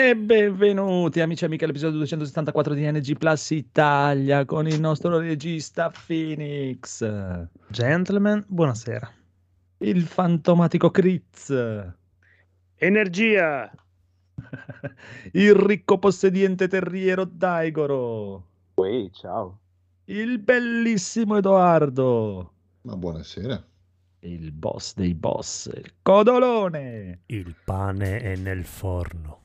E benvenuti amici e amiche all'episodio 274 di NG Plus Italia con il nostro regista Phoenix, Gentlemen, buonasera. il fantomatico Critz, Energia! il ricco possediente terriero Daigoro, Uè, ciao. il bellissimo Edoardo, Ma buonasera. il boss dei boss, il Codolone. Il pane è nel forno.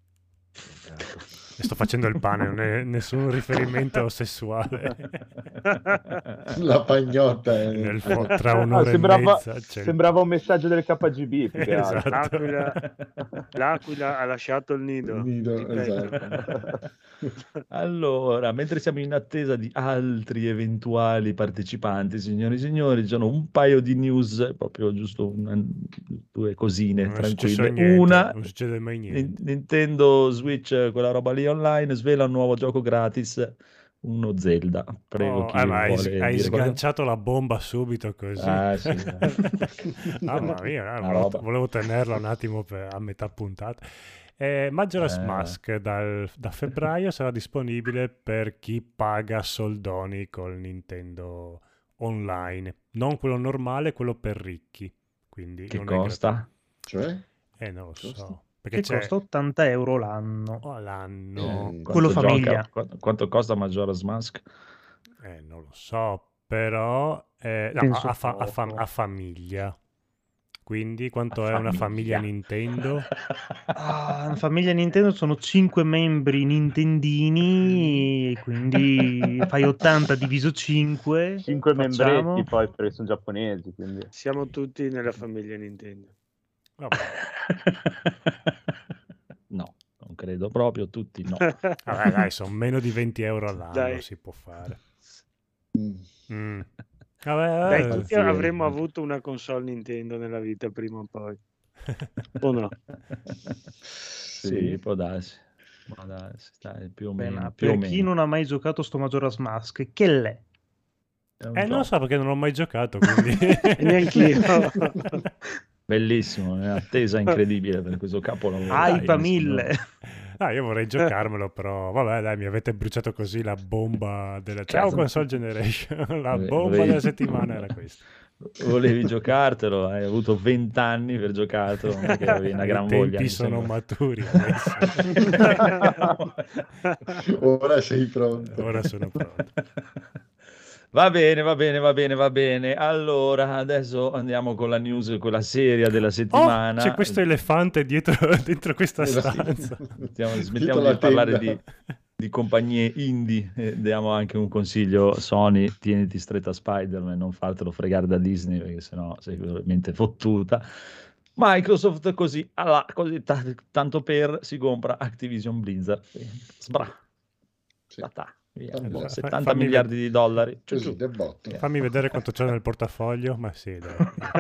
E sto facendo il pane, non è nessun riferimento sessuale. La pagnotta è Tra un'ora e mezza c'è Sembrava un messaggio del KGB. più che altro. Esatto. L'aquila ha lasciato il nido. il nido, Ripeto. esatto. Allora, mentre siamo in attesa di altri eventuali partecipanti, signori e signori, ci sono un paio di news, proprio giusto due cosine Non è successo tranquille. niente, Una, non succede mai niente. Nintendo Switch, quella roba lì online, svela un nuovo gioco gratis, uno Zelda. Prego, chi Ma vuole hai dire sganciato la bomba subito così. qualcosa? Ah, sì. Mamma mia, Una roba. volevo tenerla un attimo a metà puntata. Majora's Mask da febbraio sarà disponibile per chi paga soldoni col Nintendo Online, non quello normale, quello per ricchi. Quindi Che non costa? Cioè? non lo Costa? so. Perché Che costa 80 euro l'anno. l'anno. Quello Quanto famiglia. Quanto costa Majora's Mask? Non lo so, però no, Penso a famiglia. Quindi quanto A è una famiglia famiglia. Nintendo? Una famiglia Nintendo sono 5 membri nintendini, e quindi fai 80 diviso 5. 5 facciamo. membretti poi perché sono giapponesi, quindi. Siamo tutti nella famiglia Nintendo. Vabbè. No, non credo proprio, tutti no. Vabbè, dai, sono meno di 20 euro all'anno, Dai. si può fare. Mm. Vabbè, Dai, tutti pazienza. avremmo avuto una console Nintendo nella vita prima o poi. O no? Sì, può darsi. Può darsi, dai, più o Beh, meno. ma Più o per chi meno. non ha mai giocato sto Majora's Mask, che l'è? È un non lo gioco so perché non l'ho mai giocato, quindi... Neanch'io. bellissimo, è un'attesa incredibile per questo capolavoro. Aipa Dai, 1000. Io vorrei giocarmelo, però vabbè, dai, mi avete bruciato così la bomba della... Ciao Cazzo. console generation, la Volevi- bomba della settimana era questa. Volevi giocartelo, hai avuto 20 anni per giocartelo, perché avevi una gran I voglia. tempi mi sono sembra. maturi adesso. Ora sei pronto. Ora sono pronto. Va bene, va bene, va bene, va bene. Allora, adesso andiamo con la news, quella seria della settimana. C'è questo elefante dentro questa stanza. Smettiamo di parlare di compagnie indie, diamo anche un consiglio: Sony, tieniti stretta a Spider-Man, non fartelo fregare da Disney perché sennò sei veramente fottuta. Microsoft così, tanto per si compra Activision Blizzard. Sbra. Sì. Via. Fammi- 70 fammi miliardi di dollari. Così, del botto. Fammi vedere quanto c'è nel portafoglio, ma sì, dai.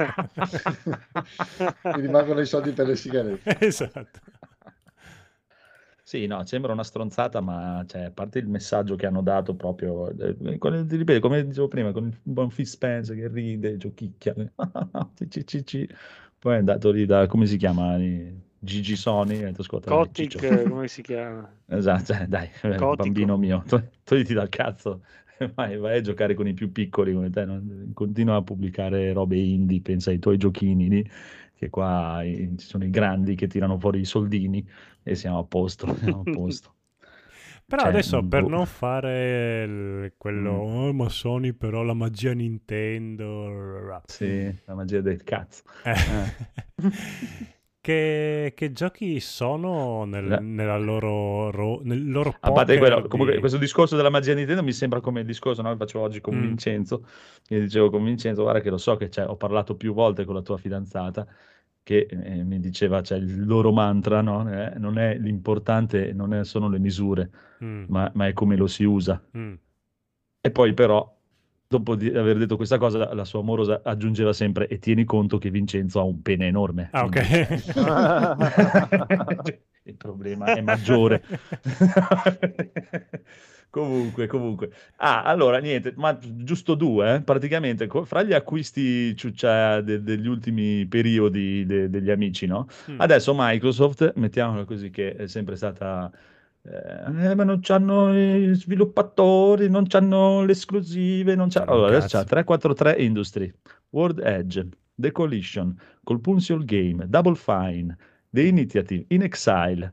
Mi rimangono i soldi per le sigarette. Esatto. Sì, no, sembra una stronzata, ma cioè, a parte il messaggio che hanno dato proprio, ti ripeto, come dicevo prima, con il buon Phil Spencer che ride, giochicchia, poi è andato lì da, come si chiama, Gigi Sony, e ha detto, ascolta, dai, Ciccio. Kotick, come si chiama? Esatto, dai, Cotico. bambino mio, togliti dal cazzo, vai a giocare con i più piccoli come te, no? Continua a pubblicare robe indie, pensa ai tuoi giochini lì, che qua ci sono i grandi che tirano fuori i soldini e siamo a posto, siamo a posto. Però Cioè, adesso per boh. non fare quello, oh, ma Sony però la magia Nintendo. Sì, la magia del cazzo. Che giochi sono nel loro A parte poker quello, comunque questo discorso della magia Nintendo mi sembra come il discorso, no, che facevo oggi con Vincenzo, e dicevo con Vincenzo, guarda che lo so che ho parlato più volte con la tua fidanzata, che mi diceva, cioè, il loro mantra, no? Non è l'importante, non sono le misure, ma è come lo si usa. E poi però, dopo di aver detto questa cosa, la sua amorosa aggiungeva sempre: e tieni conto che Vincenzo ha un pene enorme. Ah, Quindi, il problema è maggiore. Comunque. Allora, niente, ma giusto due, praticamente, fra gli acquisti ciuccia degli ultimi periodi degli amici, no? Adesso Microsoft, mettiamola così, che è sempre stata... ma non c'hanno i sviluppatori, non c'hanno le esclusive, non c'ha... C'hanno un Allora, adesso c'ha cazzo. 343 Industry, World Edge, The Coalition, Compulsion Game, Double Fine, The Initiative, In Exile,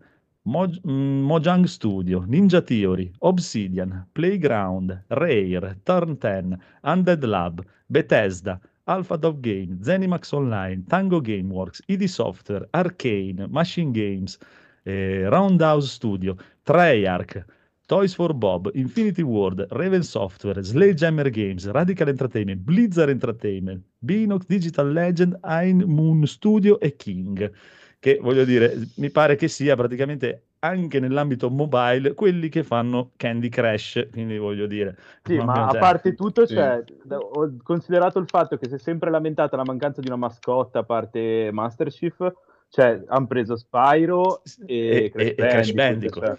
Mojang Studio, Ninja Theory, Obsidian, Playground, Rare, Turn 10, Undead Lab, Bethesda, Alpha Dog Game, Zenimax Online, Tango Gameworks, ID Software, Arcane, Machine Games, Roundhouse Studio, Treyarch, Toys for Bob, Infinity Ward, Raven Software, Sledgehammer Games, Radical Entertainment, Blizzard Entertainment, Binox, Digital Legend, Ein Moon Studio e King. Che voglio dire, mi pare che sia praticamente anche nell'ambito mobile quelli che fanno Candy Crush, quindi voglio dire... Sì, ma a parte tutto, cioè, ho considerato il fatto che si è sempre lamentata la mancanza di una mascotta a parte Master Chief, cioè hanno preso Spyro e Crash Bandicoot.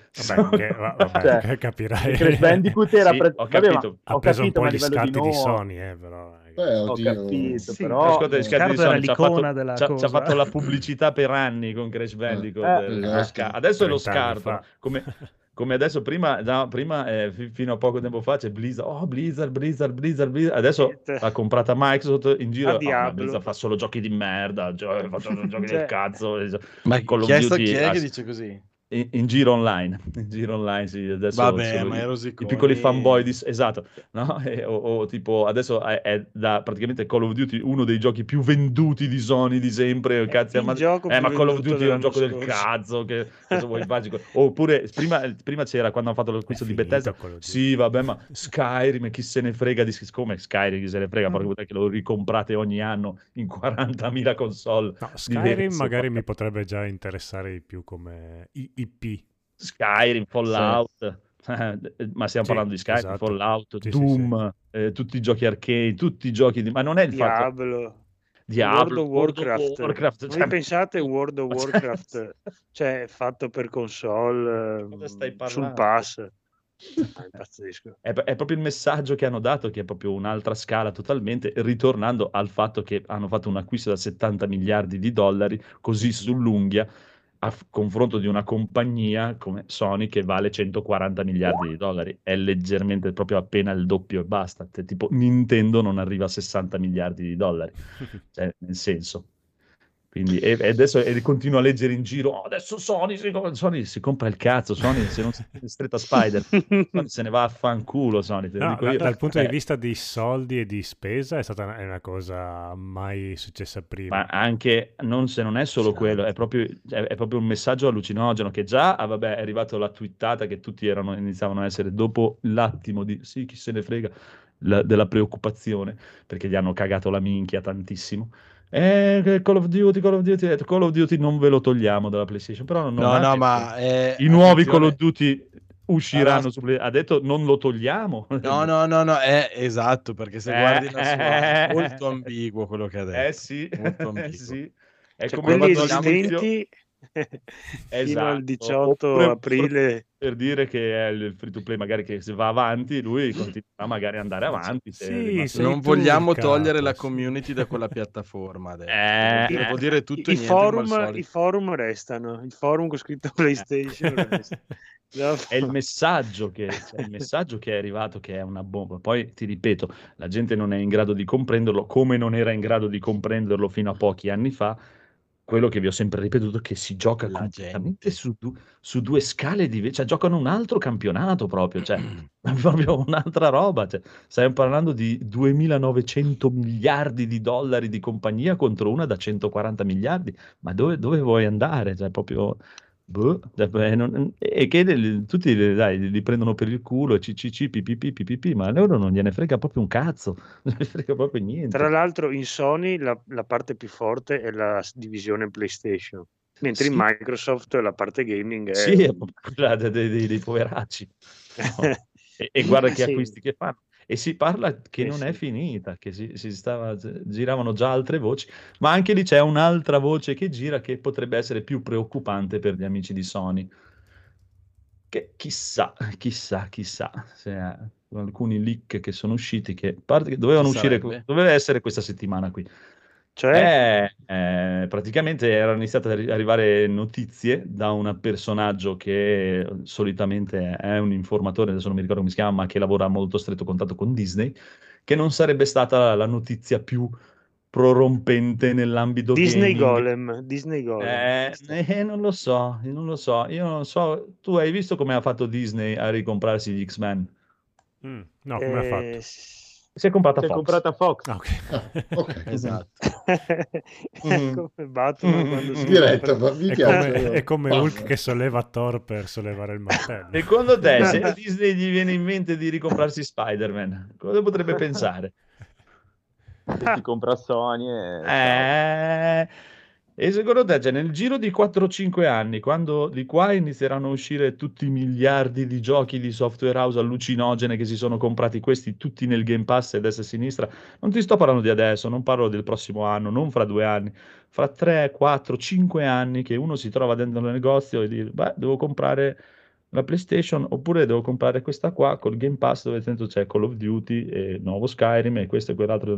Vabbè, capirai. Crash Bandicoot era... Sì, ho capito. Ha preso un po' ma a gli livello scatti di di Sony, però... Ho capito, Sì, però... Ascolta, gli scatti di Scarpa era Sony l'icona della ci ha cosa. fatto la pubblicità per anni con Crash Bandicoot. Adesso è lo 30 anni scarto. fa. Come adesso, prima fino a poco tempo fa c'è Blizzard. Adesso l'ha comprata Microsoft in giro. Ma Blizzard fa solo giochi di merda, fa solo giochi del cazzo. Ma Call of chi Duty, è che dice così? in giro online, sì, adesso Vabbè, sono ma i i rosiconi... piccoli fanboy esatto, no? O tipo adesso è da praticamente Call of Duty uno dei giochi più venduti di Sony di sempre, cazzo, ma Call of Duty è un gioco del cazzo, che cosa vuoi magico? Oppure prima c'era, quando hanno fatto l'acquisto di Bethesda, sì vabbè, ma Skyrim, chi se ne frega come Skyrim, chi se ne frega, perché che lo ricomprate ogni anno in 40.000 console. No, Skyrim magari mi potrebbe già interessare di più come IP. Skyrim, Fallout, ma stiamo parlando di Skyrim, esatto. Fallout, Doom, tutti i giochi arcade, tutti i giochi ma non è il fatto... Diablo, World of Warcraft. Voi pensate World of Warcraft, cioè fatto per console sul pass? Pazzesco. È proprio il messaggio che hanno dato, che è proprio un'altra scala totalmente, ritornando al fatto che hanno fatto un acquisto da 70 miliardi di dollari così sull'unghia, a confronto di una compagnia come Sony che vale 140 miliardi di dollari. È leggermente proprio appena il doppio e basta. Tipo Nintendo non arriva a 60 miliardi di dollari, cioè, nel senso. Quindi, e adesso continua a leggere in giro, adesso Sony si compra il cazzo, Sony se non si stretta Spider, Sony se ne va a fanculo, Sony, te lo dico io. Dal punto di vista di soldi e di spesa è stata una cosa mai successa prima. Ma anche, se non è solo quello, è proprio un messaggio allucinogeno, che già, vabbè, è arrivato la twittata che tutti iniziavano a essere, dopo l'attimo di, sì, chi se ne frega, della preoccupazione, perché gli hanno cagato la minchia tantissimo. Call of Duty non ve lo togliamo dalla PlayStation, però ma i nuovi Call of Duty usciranno ha detto non lo togliamo. No, è esatto, perché se guardi la sua è molto ambiguo quello che ha detto. Sì, molto ambiguo. sì. È cioè, come quelli esistenti fino al 18 aprile, per dire che è il free to play, magari che se va avanti lui continua magari ad andare avanti. Non vogliamo togliere la community da quella piattaforma adesso. Devo dire tutto i forum restano, il forum con scritto PlayStation resta. È il messaggio che è arrivato, che è una bomba. Poi ti ripeto, la gente non è in grado di comprenderlo, come non era in grado di comprenderlo fino a pochi anni fa. Quello che vi ho sempre ripetuto, che si gioca completamente su due scale diverse, cioè giocano un altro campionato proprio, cioè proprio un'altra roba, cioè, stiamo parlando di 2.900 miliardi di dollari di compagnia contro una da 140 miliardi, ma dove vuoi andare? Cioè proprio... e che tutti li prendono per il culo, pipì, ma a loro non gliene frega proprio un cazzo, non gliene frega proprio niente. Tra l'altro in Sony la parte più forte è la divisione PlayStation, mentre in Microsoft la parte gaming è... Sì, è quella dei poveracci. No. E guarda che acquisti che fanno. E si parla che non è finita, che giravano già altre voci, ma anche lì c'è un'altra voce che gira che potrebbe essere più preoccupante per gli amici di Sony. che chissà se alcuni leak che sono usciti, che dovevano uscire, doveva essere questa settimana qui. Cioè? Praticamente erano iniziate ad arrivare notizie da un personaggio che solitamente è un informatore, adesso non mi ricordo come si chiama, ma che lavora a molto stretto contatto con Disney, che non sarebbe stata la notizia più prorompente nell'ambito Disney gaming. Golem. Non lo so, io non lo so. Tu hai visto come ha fatto Disney a ricomprarsi gli X-Men? No, come ha fatto? Si è comprata Fox. Ok. Esatto. Come Batman quando si diretto, ma mi piace. È come Hulk che solleva Thor per sollevare il martello. Secondo te, se a Disney gli viene in mente di ricomprarsi Spider-Man, cosa potrebbe pensare? Se si compra Sony e secondo te, cioè, nel giro di 4-5 anni, quando di qua inizieranno a uscire tutti i miliardi di giochi di software house allucinogene che si sono comprati questi tutti nel Game Pass a destra e a sinistra, non ti sto parlando di adesso, non parlo del prossimo anno, non fra 2 anni, fra 3, 4, 5 anni che uno si trova dentro il negozio e dice, beh, devo comprare la PlayStation oppure devo comprare questa qua col Game Pass dove dentro c'è Call of Duty e nuovo Skyrim e questo e quell'altro.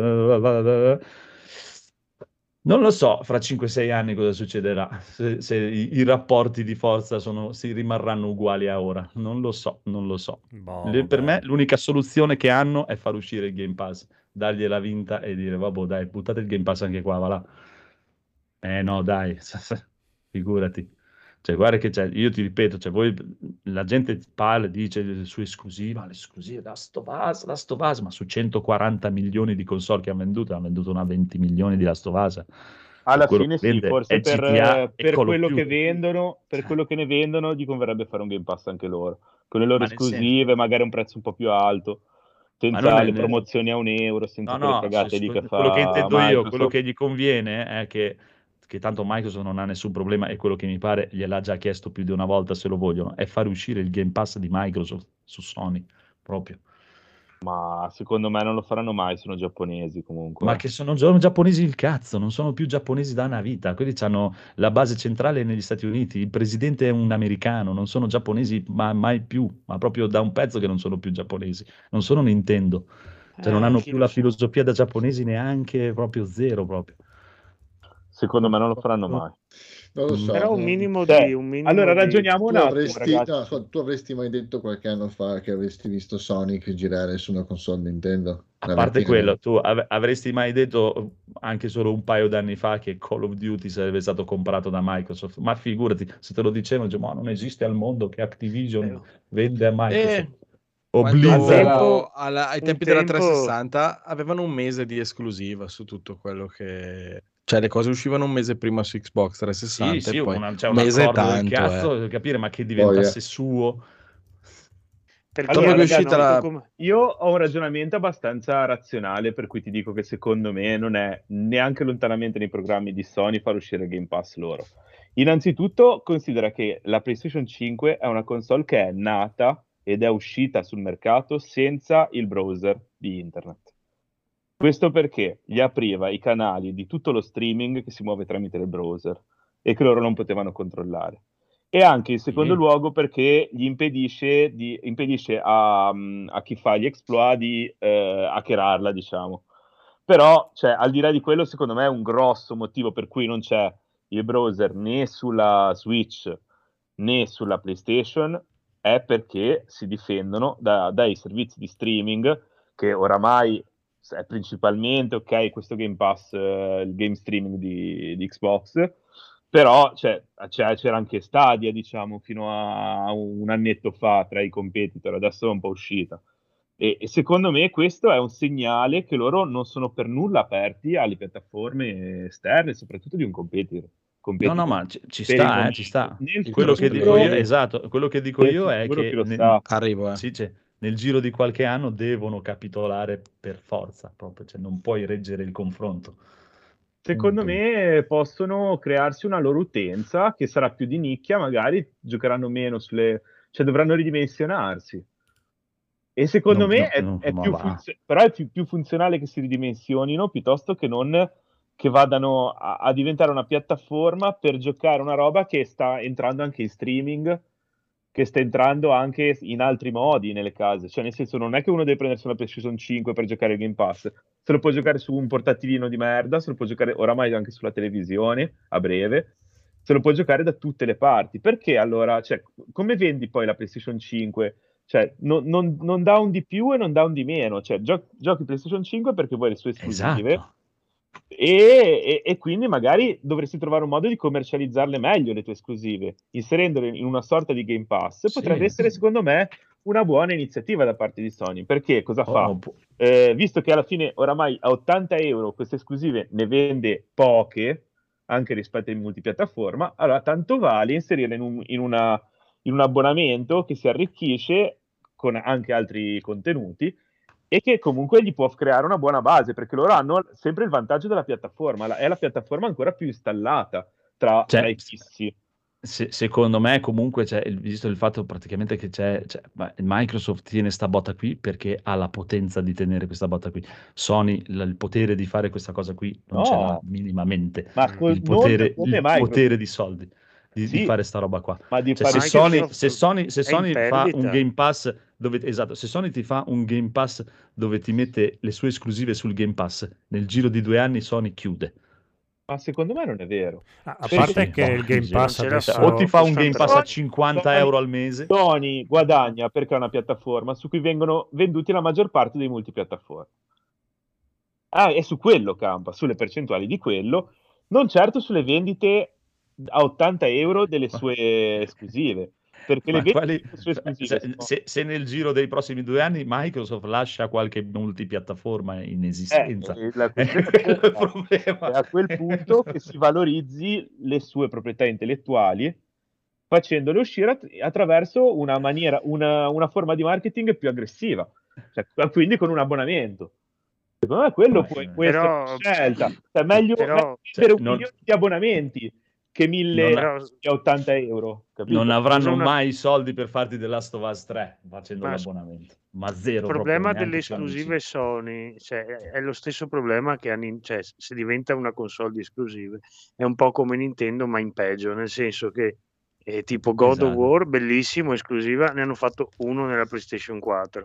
Non lo so fra 5-6 anni cosa succederà, se i rapporti di forza si rimarranno uguali a ora. Non lo so. Per me l'unica soluzione che hanno è far uscire il Game Pass, dargliela vinta e dire vabbè dai, buttate il Game Pass anche qua, va là. No dai, figurati. Cioè, guarda che io ti ripeto, la gente parla, dice su esclusiva, l'esclusiva, Last of Us, ma su 140 milioni di console che hanno venduto una 20 milioni di Last of Us. Alla fine sì, forse per quello che vendono, quello che ne vendono, gli converrebbe fare un Game Pass anche loro, con le loro esclusive, magari un prezzo un po' più alto, senza le promozioni a €1, senza quelle cagate lì che fa quello che intendo Microsoft. io, quello che gli conviene è che tanto Microsoft non ha nessun problema e quello che mi pare gliel'ha già chiesto più di una volta se lo vogliono, è fare uscire il Game Pass di Microsoft su Sony, proprio. Ma secondo me non lo faranno mai, sono giapponesi comunque. Ma che sono giapponesi il cazzo, non sono più giapponesi da una vita, quelli hanno la base centrale negli Stati Uniti, il presidente è un americano, non sono giapponesi mai più, ma proprio da un pezzo che non sono più giapponesi, non sono Nintendo, cioè non hanno più la filosofia da giapponesi neanche, proprio zero proprio. Secondo me non lo faranno mai. Non lo so. Però un minimo allora ragioniamo un attimo, tu avresti mai detto qualche anno fa che avresti visto Sonic girare su una console Nintendo? A parte quello, tu avresti mai detto anche solo un paio d'anni fa che Call of Duty sarebbe stato comprato da Microsoft? Ma figurati, se te lo dicevano, ma non esiste al mondo che Activision vende a Microsoft. O Blizzard. Ai tempi della 360 avevano un mese di esclusiva su tutto quello che... Cioè le cose uscivano un mese prima su Xbox 360 sì, e poi un mese tanto, cazzo, capire, ma che diventasse suo. Allora, ragazzi, io ho un ragionamento abbastanza razionale per cui ti dico che secondo me non è neanche lontanamente nei programmi di Sony far uscire il Game Pass loro. Innanzitutto considera che la PlayStation 5 è una console che è nata ed è uscita sul mercato senza il browser di internet. Questo perché gli apriva i canali di tutto lo streaming che si muove tramite il browser e che loro non potevano controllare. E anche in secondo luogo perché gli impedisce a chi fa gli exploit di hackerarla, diciamo. Però, cioè, al di là di quello, secondo me un grosso motivo per cui non c'è il browser né sulla Switch né sulla PlayStation è perché si difendono dai servizi di streaming che oramai è principalmente, questo Game Pass, il game streaming di Xbox, però c'era anche Stadia, diciamo, fino a un annetto fa tra i competitor, adesso è un po' uscita. E secondo me questo è un segnale che loro non sono per nulla aperti alle piattaforme esterne, soprattutto di un competitor. No, ma ci sta. Quello che dico io, esatto, quello che dico io è che nel giro di qualche anno devono capitolare per forza, proprio, cioè non puoi reggere il confronto. Secondo me possono crearsi una loro utenza che sarà più di nicchia, magari giocheranno meno cioè dovranno ridimensionarsi. E secondo me però è più funzionale che si ridimensionino piuttosto che non che vadano a diventare una piattaforma per giocare una roba che sta entrando anche in streaming che sta entrando anche in altri modi nelle case, cioè nel senso non è che uno deve prendersi una PlayStation 5 per giocare il Game Pass, se lo può giocare su un portatilino di merda, se lo può giocare oramai anche sulla televisione a breve, se lo può giocare da tutte le parti. Perché allora, cioè, come vendi poi la PlayStation 5? Cioè, non dà un di più e non dà un di meno, cioè giochi PlayStation 5 perché vuoi le sue esclusive. Esatto. E quindi magari dovresti trovare un modo di commercializzarle meglio le tue esclusive, inserendole in una sorta di Game Pass. Sì. Potrebbe essere, secondo me, una buona iniziativa da parte di Sony. Perché cosa fa? Visto che alla fine oramai a 80 euro queste esclusive ne vende poche, anche rispetto ai multipiattaforma, allora tanto vale inserirle in un abbonamento che si arricchisce con anche altri contenuti e che comunque gli può creare una buona base, perché loro hanno sempre il vantaggio della piattaforma, è la piattaforma ancora più installata tra i fissi. Secondo me comunque visto il fatto praticamente che Microsoft tiene sta botta qui perché ha la potenza di tenere questa botta qui. Sony il potere di fare questa cosa qui non ce l'ha minimamente, il potere di soldi di fare sta roba qua. Ma cioè, se Sony fa un Game Pass se Sony ti fa un Game Pass dove ti mette le sue esclusive sul Game Pass, nel giro di 2 anni Sony chiude. Ma secondo me non è vero. A parte che il Game Pass adesso... O ti fa un Game Pass a 50 euro al mese. Sony guadagna perché è una piattaforma su cui vengono venduti la maggior parte dei multipiattaforma. E su quello campa, sulle percentuali di quello, non certo sulle vendite a 80 euro delle sue esclusive. Perché se nel giro dei prossimi 2 anni Microsoft lascia qualche multipiattaforma in esistenza, è a quel punto che si valorizzi le sue proprietà intellettuali facendole uscire attraverso una forma di marketing più aggressiva, cioè, quindi con un abbonamento. Secondo me quello può essere una scelta, cioè, meglio avere 1 milione di abbonamenti che 1.080 euro, capito? Non avranno mai i soldi per farti The Last of Us 3 facendo l'abbonamento, ma zero. Il problema delle esclusive Sony, cioè, è lo stesso problema che se diventa una console di esclusive è un po' come Nintendo ma in peggio, nel senso che tipo God of War, bellissimo, esclusiva, ne hanno fatto uno nella PlayStation 4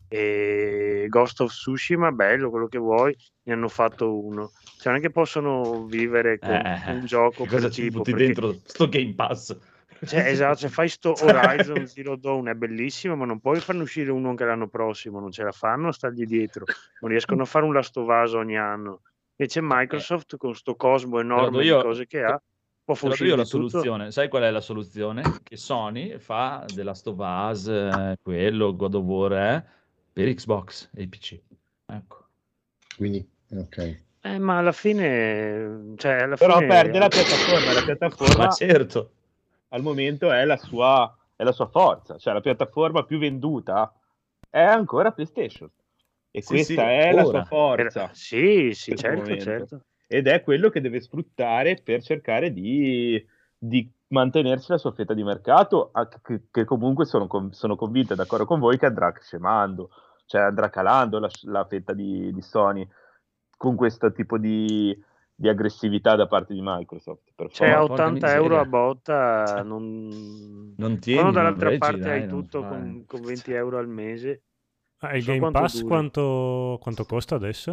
e Ghost of Tsushima, bello, quello che vuoi, ne hanno fatto uno. Cioè non è che possono vivere con un gioco cosa ci butti dentro sto Game Pass, esatto, se fai sto Horizon Zero Dawn è bellissimo, ma non puoi farne uscire uno anche l'anno prossimo, non ce la fanno a stargli dietro, non riescono a fare un Last of Us ogni anno. Invece Microsoft con sto cosmo enorme di cose che ha può uscire la soluzione. Sai qual è la soluzione? Che Sony fa The Last of Us, quello God of War per Xbox e PC, ecco. Quindi ok. Ma alla fine, però perde la piattaforma. Ma certo, al momento è la sua forza, cioè la piattaforma più venduta è ancora PlayStation e questa è la sua forza. Sì, certo. Ed è quello che deve sfruttare per cercare di mantenersi la sua fetta di mercato, che comunque sono convinto e d'accordo con voi che andrà scemando, cioè andrà calando la fetta di Sony con questo tipo di aggressività da parte di Microsoft. A 80 euro a botta non tieni, quando dall'altra parte hai tutto con 20 euro al mese. Il Game Pass quanto costa adesso?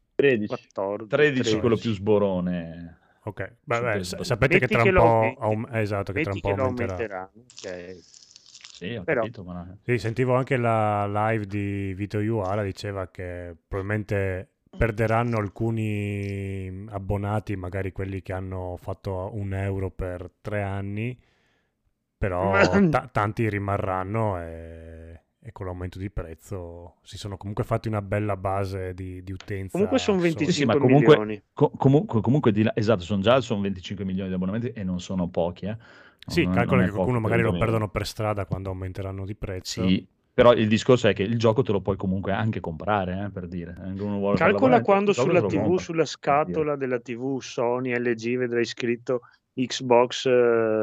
13 quello più sborone. Ok, sapete che tra un po' aumenterà. Okay. Sì, ho capito, sì, sentivo anche la live di Vito Iuara, diceva che probabilmente perderanno alcuni abbonati, magari quelli che hanno fatto €1 per 3 anni, però tanti rimarranno e con l'aumento di prezzo si sono comunque fatti una bella base di utenza. Comunque sono 25 milioni. Comunque esatto, sono 25 milioni di abbonamenti e non sono pochi. Sì, calcola che qualcuno magari lo perdono per strada quando aumenteranno di prezzo. Sì, però il discorso è che il gioco te lo puoi comunque anche comprare, per dire. Calcola quando sulla TV, sulla scatola della TV Sony LG vedrai scritto Xbox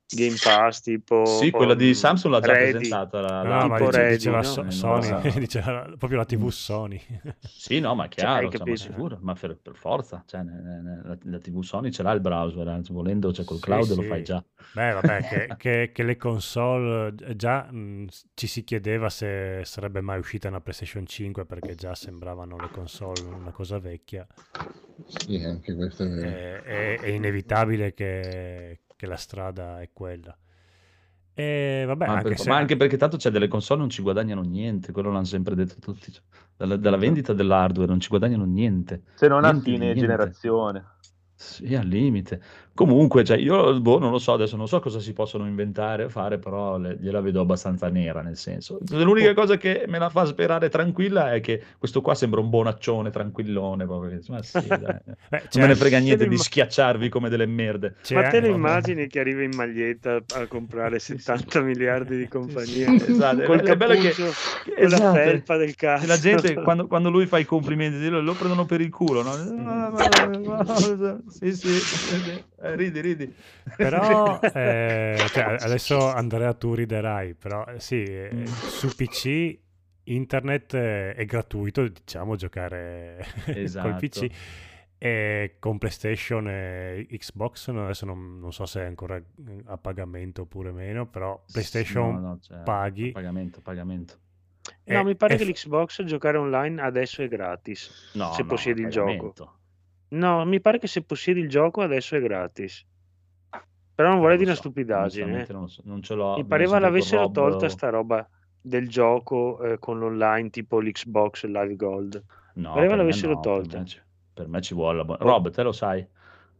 Game Pass tipo Sì, quella di Samsung l'ha già Ready. presentata. No, ma tipo diceva Ready, no? Sony, diceva proprio la TV Sony. Sì, no, ma è chiaro, hai cioè, ma capito? sicuro, ma per forza, cioè, la TV Sony ce l'ha il browser, anzi, volendo, cioè, col Sì, cloud lo sì. fai già. Beh, vabbè, che le console già ci si chiedeva se sarebbe mai uscita una PlayStation 5 perché già sembravano le console una cosa vecchia. Sì, anche questo è vero. È inevitabile che la strada è quella. E vabbè, Ma anche perché tanto c'è delle console non ci guadagnano niente, quello l'hanno sempre detto tutti. Cioè, dalla vendita dell'hardware non ci guadagnano niente. Se non a Niente di fine niente. generazione. Sì, al limite. Comunque, cioè, io non lo so, adesso non so cosa si possono inventare o fare, però gliela vedo abbastanza nera, nel senso. L'unica cosa che me la fa sperare tranquilla è che questo qua sembra un bonaccione, tranquillone, proprio. Ma sì, dai. Non me ne frega niente di schiacciarvi come delle merde. Ma te lo immagini che arriva in maglietta a comprare 70 miliardi di compagnie? Esatto, Col è bello cappuccio, che con la esatto, felpa del cazzo. la gente quando lui fa i complimenti lo prendono per il culo, no? Sì, ridi. Però cioè, adesso Andrea tu riderai, però sì, su PC internet è gratuito, diciamo, giocare col PC. Esatto. E con PlayStation e Xbox adesso non so se è ancora a pagamento oppure meno, però PlayStation No, cioè, paghi. Pagamento. No, mi pare che l'Xbox giocare online adesso è gratis, se possiedi il gioco. No, mi pare che se possiedi il gioco adesso è gratis. Però non vorrei dire una stupidaggine. Non ce l'ho. Mi pareva l'avessero tolta sta roba del gioco con l'online tipo l'Xbox Live Gold. No, Pareva l'avessero tolta. Per me ci vuole Rob, te lo sai?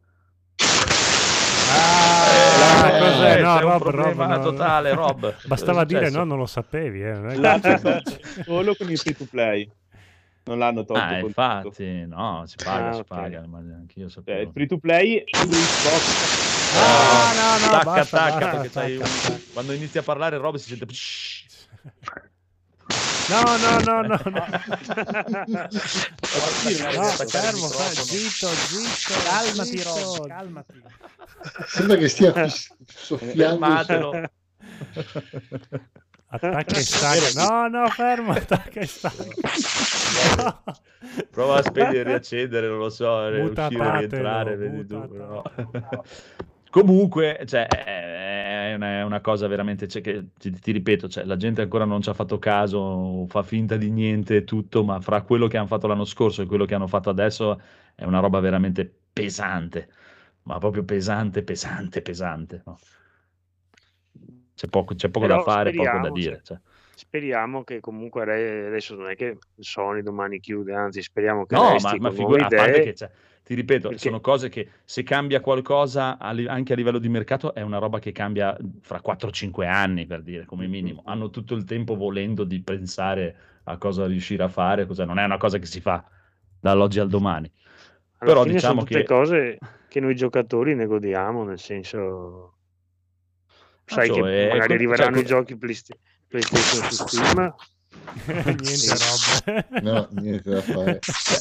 Cos'è? No, c'è un Rob, problema totale, Rob. Bastava dire no, non lo sapevi. Solo con il free to play. Non l'hanno tolto. Infatti, no, si paga, ma anch'io sapevo. Il free to play Xbox. No, tacca, perché c'hai quando inizi a parlare Rob si sente. No. Fermo, zitto. Calmati, Rob, calmati. Sembra che stia soffiando. Attacca e stacca. No, fermo, attacca e stacca. Prova a spegnere e riaccendere, non lo so, uscire e rientrare, vedi tu. No. Comunque, cioè, è una cosa veramente, cioè, che ti ripeto, cioè, la gente ancora non ci ha fatto caso, fa finta di niente e tutto, ma fra quello che hanno fatto l'anno scorso e quello che hanno fatto adesso è una roba veramente pesante, ma proprio pesante, no? C'è poco da fare, poco da dire. Cioè. Speriamo che comunque adesso non è che Sony domani chiude, anzi speriamo che no, resti ma con a parte che ti ripeto, perché sono cose che se cambia qualcosa anche a livello di mercato è una roba che cambia fra 4-5 anni, per dire, come minimo. Hanno tutto il tempo volendo di pensare a cosa riuscire a fare, non è una cosa che si fa dall'oggi al domani. Alla però fine diciamo sono tutte cose che noi giocatori ne godiamo, nel senso sai che magari arriveranno i giochi PlayStation su Steam. Niente roba. No, niente da fare.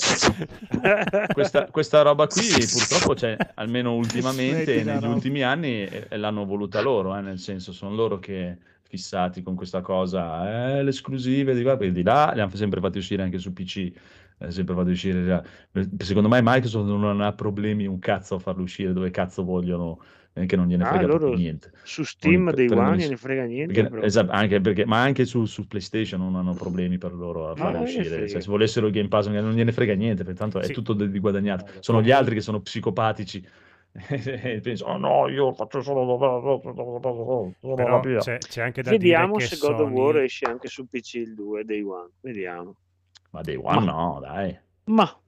Questa roba qui purtroppo c'è, almeno ultimamente, negli ultimi anni, l'hanno voluta loro, nel senso sono loro che fissati con questa cosa, le esclusive di qua, di là, le hanno sempre fatti uscire anche su PC, sempre fatti uscire. Secondo me Microsoft non ha problemi un cazzo a farlo uscire dove cazzo vogliono, che non gliene frega proprio niente. Su Steam dei One gliene frega niente. Esatto, ma anche su PlayStation non hanno problemi per loro a fare uscire. Cioè, se volessero il Game Pass non gliene frega niente, pertanto è tutto di guadagnato. Sono gli altri che sono psicopatici e penso, oh no, io faccio solo. Però c'è anche da vediamo dire che se God of War esce anche su PC il 2 Day One. Vediamo. Ma Day One no, dai. Ma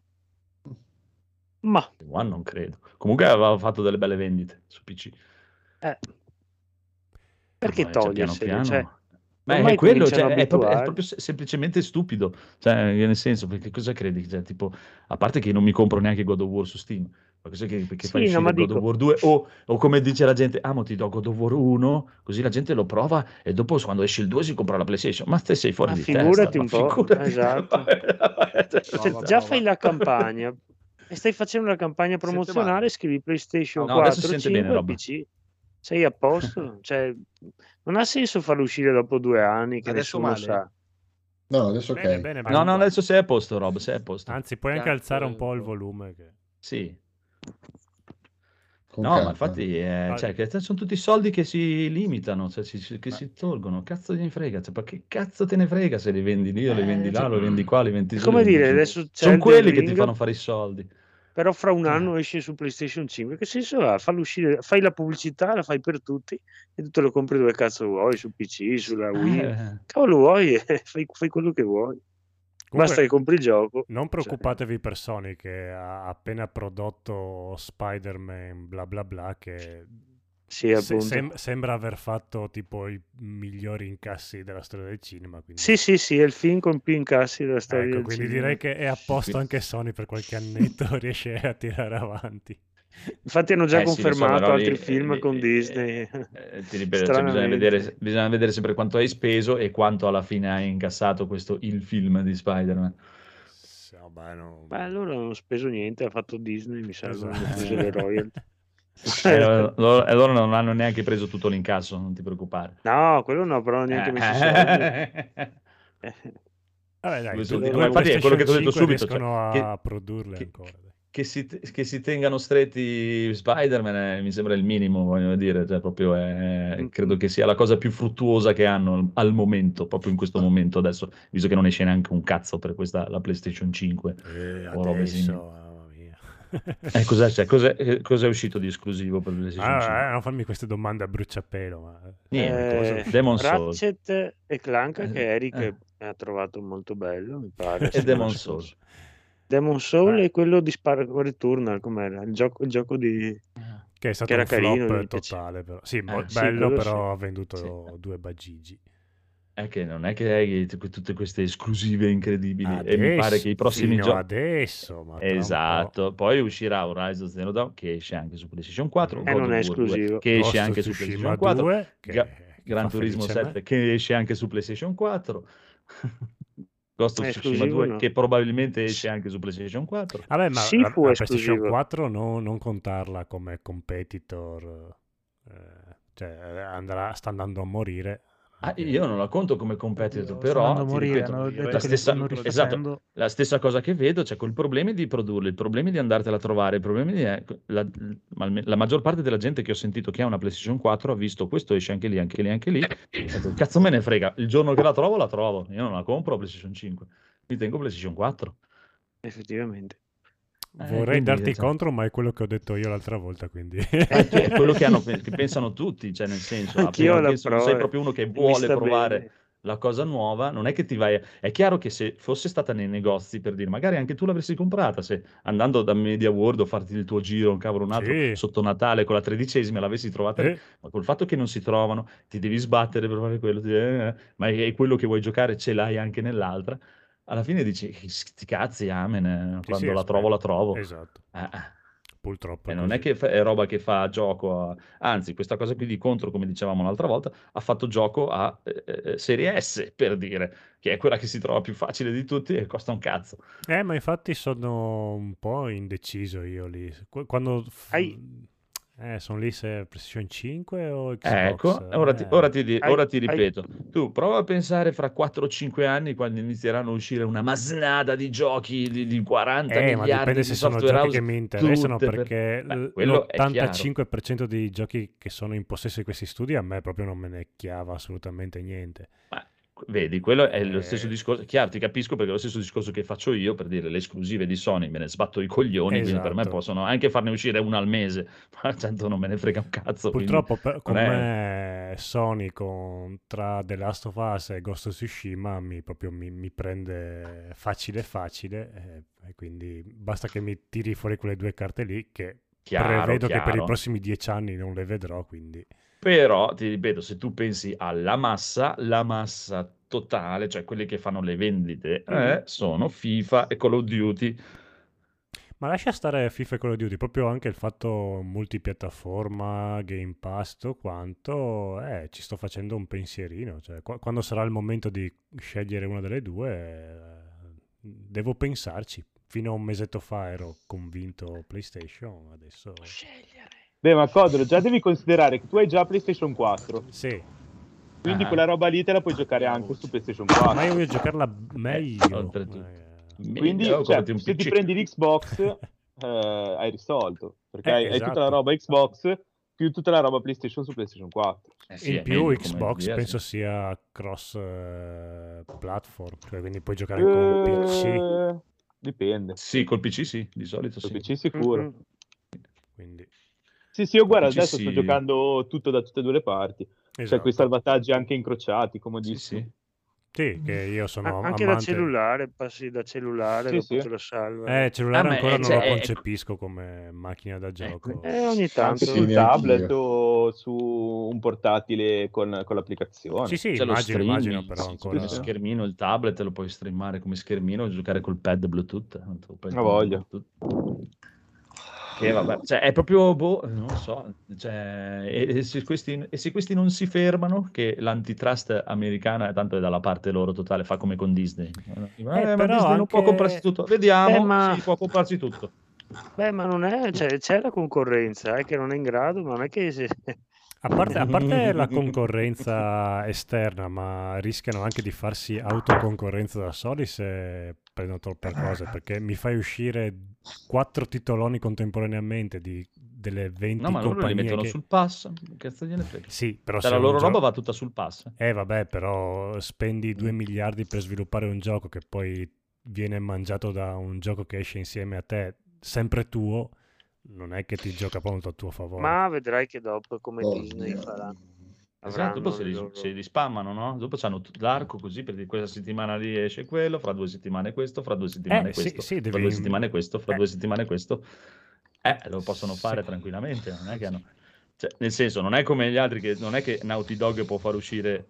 Day One non credo. Comunque aveva fatto delle belle vendite su PC. Perché toglierseli? Cioè, è quello, è proprio semplicemente stupido, cioè, nel senso, perché cosa credi? Cioè, tipo, a parte che non mi compro neanche God of War su Steam, ma cos'è perché fai uscire God of War 2 o come dice la gente, mo ti do God of War 1, così la gente lo prova e dopo quando esce il 2 si compra la PlayStation, ma te sei fuori di figurati testa, un po', esatto. Già fai la campagna e stai facendo la campagna promozionale, scrivi PlayStation 4, 5 e PC. Sei a posto? Cioè, non ha senso farlo uscire dopo 2 anni che Adesso nessuno male? sa. No, adesso Bene, ok. bene, No, bene. adesso sei a posto, Rob, sei a posto. Anzi, puoi anche alzare un po' il volume. Sì. Con No, calma. ma infatti, cioè, che sono tutti soldi che si limitano, cioè, che si tolgono. Cazzo te ne frega? Cioè, ma che cazzo te ne frega se li vendi lì o li vendi là, li vendi qua, li vendi È su, li come vendi dire, giù? adesso c'è Sono Elden quelli che ti Ring, fanno fare i soldi. però fra un anno esce su PlayStation 5. Che senso ha? Fallo uscire, fai la pubblicità, la fai per tutti e tu te lo compri dove cazzo vuoi, su PC, sulla Wii. Cavolo vuoi, fai quello che vuoi. Comunque, Basta che compri il gioco. non preoccupatevi per Sony che ha appena prodotto Spider-Man bla bla bla che Sì, appunto. sembra aver fatto tipo i migliori incassi della storia del cinema. Quindi... Sì, è il film con più incassi della storia Ecco, del quindi cinema. direi che è a posto anche Sony per qualche annetto riesce a tirare avanti. Infatti hanno già Sì, lo so, confermato però altri film con Disney. ti ripeto, cioè, bisogna vedere sempre quanto hai speso e quanto alla fine hai incassato il film di Spider-Man. Beh, loro non hanno speso niente, ha fatto Disney, mi sa, Esatto. non hanno preso le royalty. Loro non hanno neanche preso tutto l'incasso, non ti preoccupare. No, quello no, però neanche messo i soldi. Vabbè, dai, Ma infatti è quello che ti ho detto subito, riescono a che, produrle che- ancora. che si tengano stretti Spider-Man mi sembra il minimo, voglio dire, cioè, proprio credo che sia la cosa più fruttuosa che hanno al momento, proprio in questo momento adesso, visto che non esce neanche un cazzo per la PlayStation 5 o robe simili. Mamma mia. Cos'è uscito di esclusivo per PlayStation 5? Non farmi queste domande a bruciapelo. Ma... Demon Souls. Ratchet e Clank che Eric ha trovato molto bello, mi pare. E Demon Souls. Demon Souls e quello di Returnal, com'era? Il gioco di... Che è stato era un carino, flop mi piaceva. totale, però. Sì, sì, bello, quello però sì. ha venduto 2 bagigi. È che non è che hai tutte queste esclusive incredibili Adesso, e mi pare che i prossimi giochi adesso, ma esatto, poi uscirà Horizon Zero Dawn che esce anche su PlayStation 4, God non of è War 2 esclusivo. che esce Ghost anche su Tsushima PlayStation 4, 2 che Gran Turismo 7 che esce anche su PlayStation 4. Ghost of È Tsushima esclusivo, 2 no? che probabilmente esce anche su PlayStation 4. Vabbè, ma Sifu la è PlayStation esclusivo. 4 non contarla come competitor, cioè sta andando a morire. Io non la conto come competitor, Oddio, sta però andando a ti morire, ripeto, hanno detto la che le stessa, stanno rifacendo. esatto, la stessa cosa che vedo, cioè con i problemi di produrli, i problemi di andartela a trovare, i problemi di, la maggior parte della gente che ho sentito che ha una PlayStation 4 ha visto questo esce anche lì, anche lì, anche lì, e ha detto, cazzo me ne frega, il giorno che la trovo, io non la compro la PlayStation 5, mi tengo PlayStation 4. Effettivamente. Vorrei darti contro, ma è quello che ho detto io l'altra volta, quindi... È quello che pensano tutti, cioè nel senso, Anch'io non sei proprio uno che vuole provare bene. la cosa nuova, non è che ti vai... È chiaro che se fosse stata nei negozi, per dire, magari anche tu l'avresti comprata, se andando da Media World o farti il tuo giro, un cavolo un altro, Sì. sotto Natale con la 13ª l'avessi trovata lì, ma col fatto che non si trovano, ti devi sbattere per fare quello, ma è quello che vuoi giocare, ce l'hai anche nell'altra, alla fine dici, sti cazzi, amen, quando la trovo, la trovo. Esatto. Purtroppo E non è che è roba che fa gioco anzi, questa cosa qui di contro, come dicevamo l'altra volta, ha fatto gioco a Serie S, per dire, che è quella che si trova più facile di tutti e costa un cazzo. Ma infatti sono un po' indeciso io lì. Quando sono lì se PlayStation 5 o Xbox? Ecco, ora ti ripeto, tu prova a pensare fra 4-5 anni quando inizieranno a uscire una masnada di giochi di 40 miliardi ma dipende se di sono software giochi house, che mi interessano, perché quello è chiaro. l'85% dei giochi che sono in possesso di questi studi a me proprio non me ne chiava assolutamente niente. Ma vedi, quello è lo stesso discorso. Chiaro, ti capisco perché è lo stesso discorso che faccio io per dire le esclusive di Sony, me ne sbatto i coglioni, quindi per me Esatto. possono anche farne uscire una al mese, ma tanto non me ne frega un cazzo. Purtroppo con me Sony tra The Last of Us e Ghost of Tsushima mi prende facile e quindi basta che mi tiri fuori quelle 2 carte lì che prevedo che per i prossimi 10 anni non le vedrò, quindi... Però, ti ripeto, se tu pensi alla massa, la massa totale, cioè quelli che fanno le vendite, sono FIFA e Call of Duty. Ma lascia stare FIFA e Call of Duty, proprio anche il fatto multipiattaforma, Game Pass, tutto quanto, ci sto facendo un pensierino, cioè quando sarà il momento di scegliere una delle due, devo pensarci. Fino a un mesetto fa ero convinto PlayStation, adesso... Scegliere. Beh, ma Codolo, già devi considerare che tu hai già PlayStation 4. Sì. Quindi quella roba lì te la puoi giocare anche su PlayStation 4. Ma io voglio giocarla meglio. Quindi, se ti prendi l'Xbox, hai risolto. Perché hai tutta la roba Xbox più tutta la roba PlayStation su PlayStation 4. In più Xbox penso sia cross platform, cioè quindi puoi giocare con PC. Dipende. Sì, col PC sì, di solito col sì. PC sicuro. Quindi. Sì, io guarda, adesso sto giocando tutto da tutte e due le parti. Esatto. Cioè, quei salvataggi anche incrociati, comodissimi. Sì, che io sono anche amante. da cellulare, passi da cellulare, dopo te lo salva. Cellulare ancora non lo concepisco come macchina da gioco. Ogni tanto. Anche sul tablet o su un portatile con l'applicazione. Sì, immagino però ancora. Lo schermino, il tablet lo puoi streamare come schermino e giocare col pad Bluetooth. Non voglio. Che vabbè, cioè è proprio, non so, cioè, e se questi non si fermano, che l'antitrust americana tanto è dalla parte loro totale, fa come con Disney. Ma Disney non può comprarsi tutto. Vediamo, può comprarsi tutto. Beh, ma non è, c'è la concorrenza, che non è in grado, ma non è che... A parte la concorrenza esterna, ma rischiano anche di farsi autoconcorrenza da soli se prendono troppe cose, perché mi fai uscire 4 titoloni contemporaneamente delle 20 compagnie. No, ma loro li mettono sul pass, che cazzo gliene frega? Sì, però la loro roba va tutta sul pass. Vabbè, però spendi 2 miliardi per sviluppare un gioco che poi viene mangiato da un gioco che esce insieme a te, sempre tuo. Non è che ti gioca molto a tuo favore. Ma vedrai che dopo come Disney farà. Esatto, dopo se li spammano, no? Dopo c'hanno l'arco così, per questa settimana lì esce quello, fra 2 settimane questo, fra 2 settimane questo, fra 2 settimane questo, fra 2 settimane questo. Lo possono fare tranquillamente, non è che hanno... Cioè, nel senso, non è come gli altri, che non è che Naughty Dog può far uscire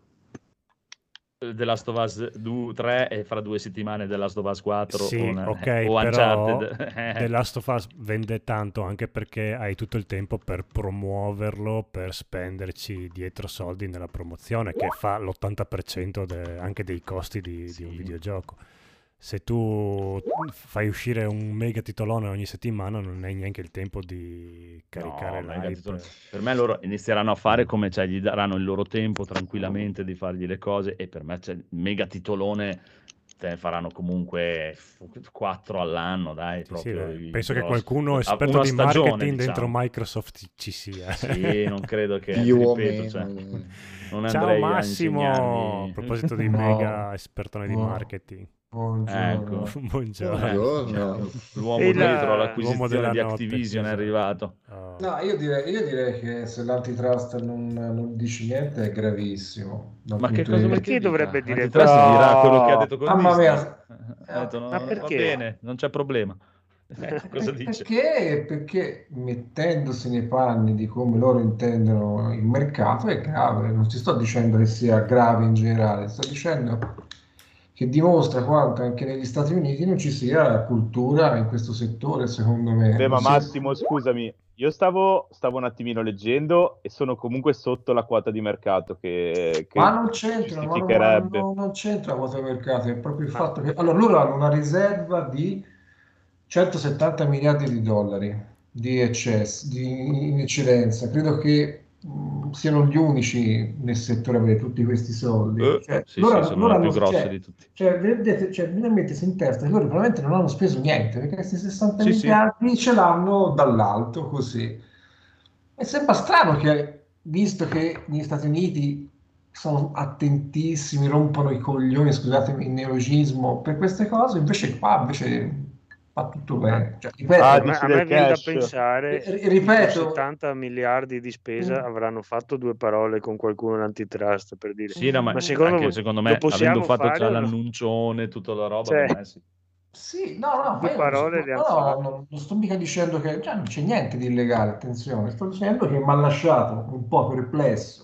The Last of Us 3 e fra 2 settimane The Last of Us 4 sì, o però Uncharted. The Last of Us vende tanto anche perché hai tutto il tempo per promuoverlo, per spenderci dietro soldi nella promozione, che fa l'80% anche dei costi di un videogioco. Se tu fai uscire un mega titolone ogni settimana non hai neanche il tempo di caricare l'hype. Per me loro inizieranno a fare come, cioè, gli daranno il loro tempo tranquillamente di fargli le cose, e per me il mega titolone te ne faranno comunque 4 all'anno, dai. Penso che qualcuno esperto di marketing dentro Microsoft ci sia. Sì, non credo che non ciao andrei Massimo, a proposito di mega espertone di marketing. Buongiorno. Ecco. Buongiorno. L'uomo dietro all'acquisizione di Activision è arrivato. No, io direi che se l'antitrust non dice niente è gravissimo. Ma che cosa, perché dovrebbe dire? L'antitrust dirà quello che ha detto con Mamma Disney. mia. Ha detto, ma perché? Va bene, non c'è problema. Cosa dice? Perché mettendosi nei panni di come loro intendono il mercato è grave. Non ti sto dicendo che sia grave in generale, sto dicendo che dimostra quanto anche negli Stati Uniti non ci sia cultura in questo settore, secondo me. Beh, ma Massimo, scusami, io stavo un attimino leggendo e sono comunque sotto la quota di mercato che ma non c'entra, giustificherebbe. non c'entra la quota di mercato, è proprio il fatto che allora loro hanno una riserva di 170 miliardi di dollari di eccesso, in eccedenza. Credo che siano gli unici nel settore a avere tutti questi soldi. Sono i più grossi di tutti. Vedete, viene a mettersi in testa che loro probabilmente non hanno speso niente, perché questi 60 miliardi ce l'hanno dall'alto così. E sembra strano che, visto che negli Stati Uniti sono attentissimi, rompono i coglioni, scusatemi il neologismo, per queste cose, invece qua va tutto bene. Cioè, ripeto, a me viene da pensare ripeto, con 70 miliardi di spesa avranno fatto 2 parole con qualcuno l'antitrust, per dire. Sì, no, ma secondo me, avendo fatto già l'annuncione, tutta la roba, per me sì. Sì, no, non sto mica dicendo che non c'è niente di illegale, attenzione, sto dicendo che mi ha lasciato un po' perplesso,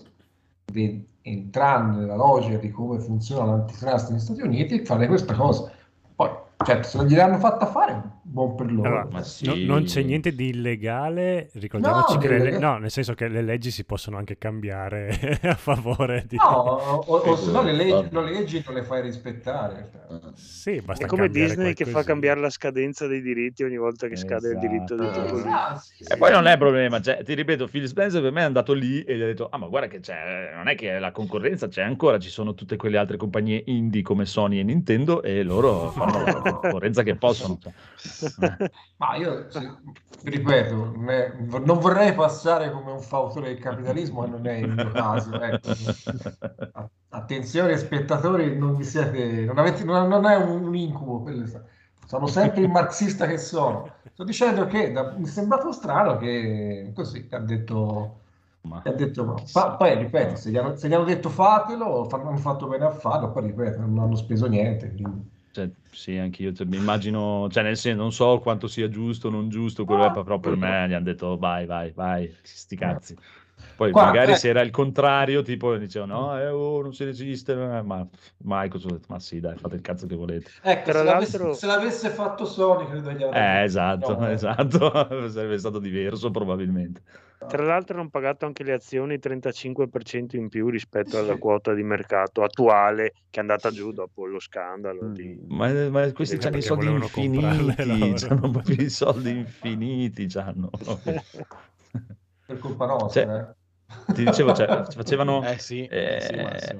entrando nella logica di come funziona l'antitrust negli Stati Uniti, fare questa cosa. Poi Cioè, se non gliel'hanno fatta fare, buon per loro. Allora, Ma sì. non c'è niente di illegale, ricordiamoci No, che no, nel senso che le leggi si possono anche cambiare a favore di... No, o se no le leggi Vabbè. non le fai rispettare. Sì, basta È come cambiare Disney che fa qualcosina. cambiare la scadenza dei diritti ogni volta che scade il diritto di Topolino. E poi non è problema, cioè, ti ripeto, Phil Spencer per me è andato lì e gli ha detto: ah, ma guarda che c'è, non è che la concorrenza c'è ancora, ci sono tutte quelle altre compagnie indie come Sony e Nintendo e loro fanno la concorrenza che possono. Ma io ripeto, non vorrei passare come un fautore del capitalismo, ma non è il mio caso. Ecco. Attenzione spettatori, non vi siete, non è un incubo, sono sempre il marxista che sono. Sto dicendo che mi è sembrato strano che così ha detto no. Poi ripeto, se gli hanno detto fatelo, hanno fatto bene a farlo, poi ripeto, non hanno speso niente. Quindi. Cioè, sì, anch'io mi immagino, cioè nel senso, non so quanto sia giusto o non giusto, quello è, però per me gli hanno detto vai, sti cazzi. Poi magari se era il contrario, tipo dicevano no, non si resiste, ma Microsoft ha detto, ma sì, dai, fate il cazzo che volete. Ecco, se l'avesse fatto Sony, credo gli avrebbe esatto, sarebbe stato diverso probabilmente. Tra l'altro hanno pagato anche le azioni 35% in più rispetto alla quota di mercato attuale, che è andata giù dopo lo scandalo. Ma questi hanno i soldi infiniti, hanno proprio i soldi infiniti, c'hanno. Per colpa nostra, Ti dicevo, cioè, facevano... sì, Massimo.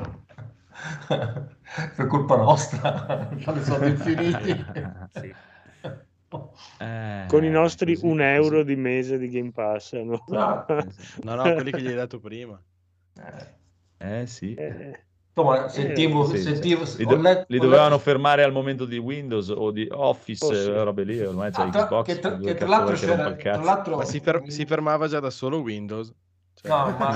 Per colpa nostra, hanno i soldi infiniti. Sì. Con i nostri €1 di mese di Game Pass. No, quelli che gli hai dato prima. Sì. Sentivo, li dovevano fermare al momento di Windows o di Office, robe lì, ormai c'è Xbox. Che tra l'altro c'era... Tra l'altro, ma si fermava già da solo Windows. Cioè, no, ma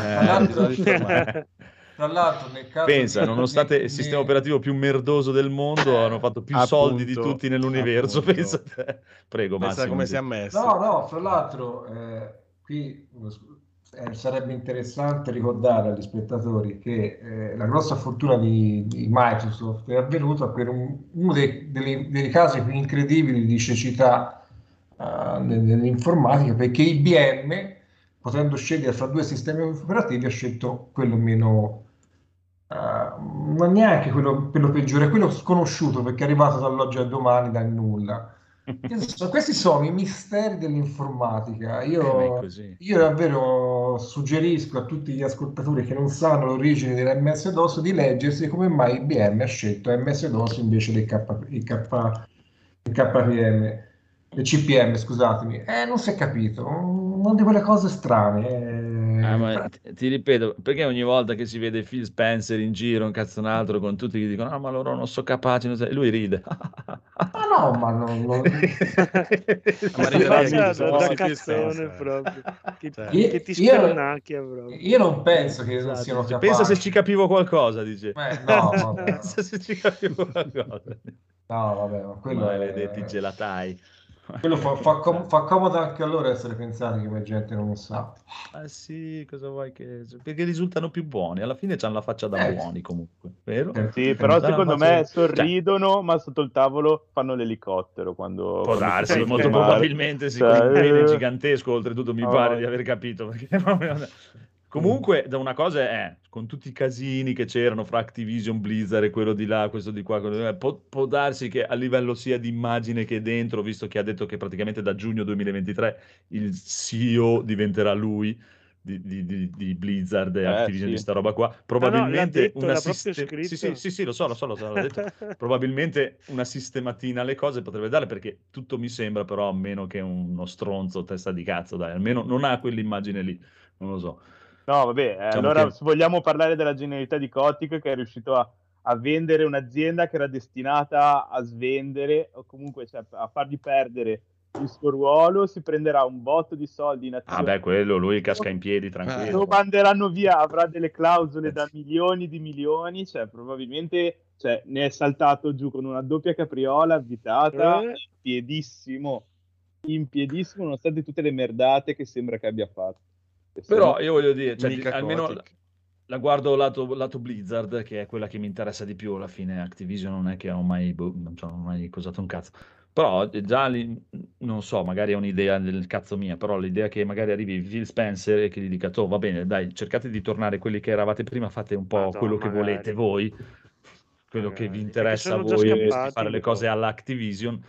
tra l'altro nel caso pensa, nonostante il sistema operativo più merdoso del mondo, hanno fatto più soldi di tutti nell'universo. Pensa te. Prego, Massimo. Come si è messo. No, fra l'altro, qui sarebbe interessante ricordare agli spettatori che la grossa fortuna di Microsoft è avvenuta per uno dei casi più incredibili di cecità nell'informatica, perché IBM, potendo scegliere fra due sistemi operativi, ha scelto quello meno... non neanche quello peggiore, quello sconosciuto perché è arrivato dall'oggi al domani dal nulla. Questi sono i misteri dell'informatica. Io davvero suggerisco a tutti gli ascoltatori che non sanno l'origine dell'MS-DOS di leggersi come mai IBM ha scelto MS-DOS invece del KPM. Il CPM, scusatemi, non si è capito, una di quelle cose strane. Ma ti ripeto, perché ogni volta che si vede Phil Spencer in giro, un cazzo un altro, con tutti che dicono, ma loro non sono capaci, e lui ride. Ma non... ma da cazzone proprio, che ti spernacchia proprio. Io non penso che non siano capaci. Pensa se ci capivo qualcosa, dice. No, pensa se ci capivo qualcosa. No, vabbè, ma quello maledetti gelatai. Quello fa comodo anche a loro essere pensati che la gente non lo sa. Sì, cosa vuoi che... Perché risultano più buoni, alla fine c'hanno la faccia da buoni comunque, vero? Sì, però secondo me sorridono, ma sotto il tavolo fanno l'elicottero quando... Può darsi, molto probabilmente sì, con un pene gigantesco, oltretutto mi pare di aver capito, perché... Comunque, da una cosa è, con tutti i casini che c'erano fra Activision, Blizzard e quello di là, questo di qua, può darsi che a livello sia di immagine che dentro, visto che ha detto che praticamente da giugno 2023 il CEO diventerà lui, di Blizzard e Activision, di sta roba qua, probabilmente una sì, lo so, l'ho detto. Probabilmente una sistematina alle cose potrebbe dare, perché tutto mi sembra però meno che uno stronzo testa di cazzo, dai, almeno non ha quell'immagine lì, non lo so. No, vabbè, diciamo allora se vogliamo parlare della genialità di Kotick, che è riuscito a vendere un'azienda che era destinata a svendere, o comunque a fargli perdere il suo ruolo, si prenderà un botto di soldi in azione. Quello, lui casca in piedi, tranquillo. Lo manderanno via, avrà delle clausole da milioni di milioni, probabilmente ne è saltato giù con una doppia capriola avvitata, in piedissimo, nonostante tutte le merdate che sembra che abbia fatto. Però io voglio dire, almeno la guardo lato Blizzard, che è quella che mi interessa di più. Alla fine Activision non è che ho mai, non ho mai cosato un cazzo. Però già lì, non so, magari è un'idea del cazzo mia, però l'idea che magari arrivi Phil Spencer e che gli dica, va bene, dai, cercate di tornare quelli che eravate prima, fate un po' quello che volete voi, quello che vi interessa a voi, di fare le cose all'Activision.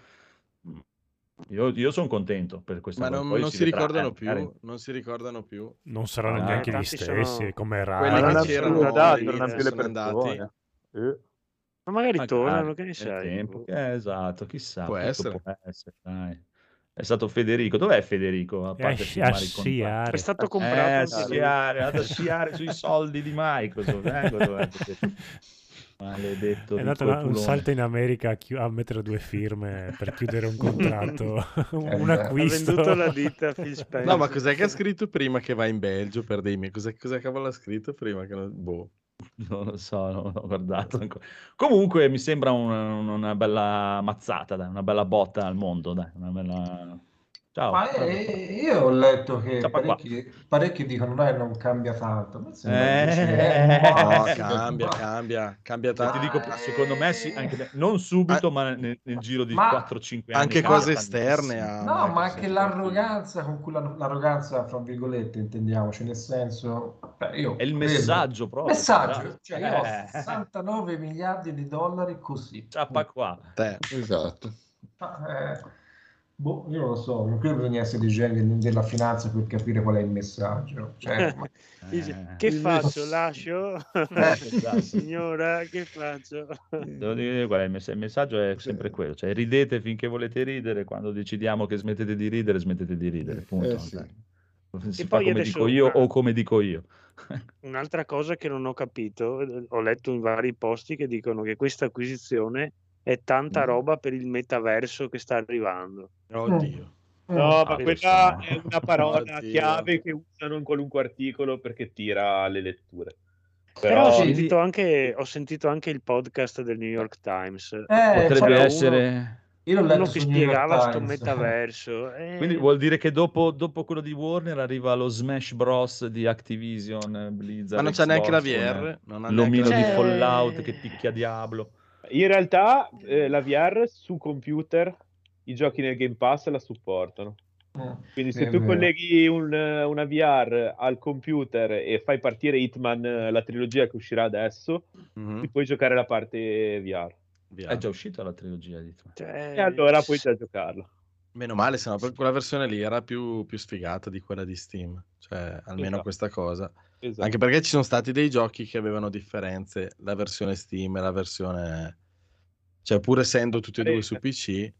Io sono contento per questa Ma cosa. non si ricordano più, non si ricordano più. Non saranno neanche gli stessi, come quelli era. che c'erano all'inizio sono andati. Ma magari tornano, che ne sai? Tempo. Esatto, chissà. Può essere. Dai. È stato Federico. Dov'è Federico? A parte firmare i contratti. È stato comprato è andato a sciare sui soldi di Microsoft. Maledetto è andato un salto in America a mettere 2 firme per chiudere un contratto, un acquisto. Ha venduto la ditta a Phil Spencer. No, ma cos'è che ha scritto prima che va in Belgio per dei miei? Cos'è cavolo ha scritto prima che boh. Non lo so, non ho guardato ancora. Comunque mi sembra una bella mazzata, dai, una bella botta al mondo, dai, una bella... Ciao. Ma io ho letto che parecchi dicono non cambia tanto. Ma cambia tanto. Ti dico, secondo me sì, anche non subito, ma nel giro di 4-5 anni. Anche cose esterne. No, ma anche l'arroganza con cui l'arroganza, fra virgolette, intendiamoci, nel senso... è il messaggio proprio. Messaggio, cioè io ho 69 miliardi di dollari così. Ciappa qua. Esatto. Io non lo so, non credo bisogna essere dei geni della finanza per capire qual è il messaggio. Cioè, che faccio? Lascio? Signora, che faccio? Devo dire qual è il messaggio è sempre quello, cioè ridete finché volete ridere, quando decidiamo che smettete di ridere, punto. Si fa come dico io o come dico io. Un'altra cosa che non ho capito, ho letto in vari posti che dicono che questa acquisizione è tanta roba per il metaverso che sta arrivando. Oddio. No, ma quella è una parola chiave che usano in qualunque articolo perché tira le letture. Però ho sentito anche il podcast del New York Times. Potrebbe essere... Io l'ho letto uno che spiegava sto metaverso. Quindi vuol dire che dopo quello di Warner arriva lo Smash Bros di Activision, Blizzard. Ma non c'è neanche la VR. L'omino di Fallout che picchia Diablo. In realtà la VR su computer, i giochi nel Game Pass la supportano. Quindi se tu colleghi una VR al computer e fai partire Hitman, la trilogia che uscirà adesso, ti puoi giocare la parte VR. È già uscita la trilogia di Hitman. E allora puoi già giocarla. Meno male, se no quella versione lì era più sfigata di quella di Steam. Cioè, almeno questa cosa. Esatto. Anche perché ci sono stati dei giochi che avevano differenze, la versione Steam e la versione... Cioè, pur essendo tutti e due su PC...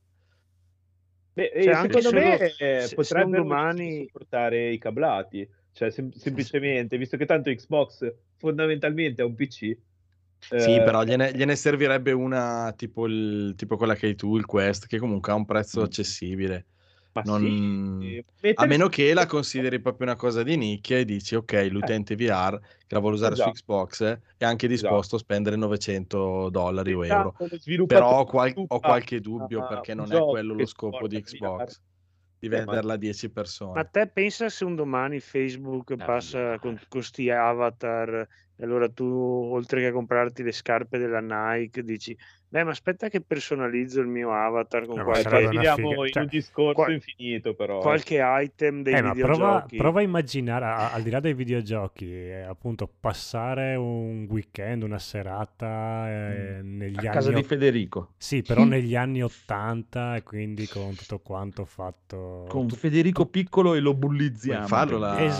secondo me potrebbero supportare i cablati. Cioè, semplicemente, visto che tanto Xbox fondamentalmente è un PC... Sì, però gliene servirebbe una tipo quella che hai tu, il Quest, che comunque ha un prezzo accessibile. A meno che la consideri proprio una cosa di nicchia e dici ok, l'utente VR che la vuole usare su Xbox è anche disposto a spendere $900 o euro. Però ho qualche dubbio, perché non è quello lo scopo di Xbox, di venderla a 10 persone. Ma te pensa se un domani Facebook passa con questi avatar, e allora tu, oltre che a comprarti le scarpe della Nike, dici ma aspetta che personalizzo il mio avatar con qualche... Finiamo in un discorso infinito, però. Qualche item dei videogiochi. Prova a immaginare, al di là dei videogiochi, appunto, passare un weekend, una serata negli anni... A casa di Federico. Sì, però negli anni 80, e quindi con tutto quanto fatto... Con Federico piccolo e lo bullizziamo. Farlo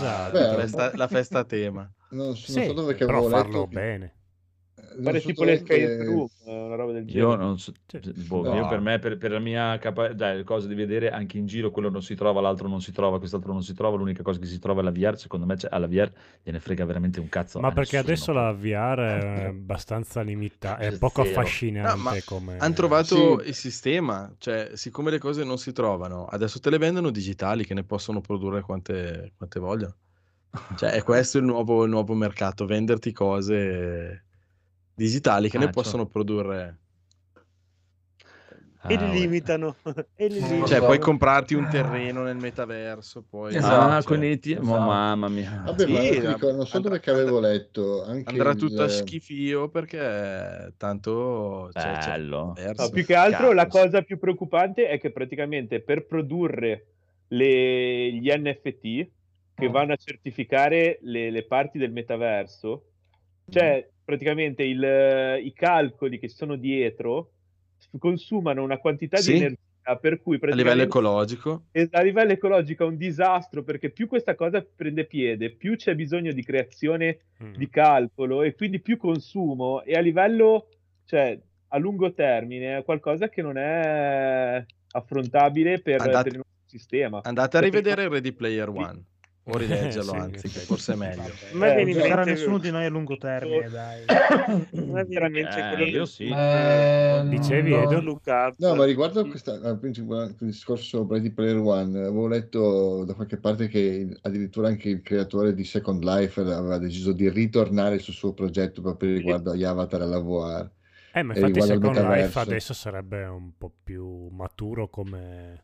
la festa a tema. Non so dove che però farlo bene. Fare tipo l'escape room, una roba del genere. Io non so, io per me, per la mia cosa di vedere anche in giro, quello non si trova, l'altro non si trova, quest'altro non si trova, l'unica cosa che si trova è la VR. Secondo me alla VR gliene frega veramente un cazzo. Ma perché adesso la VR è abbastanza limitata, è poco affascinante. Hanno trovato il sistema, cioè siccome le cose non si trovano, adesso te le vendono digitali, che ne possono produrre quante vogliono. Cioè è questo il nuovo mercato, venderti cose digitali che ne possono produrre. e li limitano. Cioè, puoi comprarti un terreno nel metaverso, poi... mamma mia. Vabbè, ma non so dove che avevo letto. Anche andrà tutto a schifio perché tanto... Bello. No, più che altro la cosa più preoccupante è che praticamente per produrre gli NFT che vanno a certificare le parti del metaverso, cioè praticamente i calcoli che sono dietro consumano una quantità di energia per cui a livello ecologico è un disastro, perché più questa cosa prende piede, più c'è bisogno di creazione di calcolo e quindi più consumo, e a livello, cioè a lungo termine è qualcosa che non è affrontabile per il nostro sistema. Andate a rivedere Ready Player One o rileggerlo, anzi, che forse è meglio. Ma non sarà nessuno di noi a lungo termine, dai. Veramente quello dicevi, Edo? No, ma riguardo il discorso Ready Player One, avevo letto da qualche parte che addirittura anche il creatore di Second Life aveva deciso di ritornare sul suo progetto proprio riguardo agli avatar e alla VR. Ma infatti Second Life adesso sarebbe un po' più maturo come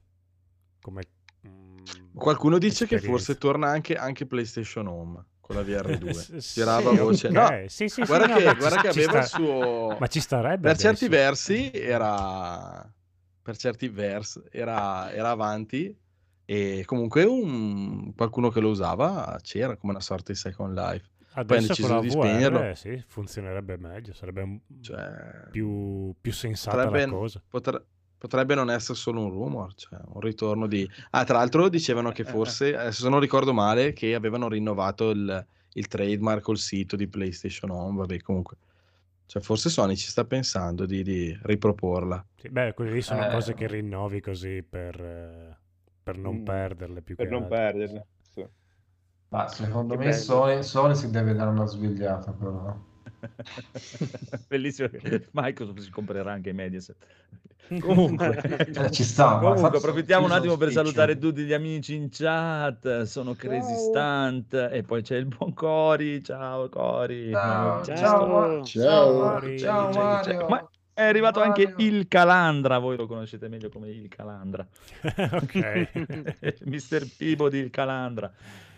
qualcuno dice che forse torna anche PlayStation Home con la VR2. Tirava voce. Okay. No, guarda che aveva il suo... Ma ci starebbe per adesso. certi versi era avanti, e comunque qualcuno che lo usava c'era come una sorta di Second Life. Adesso poi hanno deciso di spegnerlo. Sì, funzionerebbe meglio, sarebbe più sensata la cosa. Potrebbe non essere solo un rumor, cioè un ritorno di... tra l'altro dicevano che forse, se non ricordo male, che avevano rinnovato il trademark col sito di PlayStation Home, vabbè, comunque. Cioè forse Sony ci sta pensando di riproporla. Sì, quelle lì sono cose che rinnovi così per non perderle più per che non altro. perderle. Sì. Ma secondo me Sony si deve dare una svegliata, però. Bellissimo che Microsoft si comprerà anche Mediaset. Comunque ci sta. Comunque approfittiamo un attimo per salutare tutti gli amici in chat. Sono Crazy Stunt e poi c'è il buon Cori. Ciao Cori. Ciao Mario. Ma è arrivato anche il Calandra, voi lo conoscete meglio come il Calandra. Ok. Mister Peabody il Calandra.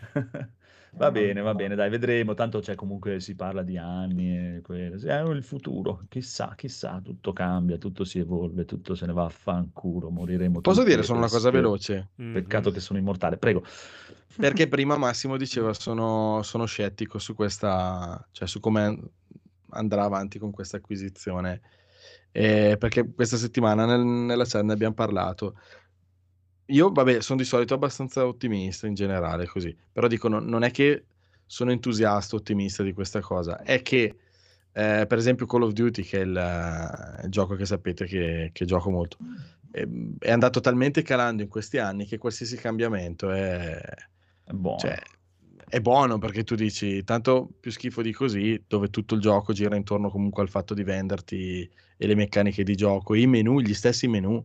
Va bene, dai, vedremo. Tanto comunque si parla di anni e è il futuro. Chissà, tutto cambia, tutto si evolve, tutto se ne va a fanculo, moriremo. Posso tutti dire solo una cosa veloce? Peccato che sono immortale, prego. Perché prima Massimo diceva sono scettico su questa, cioè su come andrà avanti con questa acquisizione. Perché questa settimana nella chat ne abbiamo parlato. Io, sono di solito abbastanza ottimista in generale, così. Però dico, non è che sono entusiasta, ottimista di questa cosa. È che, per esempio, Call of Duty, che è il gioco che sapete che gioco molto, è andato talmente calando in questi anni che qualsiasi cambiamento è buono. Cioè, è buono, perché tu dici, tanto più schifo di così, dove tutto il gioco gira intorno comunque al fatto di venderti e le meccaniche di gioco, i menu, gli stessi menu.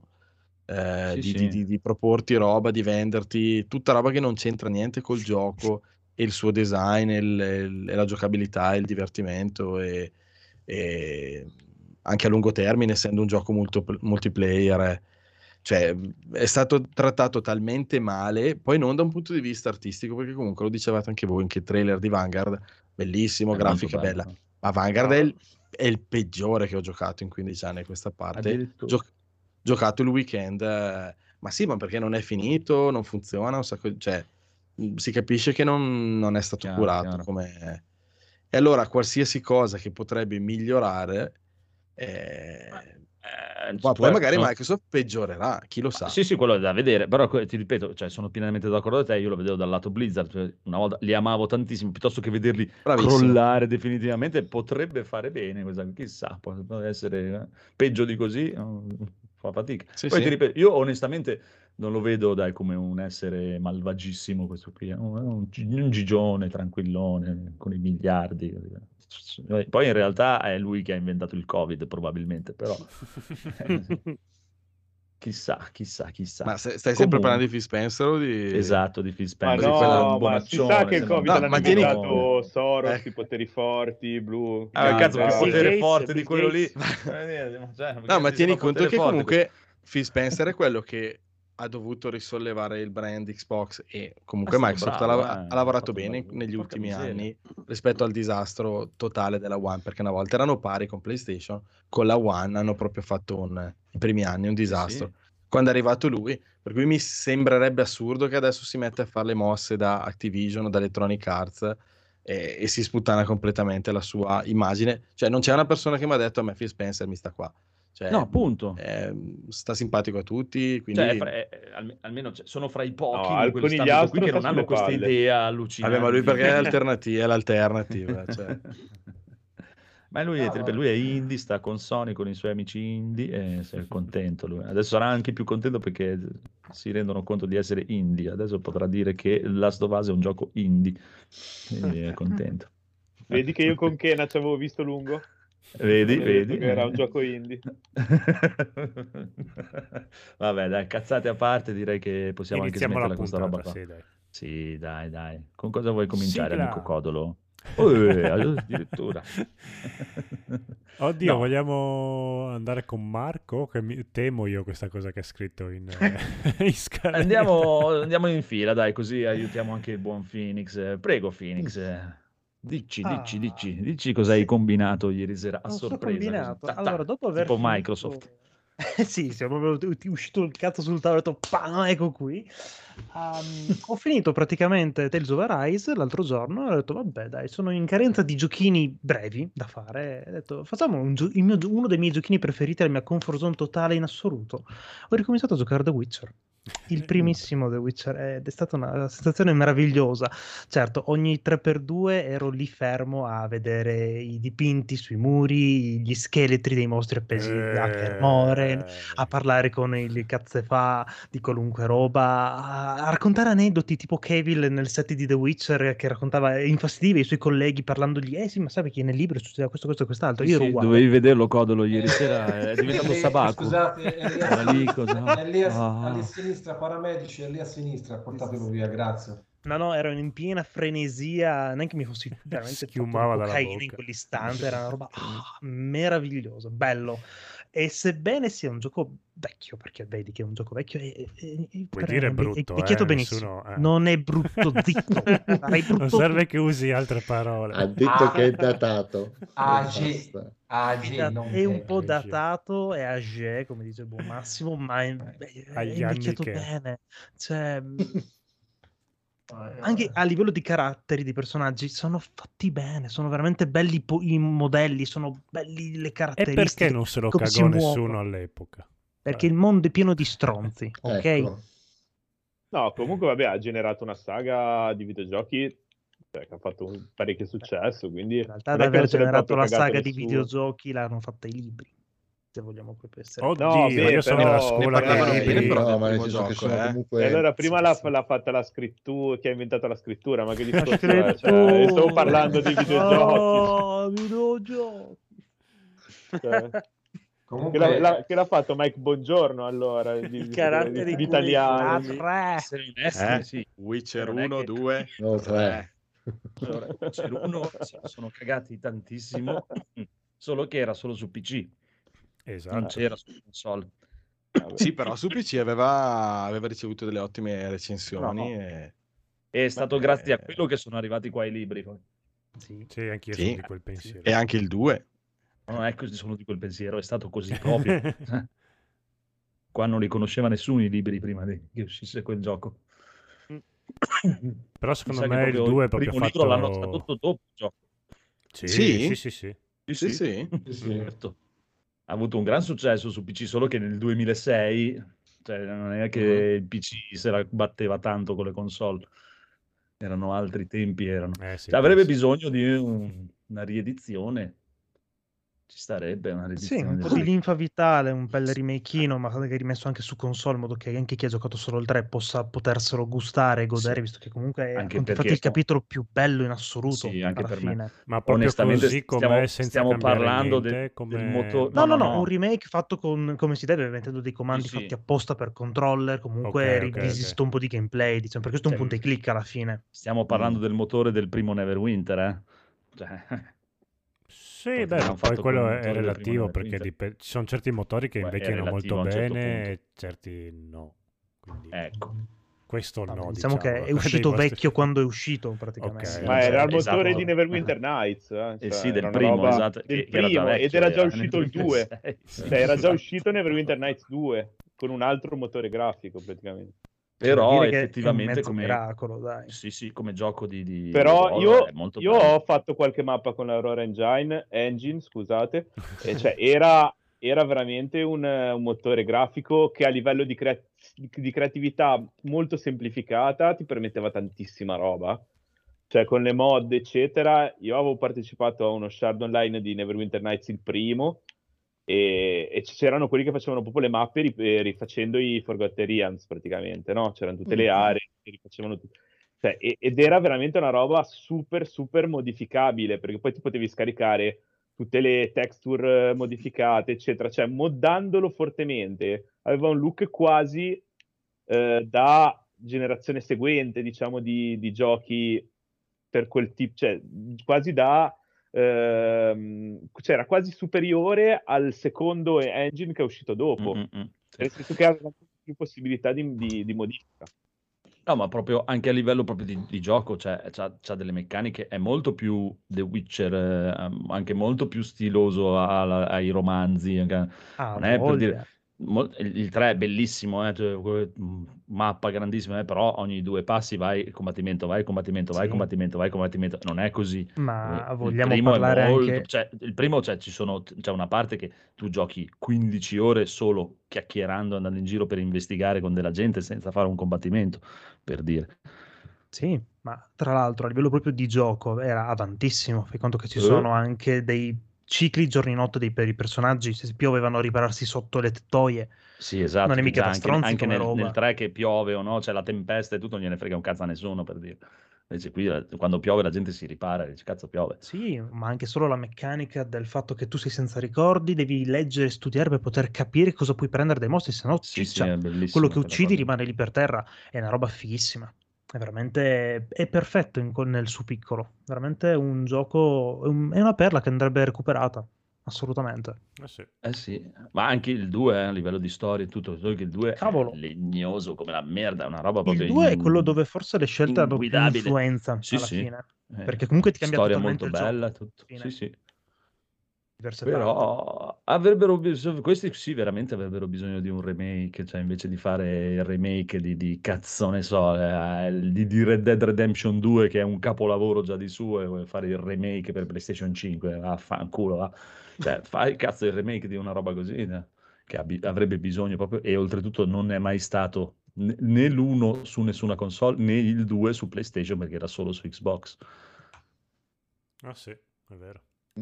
Di proporti roba, di venderti tutta roba che non c'entra niente col gioco e il suo design e la giocabilità e il divertimento e anche a lungo termine, essendo un gioco molto multiplayer, cioè è stato trattato talmente male, poi non da un punto di vista artistico, perché comunque lo dicevate anche voi, anche il trailer di Vanguard bellissimo, grafica bella, ma Vanguard è il peggiore che ho giocato in 15 anni a questa parte. Giocato il weekend, ma sì, ma perché non è finito, non funziona, cioè si capisce che non è stato curato come... E allora qualsiasi cosa che potrebbe migliorare, poi magari Microsoft peggiorerà, chi lo sa. Sì, quello è da vedere, però ti ripeto, sono pienamente d'accordo con te, io lo vedevo dal lato Blizzard, cioè, una volta li amavo tantissimo, piuttosto che vederli crollare definitivamente, potrebbe fare bene, chissà, può essere peggio di così, fa fatica. Poi ti ripeto, io onestamente non lo vedo come un essere malvagissimo questo qui, è un gigione tranquillone con i miliardi. Poi in realtà è lui che ha inventato il Covid probabilmente, però chissà. Ma stai sempre parlando di Phil Spencer o di... Esatto, di Phil Spencer. Ma si sa che il Covid l'hanno inventato Soros, i poteri forti, cazzo, che potere forte di quello lì. No, ma tieni conto che comunque Phil Spencer è quello che ha dovuto risollevare il brand Xbox, e comunque Microsoft ha lavorato bene negli ultimi anni rispetto al disastro totale della One, perché una volta erano pari con PlayStation, con la One hanno proprio fatto i primi anni un disastro. Quando è arrivato lui, per cui mi sembrerebbe assurdo che adesso si mette a fare le mosse da Activision o da Electronic Arts e si sputtana completamente la sua immagine. Cioè non c'è una persona che mi ha detto a me Phil Spencer mi sta qua. Cioè, no, appunto. Sta simpatico a tutti, quindi... almeno sono fra i pochi no, in quello stato qui che non hanno questa idea allucinante. Vabbè, ma lui perché è l'alternativa. Cioè. Ma lui è indie, sta con Sony, con i suoi amici indie, e sei contento lui. Adesso sarà anche più contento perché si rendono conto di essere indie. Adesso potrà dire che Last of Us è un gioco indie, quindi è contento. Vedi che io con Kena ci avevo visto lungo? Vedi. Che era un gioco indie. Vabbè, dai, cazzate a parte, direi che possiamo iniziamo anche smetterla puntata, questa roba qua. Sì, Dai. Con cosa vuoi cominciare, Sigla. amico Codolo? Addirittura. Oddio, vogliamo andare con Marco? Che temo io questa cosa che ha scritto in scaletta. Andiamo in fila, dai, così aiutiamo anche il buon Phoenix. Prego, Phoenix. Dici cosa hai combinato ieri sera a sorpresa. Così. Allora, dopo aver tipo finito... Microsoft. Sì, siamo proprio uscito il cazzo sul tavolo e ho detto, pam, ecco qui. Ho finito praticamente Tales of Arise l'altro giorno e ho detto, vabbè dai, sono in carenza di giochini brevi da fare. Ho detto, facciamo uno dei miei giochini preferiti, la mia comfort zone totale in assoluto. Ho ricominciato a giocare The Witcher. Il primissimo The Witcher, ed è stata una sensazione meravigliosa. Certo, ogni 3x2 ero lì fermo a vedere i dipinti sui muri, gli scheletri dei mostri appesi a Kermoren, a parlare con il cazzefà di qualunque roba, a raccontare aneddoti tipo Cavill nel set di The Witcher che raccontava, infastidiva i suoi colleghi parlandogli, sì, ma sai che nel libro succedeva questo e quest'altro. Io ero uguale. Dovevi vederlo, Codolo, ieri sera, è diventato Sabaku. Scusate, è lì a sinistra, paramedici, è lì a sinistra, portatelo via, grazie. No, ero in piena frenesia, neanche mi fossi veramente schiumava dalla cocaina bocca in quell'istante, era una roba meravigliosa, bello. E sebbene sia un gioco vecchio, perché vedi che è un gioco vecchio, puoi dire brutto, è vecchiato benissimo. Non è brutto, zitto. Brutto. Non serve che usi altre parole. Ha detto che è datato. È un po' datato, è âgé, come dice il buon Massimo, ma è invecchiato bene. Cioè... Anche a livello di caratteri, di personaggi, sono fatti bene, sono veramente belli i modelli, sono belli le caratteristiche. E perché non se lo cagò nessuno all'epoca? Perché il mondo è pieno di stronzi, ok? Ecco. No, comunque vabbè, ha generato una saga di videogiochi che ha fatto un parecchio successo, quindi... In realtà da aver generato la saga di videogiochi l'hanno fatta i libri, se vogliamo proprio essere... Oddio, io sono nella scuola E allora prima l'ha fatta la scrittura, che ha inventato la scrittura, ma che discorso è? Cioè, stavo parlando di videogiochi. Videogiochi! Cioè, comunque... che l'ha fatto Mike Bongiorno allora, i caratteri di italiano. Sì. Witcher 1, 2... No, 3. Allora, Witcher 1 sono cagati tantissimo, solo che era solo su PC. Esatto. Non c'era su console. Sì, però su PC aveva ricevuto delle ottime recensioni. È stato grazie a quello che sono arrivati qua i libri. Poi. Sì, anch'io sono di quel pensiero. E anche il 2. Non è così, sono di quel pensiero, è stato così proprio. Qua non li conosceva nessuno i libri prima che uscisse quel gioco. Però secondo me il 2 è proprio fatto... libro l'hanno tradotto dopo il gioco. Sì. Certo. Ha avuto un gran successo su PC, solo che nel 2006, cioè non è che il PC se la batteva tanto con le console, erano altri tempi, avrebbe bisogno di una riedizione. Ci starebbe una riedizione. Sì, un po' di linfa vitale, un bel remakeino, ma che rimesso anche su console, in modo che anche chi ha giocato solo il 3 possa poterselo gustare e godere, visto che comunque è infatti il capitolo più bello in assoluto. Sì, anche per fine. me. Ma onestamente stiamo parlando del motore. No, un remake fatto come si deve, mettendo dei comandi fatti apposta per controller, comunque rivisto un po' di gameplay, diciamo, perché questo è un punto e clic alla fine. Stiamo parlando del motore del primo Neverwinter, Cioè... Sì, beh, poi quello è relativo perché ci sono certi motori che invecchiano molto bene e certi no. Quindi... Ecco. Questo no, diciamo che è uscito vecchio quando è uscito praticamente. Okay. Ma era il motore di Neverwinter Nights. Sì, del primo, esatto. Del primo, vecchio, ed era già uscito il 2. Cioè, era già uscito Neverwinter Nights 2 con un altro motore grafico praticamente. Però effettivamente come miracolo, dai. Sì, come gioco di però io bello. Ho fatto qualche mappa con l'Aurora Engine, scusate, e cioè era veramente un motore grafico che a livello di creatività molto semplificata ti permetteva tantissima roba. Cioè con le mod eccetera, io avevo partecipato a uno shard online di Neverwinter Nights il primo e c'erano quelli che facevano proprio le mappe rifacendo i Forgotten Realms praticamente, no? C'erano tutte le aree che rifacevano tutto. Cioè, ed era veramente una roba super super modificabile, perché poi ti potevi scaricare tutte le texture modificate eccetera, cioè moddandolo fortemente aveva un look quasi da generazione seguente, diciamo, di giochi per quel tipo, cioè quasi da cioè era quasi superiore al secondo engine che è uscito dopo, nel senso che aveva più possibilità di modifica. No, ma proprio anche a livello proprio di gioco, cioè c'ha delle meccaniche, è molto più The Witcher, anche molto più stiloso ai romanzi, non è per dire... Il 3 è bellissimo, cioè, mappa grandissima, però ogni 2 passi vai combattimento, non è così. Ma vogliamo parlare anche... Cioè, il primo c'è una parte che tu giochi 15 ore solo chiacchierando, andando in giro per investigare con della gente senza fare un combattimento, per dire. Sì, ma tra l'altro a livello proprio di gioco era avantissimo, fai conto che ci sono anche dei cicli giorni-notte per i personaggi, se piovevano a ripararsi sotto le tettoie. Sì, esatto, non è mica da stronzi anche come roba. nel 3 che piove o no, c'è la tempesta e tutto, non gliene frega un cazzo a nessuno, per dire. Invece qui quando piove la gente si ripara e dice cazzo piove. Sì, ma anche solo la meccanica del fatto che tu sei senza ricordi, devi leggere e studiare per poter capire cosa puoi prendere dai mostri, se no ciccia. Quello che uccidi rimane lì per terra, è una roba fighissima. È veramente è perfetto nel suo piccolo, veramente un gioco, è una perla che andrebbe recuperata, assolutamente. Sì, ma anche il 2 a livello di storia e tutto, solo che il 2 Cavolo. è legnoso come la merda, è una roba proprio Il 2 è quello dove forse le scelte hanno più influenza alla fine, perché comunque ti cambia storia totalmente molto il bella, gioco. tutto. Sì. Diverse Però questi sì veramente avrebbero bisogno di un remake, cioè invece di fare il remake di cazzo ne so, di Red Dead Redemption 2 che è un capolavoro già di suo e vuoi fare il remake per PlayStation 5, vaffanculo, va. Cioè fai cazzo il remake di una roba così, che avrebbe bisogno proprio, e oltretutto non è mai stato né l'1 su nessuna console né il 2 su PlayStation perché era solo su Xbox. Ah sì, è vero.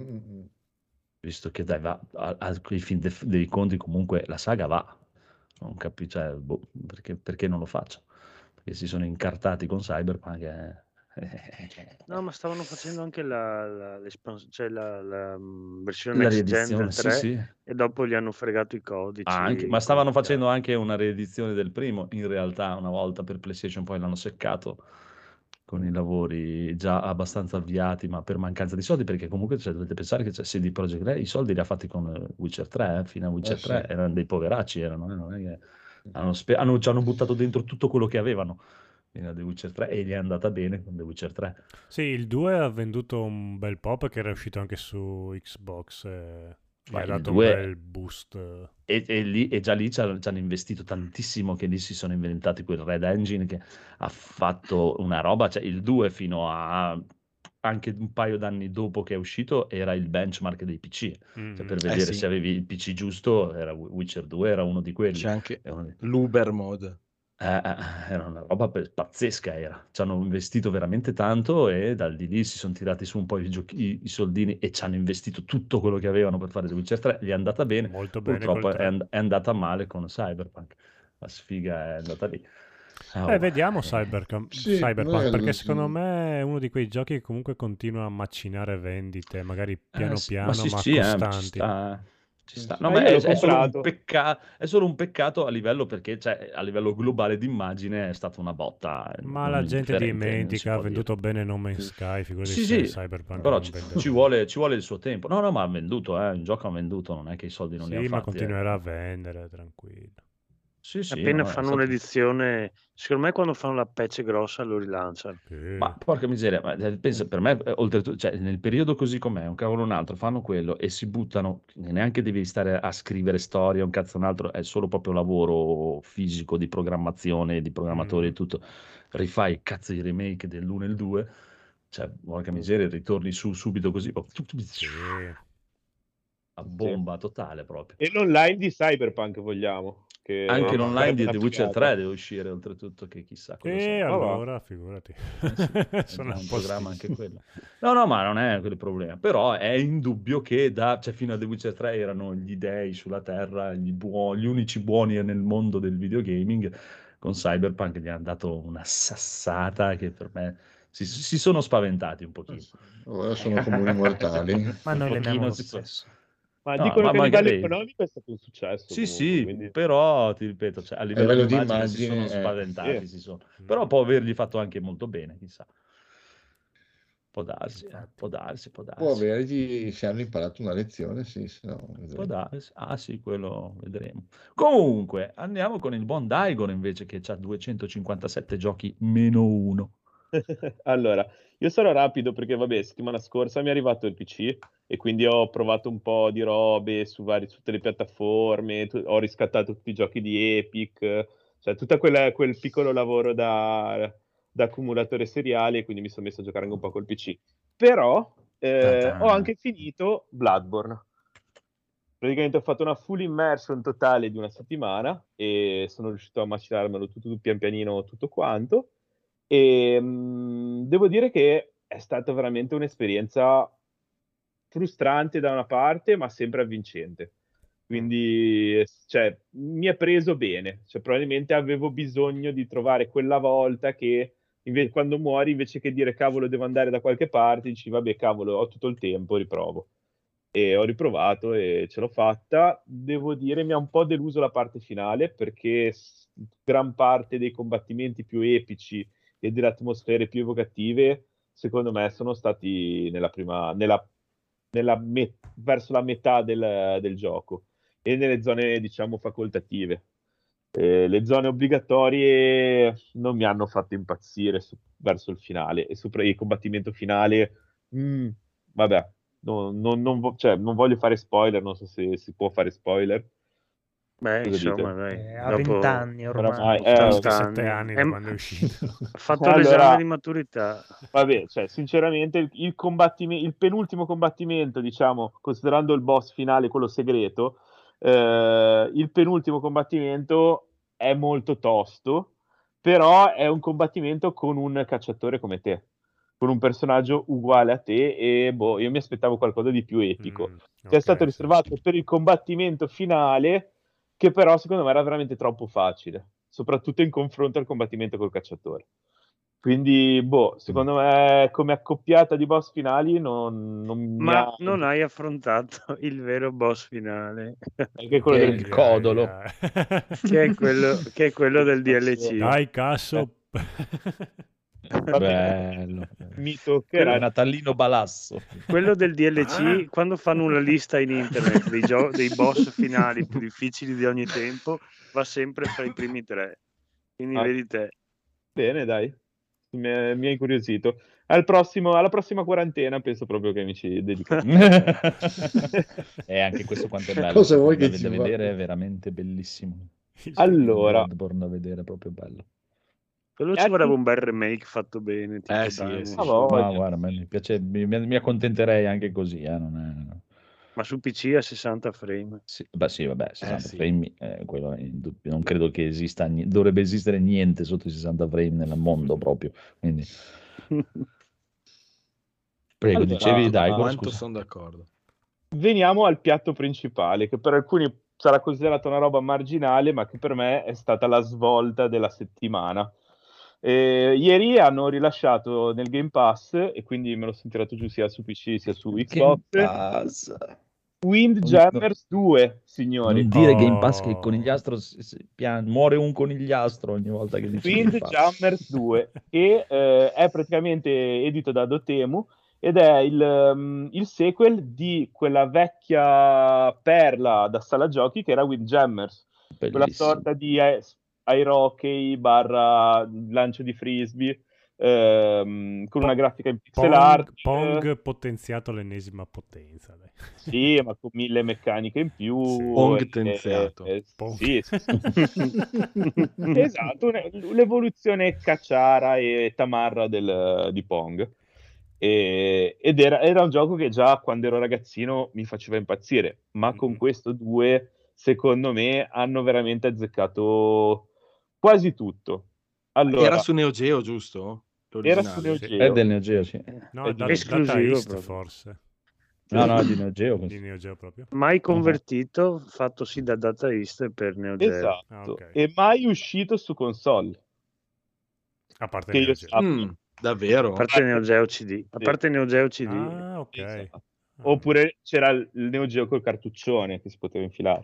Visto che dai, va quei fin dei conti comunque la saga va, non capisco, cioè, perché non lo faccio? Perché si sono incartati con Cyberpunk. No, ma stavano facendo anche la versione La next gen riedizione, del 3 sì. e dopo gli hanno fregato i codici. Ma stavano facendo anche una riedizione del primo, in realtà, una volta per PlayStation, poi l'hanno seccato con i lavori già abbastanza avviati, ma per mancanza di soldi, perché comunque dovete pensare che CD Projekt Red i soldi li ha fatti con Witcher 3, fino a Witcher 3, erano dei poveracci, non è che ci hanno buttato dentro tutto quello che avevano in The Witcher 3 e gli è andata bene con The Witcher 3. Sì, il 2 ha venduto un bel po' perché era uscito anche su Xbox, gli ha dato un bel boost. E già lì ci hanno investito tantissimo, che lì si sono inventati quel Red Engine che ha fatto una roba, cioè il 2 fino a anche un paio d'anni dopo che è uscito era il benchmark dei PC, cioè per vedere se avevi il PC giusto, era Witcher 2 era uno di quelli. C'è anche l'Uber mode. Era una roba pazzesca, ci hanno investito veramente tanto e da lì si sono tirati su un po' i soldini e ci hanno investito tutto quello che avevano per fare The Witcher 3, gli è andata bene, molto bene, purtroppo è andata male con Cyberpunk, la sfiga è andata lì. Vediamo Cyberpunk perché secondo me è uno di quei giochi che comunque continua a macinare vendite, magari piano piano, ma costanti. Ci sta. No, ma è solo un peccato a livello, perché a livello globale d'immagine è stata una botta. Ma la gente dimentica, ha venduto bene No Man's Sky, figurati sì, Cyberpunk. Però ci vuole il suo tempo. No, ma ha venduto, il gioco ha venduto, non è che i soldi non li ha fatti. Sì, ma continuerà a vendere, tranquillo. Sì, appena fanno un'edizione, secondo me quando fanno la patch grossa lo rilanciano. Ma porca miseria, pensa, per me oltretutto, nel periodo così com'è, un cavolo un altro, fanno quello e si buttano, neanche devi stare a scrivere storie, un cazzo un altro, è solo proprio lavoro fisico di programmazione, di programmatori e tutto. Rifai il cazzo di remake dell'1 e il 2, porca miseria, ritorni su subito così, a bomba totale proprio. E l'online di Cyberpunk vogliamo. Anche l'online di The Witcher 3 deve uscire, oltretutto, che chissà cosa sarà. Allora, figurati. Sono un programma anche quello. No, ma non è quel problema. Però è indubbio che fino a The Witcher 3 erano gli dei sulla Terra, gli unici buoni nel mondo del videogaming. Con Cyberpunk gli hanno dato una sassata che per me si sono spaventati un pochino. Ora sono comuni mortali. Ma noi le abbiamo lo stesso. Ma dicono che a livello economico è stato un successo. Sì, quindi... però ti ripeto, a livello di immagine si sono spaventati. Però può avergli fatto anche molto bene, chissà. Può darsi. Può avergli, se hanno imparato una lezione, sì. Può darsi. Sì, quello vedremo. Comunque, andiamo con il buon Daigon invece, che ha 257 giochi meno 1. Allora, io sarò rapido perché, settimana scorsa mi è arrivato il PC e quindi ho provato un po' di robe su tutte le piattaforme, ho riscattato tutti i giochi di Epic, tutto quel piccolo lavoro da accumulatore seriale, quindi mi sono messo a giocare anche un po' col PC. Però ho anche finito Bloodborne. Praticamente ho fatto una full immersion totale di una settimana e sono riuscito a macinarmelo tutto pian pianino, tutto quanto. E devo dire che è stata veramente un'esperienza frustrante da una parte, ma sempre avvincente. Quindi mi è preso bene. Probabilmente avevo bisogno di trovare quella volta che quando muori, invece che dire cavolo devo andare da qualche parte, dici vabbè cavolo ho tutto il tempo, riprovo. E ho riprovato e ce l'ho fatta. Devo dire mi ha un po' deluso la parte finale, perché gran parte dei combattimenti più epici e delle atmosfere più evocative secondo me sono stati verso la metà del gioco e nelle zone diciamo facoltative. Le zone obbligatorie non mi hanno fatto impazzire verso il finale, e sopra il combattimento finale vabbè, non voglio fare spoiler, non so se si può fare spoiler. Insomma, dai. Ha 20 anni ormai. 7 anni da quando è uscito. Ha fatto l'esame di maturità. Vabbè, sinceramente il penultimo combattimento, diciamo, considerando il boss finale, quello segreto, il penultimo combattimento è molto tosto, però è un combattimento con un cacciatore come te, con un personaggio uguale a te, e io mi aspettavo qualcosa di più epico. Che è stato riservato per il combattimento finale, che però secondo me era veramente troppo facile, soprattutto in confronto al combattimento col cacciatore. Quindi, secondo me, come accoppiata di boss finali non hai affrontato il vero boss finale. Che quello del codolo. Che è quello del DLC. Dai, Casso. Bello. Mi toccherà. Natalino Balasso. Quello del DLC, quando fanno una lista in internet dei boss finali più difficili di ogni tempo, va sempre fra i primi 3. Quindi vedi te. Bene, dai. Mi ha incuriosito. Alla prossima quarantena penso proprio che mi ci dedicherò. E anche questo quanto è bello. Cosa vuoi da vedere, è veramente bellissimo. Allora, Bloodborne da vedere, proprio bello. Quello ci vorrebbe un bel remake fatto bene. Ma guarda, mi piace, mi accontenterei anche così. Ma su PC a 60 frame. Sì, vabbè, 60 frame, quello è indubbio. Non credo che dovrebbe esistere niente sotto i 60 frame nel mondo proprio. Quindi... Prego, dicevi Daigon, quanto sono d'accordo. Veniamo al piatto principale, che per alcuni sarà considerato una roba marginale, ma che per me è stata la svolta della settimana. Ieri hanno rilasciato nel Game Pass, e quindi me l'ho sentito giù sia su PC sia su Xbox, Windjammers 2, signori. Non dire Game Pass che il conigliastro muore un conigliastro ogni volta che dice Windjammers 2, che è praticamente edito da Dotemu ed è il sequel di quella vecchia perla da sala giochi che era Windjammers. Quella sorta di aerohockey barra lancio di frisbee con una grafica in pixel art. Pong potenziato all'ennesima potenza. Dai. Sì, ma con 1000 meccaniche in più. Sì. Pong potenziato. Sì. Esatto, l'evoluzione cacciara e tamarra di Pong. Ed era un gioco che già quando ero ragazzino mi faceva impazzire, ma con questo 2 secondo me hanno veramente azzeccato quasi tutto. Allora, era su Neo Geo, giusto? Era su Neo Geo. È del Neo Geo, sì. No, è esclusivo East, forse. No, è di Neo Geo. Di Neo Geo proprio. Mai convertito, fattosi da Data East per Neo Geo. Esatto. E mai uscito su console. A parte che Neo io Geo. Davvero? A parte Neo Geo CD. A parte Neo Geo CD. Ah, ok. Esatto. Oppure c'era il Neo Geo col cartuccione che si poteva infilare.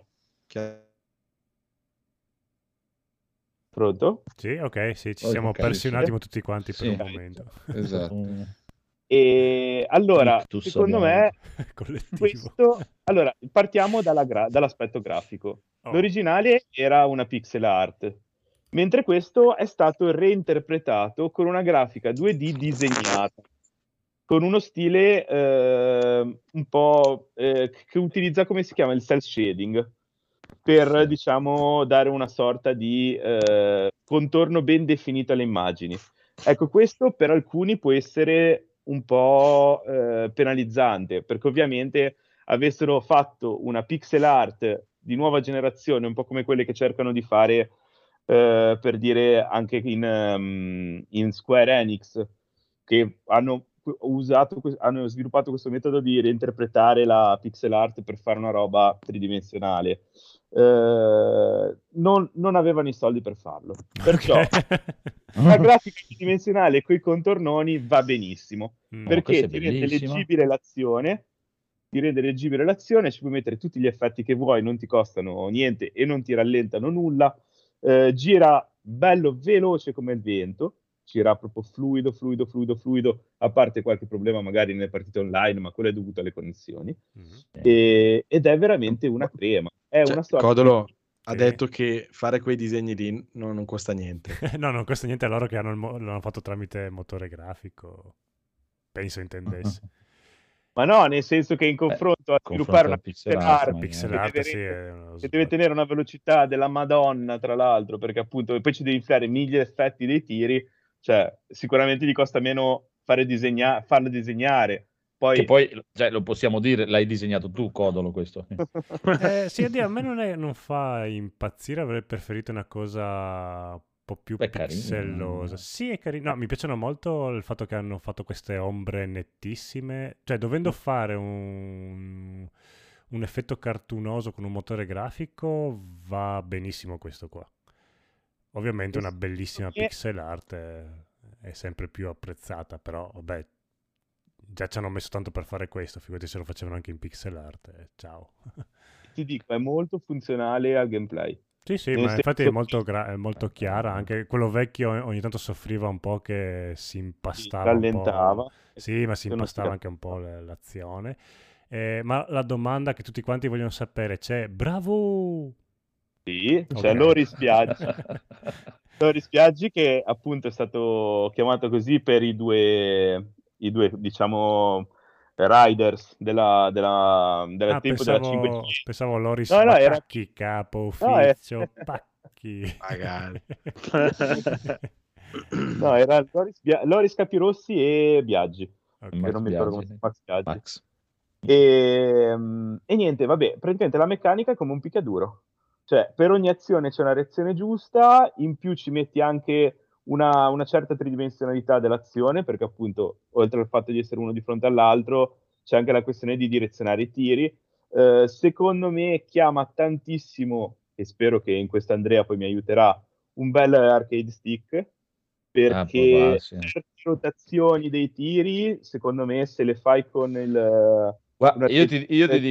Pronto? Sì, ok, sì, ci siamo persi un attimo tutti quanti per un momento. Esatto. E allora, secondo me, questo... Allora, partiamo dall'aspetto grafico. L'originale era una pixel art, mentre questo è stato reinterpretato con una grafica 2D disegnata, con uno stile un po' che utilizza, come si chiama, il cel shading, per, diciamo, dare una sorta di contorno ben definito alle immagini. Ecco, questo per alcuni può essere un po' penalizzante, perché ovviamente avessero fatto una pixel art di nuova generazione, un po' come quelle che cercano di fare, per dire, anche in Square Enix, che hanno sviluppato questo metodo di reinterpretare la pixel art per fare una roba tridimensionale. Non avevano i soldi per farlo, perciò la grafica tridimensionale con i contornoni va benissimo, perché ti rende leggibile l'azione, ci puoi mettere tutti gli effetti che vuoi, non ti costano niente e non ti rallentano nulla, gira bello veloce come il vento, gira proprio fluido, a parte qualche problema magari nelle partite online, ma quello è dovuto alle connessioni, ed è veramente una crema. È una sorta Codolo ha detto che fare quei disegni lì non costa niente. No, non costa niente a loro che l'hanno fatto tramite motore grafico, penso intendesse. Ma no, nel senso che in confronto a sviluppare una pixel art che deve tenere una velocità della Madonna, tra l'altro, perché appunto poi ci devi infilare 1000 effetti dei tiri, cioè sicuramente gli costa meno farlo disegnare. Poi... Che poi, cioè, lo possiamo dire, l'hai disegnato tu, Codolo, questo. Sì, a me non fa impazzire, avrei preferito una cosa un po' più pixellosa. Sì, è carino. No, mi piacciono molto il fatto che hanno fatto queste ombre nettissime, cioè dovendo fare un effetto cartunoso con un motore grafico va benissimo questo qua. Ovviamente una bellissima pixel art è sempre più apprezzata, però vabbè, già ci hanno messo tanto per fare questo, figurati se lo facevano anche in pixel art, ciao. Ti dico, è molto funzionale al gameplay. Sì, ma infatti è molto chiara, anche quello vecchio ogni tanto soffriva un po' che si impastava rallentava. un po'. Sì, ma si impastava anche un po' l'azione. Ma la domanda che tutti quanti vogliono sapere c'è, bravo! Sì, c'è Loris Spiaggi che appunto è stato chiamato così per i due diciamo riders della tempo della 5G. Pensavo Loris Pacchi, capo ufficio, Pacchi. Magari. No, era Loris Capirossi e Biaggi. Okay. Che non mi ricordo come si chiama Biaggi. E niente, vabbè, praticamente la meccanica è come un picchiaduro. Cioè, per ogni azione c'è una reazione giusta, in più ci metti anche una certa tridimensionalità dell'azione, perché appunto, oltre al fatto di essere uno di fronte all'altro, c'è anche la questione di direzionare i tiri. Secondo me chiama tantissimo, e spero che in questo Andrea poi mi aiuterà, un bel arcade stick, perché certe rotazioni dei tiri, secondo me, se le fai con Guarda, io ti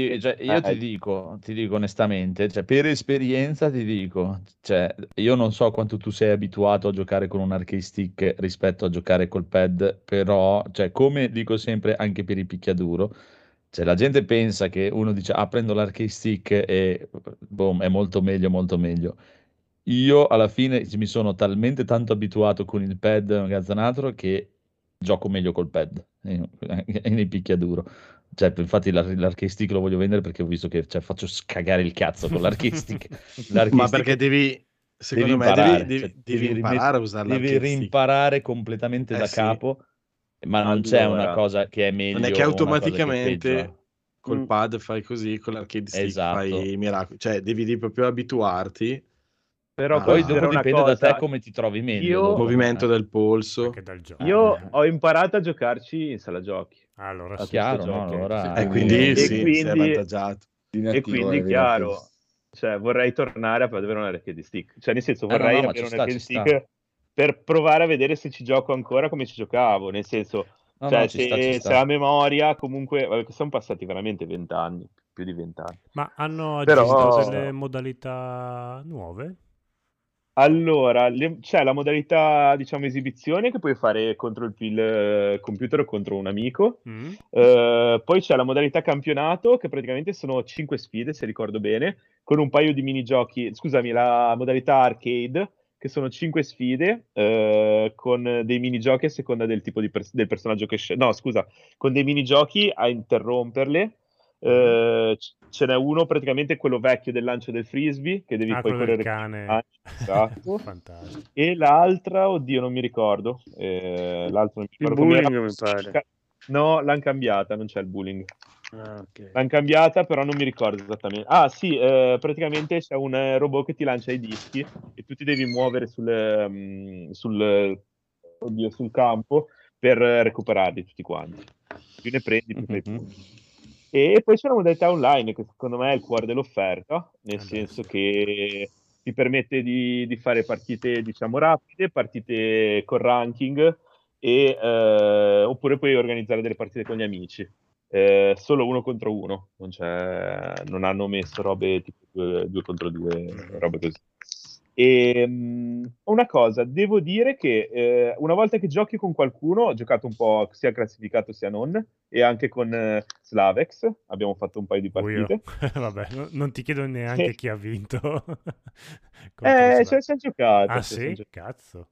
dico onestamente, cioè, per esperienza ti dico, cioè, io non so quanto tu sei abituato a giocare con un arcade stick rispetto a giocare col pad, però, cioè, come dico sempre anche per il picchiaduro, cioè, la gente pensa che uno dice, ah, prendo l'arcade stick e boom, è molto meglio, molto meglio. Io alla fine mi sono talmente tanto abituato con il pad Gazzanatro che gioco meglio col pad e nei picchiaduro. Cioè, infatti l'arcade stick lo voglio vendere perché ho visto che faccio scagare il cazzo con l'arcade stick. Ma perché secondo me devi imparare a usare devi l'arcade stick. Rimparare completamente da capo, ma non c'è una cosa che è meglio. Non è che o una cosa automaticamente che è peggio. col pad fai così, con l'arcade stick Esatto. fai i miracoli. Cioè, devi proprio abituarti. Però poi dopo dipende da te cosa, come ti trovi meglio. Il movimento del polso. Anche dal gioco. Io ho imparato a giocarci in sala giochi. Allora sì. Chiaro, no? Allora... quindi sei avvantaggiato. E quindi chiaro, cioè, vorrei tornare ad avere un arcade stick. Cioè, nel senso, vorrei avere un arcade stick per provare a vedere se ci gioco ancora come ci giocavo. Nel senso, se la memoria, comunque, sono passati veramente 20 anni, più di 20 anni. Ma hanno aggiunto delle modalità nuove? Allora, c'è la modalità, diciamo, esibizione che puoi fare contro il computer o contro un amico. Poi c'è la modalità campionato, che praticamente sono 5 sfide, se ricordo bene, con un paio di minigiochi. Scusami, la modalità arcade, che sono 5 sfide, con dei minigiochi a seconda del tipo del personaggio che scegli. No, scusa, con dei minigiochi a interromperle. Ce n'è uno praticamente quello vecchio del lancio del frisbee che devi poi correre del cane. Esatto. Fantastico. E l'altra, oddio, non mi ricordo. L'altro non mi ricordo. Il bullying mi pare. No, l'hanno cambiata, non c'è il bullying. Okay. L'hanno cambiata, però non mi ricordo esattamente. Sì, praticamente c'è un robot che ti lancia i dischi e tu ti devi muovere sul campo per recuperarli tutti quanti. Più ne prendi, più fai punti. E poi c'è una modalità online che secondo me è il cuore dell'offerta, nel senso che ti permette di fare partite, diciamo, rapide, partite con ranking, oppure puoi organizzare delle partite con gli amici. Solo 1 contro 1, non hanno messo robe tipo 2 contro 2, robe così. Una cosa, devo dire che una volta che giochi con qualcuno, ho giocato un po' sia classificato sia non, e anche con Slavex, abbiamo fatto un paio di partite. Vabbè, non ti chiedo neanche chi ha vinto. ci ho giocato. Ah sì? Cazzo.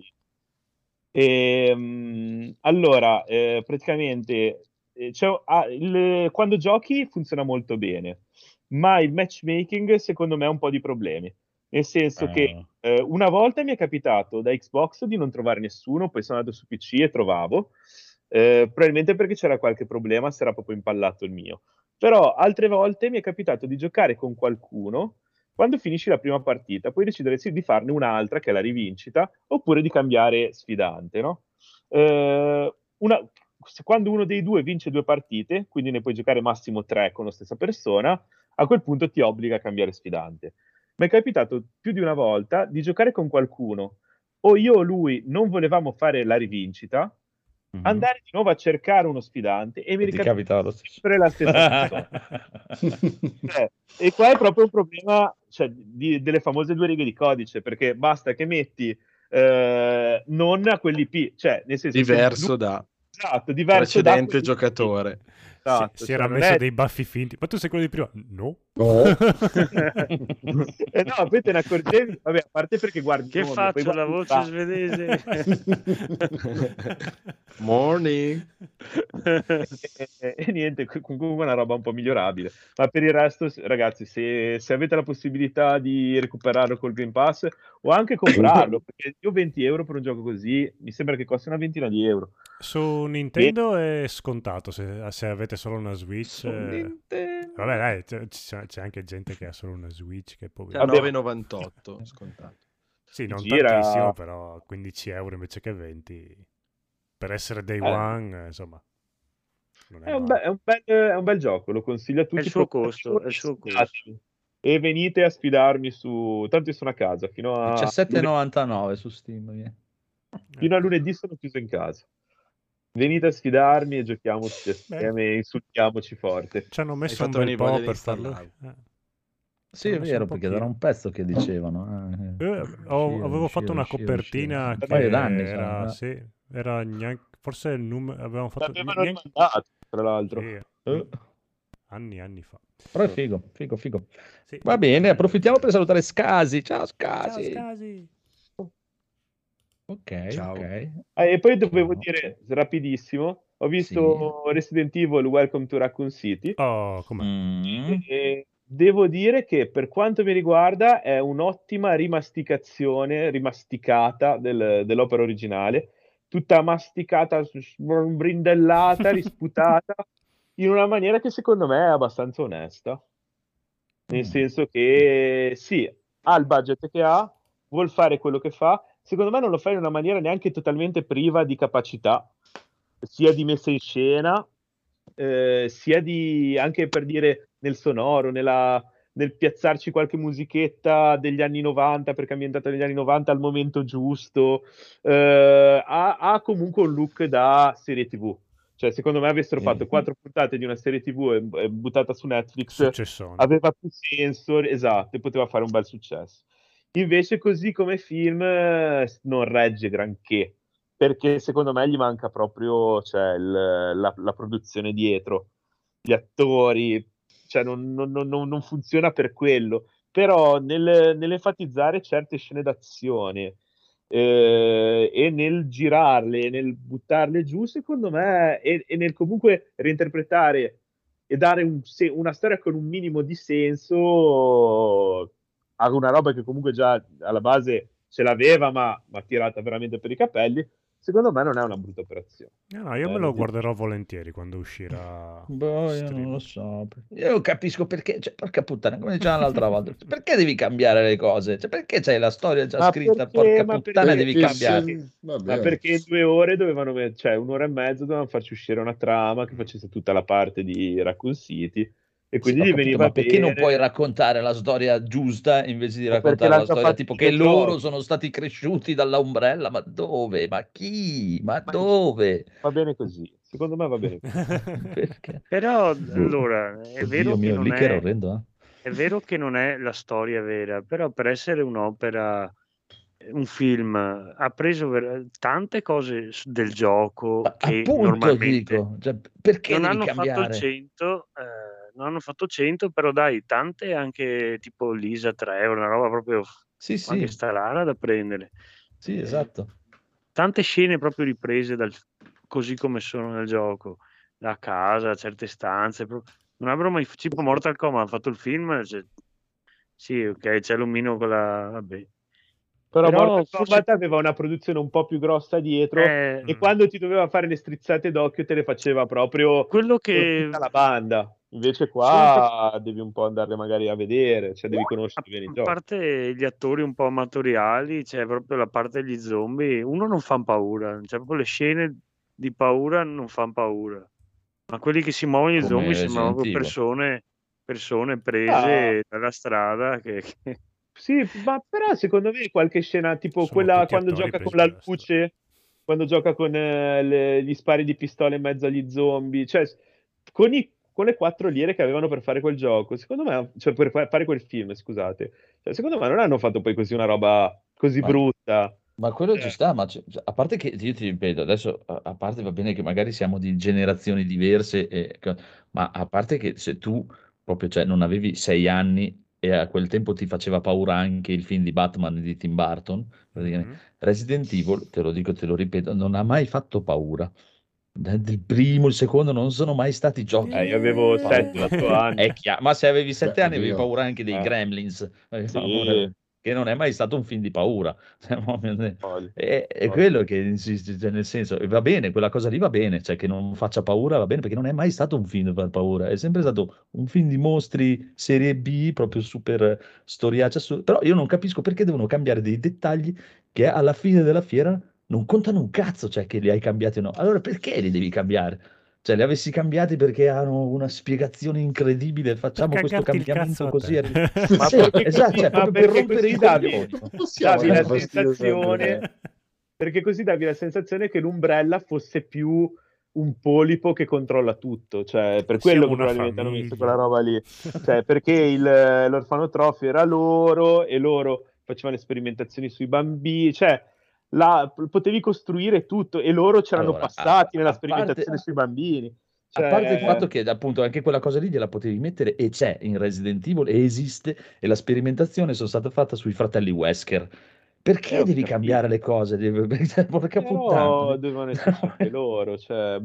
Allora, praticamente, quando giochi funziona molto bene, ma il matchmaking secondo me ha un po' di problemi. Nel senso che una volta mi è capitato da Xbox di non trovare nessuno, poi sono andato su PC e trovavo, probabilmente perché c'era qualche problema, si era proprio impallato il mio. Però altre volte mi è capitato di giocare con qualcuno, quando finisci la prima partita puoi decidere di farne un'altra, che è la rivincita, oppure di cambiare sfidante, no? Quando uno dei due vince 2 partite, quindi ne puoi giocare massimo 3 con la stessa persona, a quel punto ti obbliga a cambiare sfidante. Mi è capitato più di una volta di giocare con qualcuno, o io o lui non volevamo fare la rivincita, andare di nuovo a cercare uno sfidante e mi ricapitava sempre la stessa persona. E qua è proprio un problema, cioè, delle famose 2 righe di codice, perché basta che metti non a quell'IP, cioè nel senso diverso da precedente giocatore. Si era messo dei baffi finti. Ma tu sei quello di prima? No. No, poi te ne accorgevi. Vabbè, a parte perché guardi che faccio la voce svedese. Morning. E niente, comunque è una roba un po' migliorabile. Ma per il resto, ragazzi, se avete la possibilità di recuperarlo col Game Pass o anche comprarlo, perché io 20 euro per un gioco così mi sembra che costi una ventina di euro. Su Nintendo è scontato se avete solo una Switch. Vabbè, dai, c'è anche gente che ha solo una Switch che può... 9,98 scontato. Sì, non tantissimo, però 15 euro invece che 20 per essere day one, insomma. Non è un bel gioco, lo consiglio a tutti. È il suo costo. E venite a sfidarmi su... Tanto io sono a casa fino a... 17,99 su Steam. Fino a lunedì sono chiuso in casa. Venite a sfidarmi e giochiamo tutti assieme e insultiamoci forte. Ci hanno messo un bel po' per farlo. Sì, è vero, perché era un pezzo che dicevano. Avevo fatto una copertina che era, era neanche, forse il numero, avevamo fatto neanche mandato, tra l'altro. Sì, anni fa. Però è figo. Sì. Va bene, approfittiamo per salutare Scasi. Ciao Scasi. Ciao Scasi. Ok, ciao. Ok. E poi dovevo dire rapidissimo, ho visto Resident Evil Welcome to Raccoon City. Oh, com'è? E devo dire che per quanto mi riguarda è un'ottima rimasticata dell'opera originale, tutta masticata, brindellata, risputata, in una maniera che secondo me è abbastanza onesta. Nel senso che sì, ha il budget che ha, vuol fare quello che fa, secondo me non lo fa in una maniera neanche totalmente priva di capacità, sia di messa in scena, sia di, anche per dire, nel sonoro, nel piazzarci qualche musichetta degli anni 90, perché è ambientata negli anni 90 al momento giusto, ha comunque un look da serie TV. Cioè, secondo me avessero fatto 4 puntate di una serie TV e buttata su Netflix, aveva più senso, esatto, e poteva fare un bel successo. Invece così come film non regge granché, perché secondo me gli manca proprio la produzione dietro, gli attori, cioè non funziona per quello, però nell'enfatizzare certe scene d'azione e nel girarle, nel buttarle giù, secondo me, e nel comunque reinterpretare e dare una storia con un minimo di senso a una roba che comunque già alla base ce l'aveva, ma tirata veramente per i capelli, secondo me non è una brutta operazione. No, io me lo guarderò volentieri quando uscirà. Io non lo so. Io capisco perché, cioè, porca puttana, come dicevamo l'altra volta, perché devi cambiare le cose? Cioè, perché c'hai la storia già scritta, porca puttana, devi cambiare? Ma perché in 2 ore dovevano, cioè 1 ora e mezzo dovevano farci uscire una trama che facesse tutta la parte di Raccoon City. E quindi gli veniva ma perché non puoi raccontare la storia giusta invece di raccontare la storia tipo che loro sono stati cresciuti dalla Umbrella? Ma dove? Ma chi? Ma dove? Va bene così, secondo me va bene così. Però allora è vero che non è orrendo, è vero che non è la storia vera, però per essere un'opera, un film, ha preso tante cose del gioco che appunto, normalmente dico, cioè, perché non devi hanno cambiare? fatto il 100, non hanno fatto 100, però dai, tante anche tipo Lisa 3, una roba proprio anche strana da prendere. Sì, esatto. Tante scene proprio riprese così come sono nel gioco, la casa, certe stanze, non avrebbero mai, tipo Mortal Kombat, hanno fatto il film, cioè, sì, ok, c'è l'omino con la... vabbè. Però Mortal Kombat aveva una produzione un po' più grossa dietro e quando ti doveva fare le strizzate d'occhio te le faceva proprio quello che tutta la banda. Invece qua devi un po' andarle magari a vedere, cioè devi conoscere bene i giochi. A parte gli attori un po' amatoriali, c'è proprio la parte degli zombie, uno non fa paura, cioè proprio le scene di paura non fanno paura, ma quelli che si muovono gli zombie sembrano proprio persone prese dalla strada che... Sì, ma però secondo me qualche scena tipo quella quando gioca con la luce, quando gioca con gli spari di pistola in mezzo agli zombie, cioè con le 4 lire che avevano per fare quel gioco, secondo me, cioè per fare quel film, scusate, cioè, secondo me non hanno fatto poi così una roba così brutta. Ma quello ci sta, ma a parte che io ti ripeto, adesso a parte va bene che magari siamo di generazioni diverse, ma a parte che se tu proprio, cioè, non avevi 6 anni e a quel tempo ti faceva paura anche il film di Batman di Tim Burton, Resident Evil, te lo dico, te lo ripeto, non ha mai fatto paura. Del primo, il secondo non sono mai stati giochi. Io avevo 7-8 anni. È chiaro, ma se avevi 7 anni avevi paura anche dei Gremlins, che non è mai stato un film di paura. È quello che insiste, cioè, nel senso, va bene, quella cosa lì va bene, cioè che non faccia paura va bene, perché non è mai stato un film per paura, è sempre stato un film di mostri serie B, proprio super storiaccia, però io non capisco perché devono cambiare dei dettagli che alla fine della fiera non contano un cazzo, cioè che li hai cambiati o no. Allora perché li devi cambiare? Cioè, li avessi cambiati perché hanno una spiegazione incredibile, facciamo questo cambiamento così. Ma sì, esatto, cioè, proprio per rompere i coglioni. Davi la sensazione, perché così davi la sensazione che l'Umbrella fosse più un polipo che controlla tutto, cioè per quello che probabilmente hanno messo quella roba lì, cioè perché l'orfanotrofio era loro e loro facevano sperimentazioni sui bambini, cioè potevi costruire tutto e loro c'erano passati nella sperimentazione sui bambini. A parte il fatto che appunto anche quella cosa lì gliela potevi mettere e c'è in Resident Evil e esiste e la sperimentazione sono stata fatta sui fratelli Wesker. Perché devi cambiare le cose? Porca puttana. Dovevano esserci anche loro, cioè,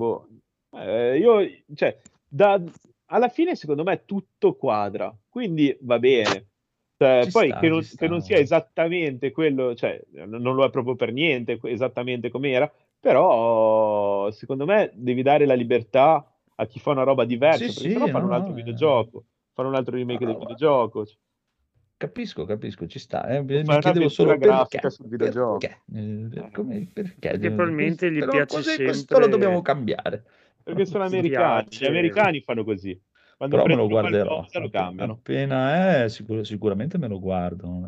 alla fine secondo me tutto quadra, quindi va bene. Cioè, poi che non sia esattamente quello, cioè non lo è proprio per niente esattamente com'era, però secondo me devi dare la libertà a chi fa una roba diversa, perché sennò fanno un altro videogioco, fanno un altro remake del videogioco. Capisco, ci sta. Mi chiedevo solo grafica sul videogioco. Perché? Perché probabilmente gli piace sempre... Questo lo dobbiamo cambiare. Perché sono americani, gli americani fanno così. Quando però me lo guarderò. Lo cambiano. Appena sicuramente me lo guardo.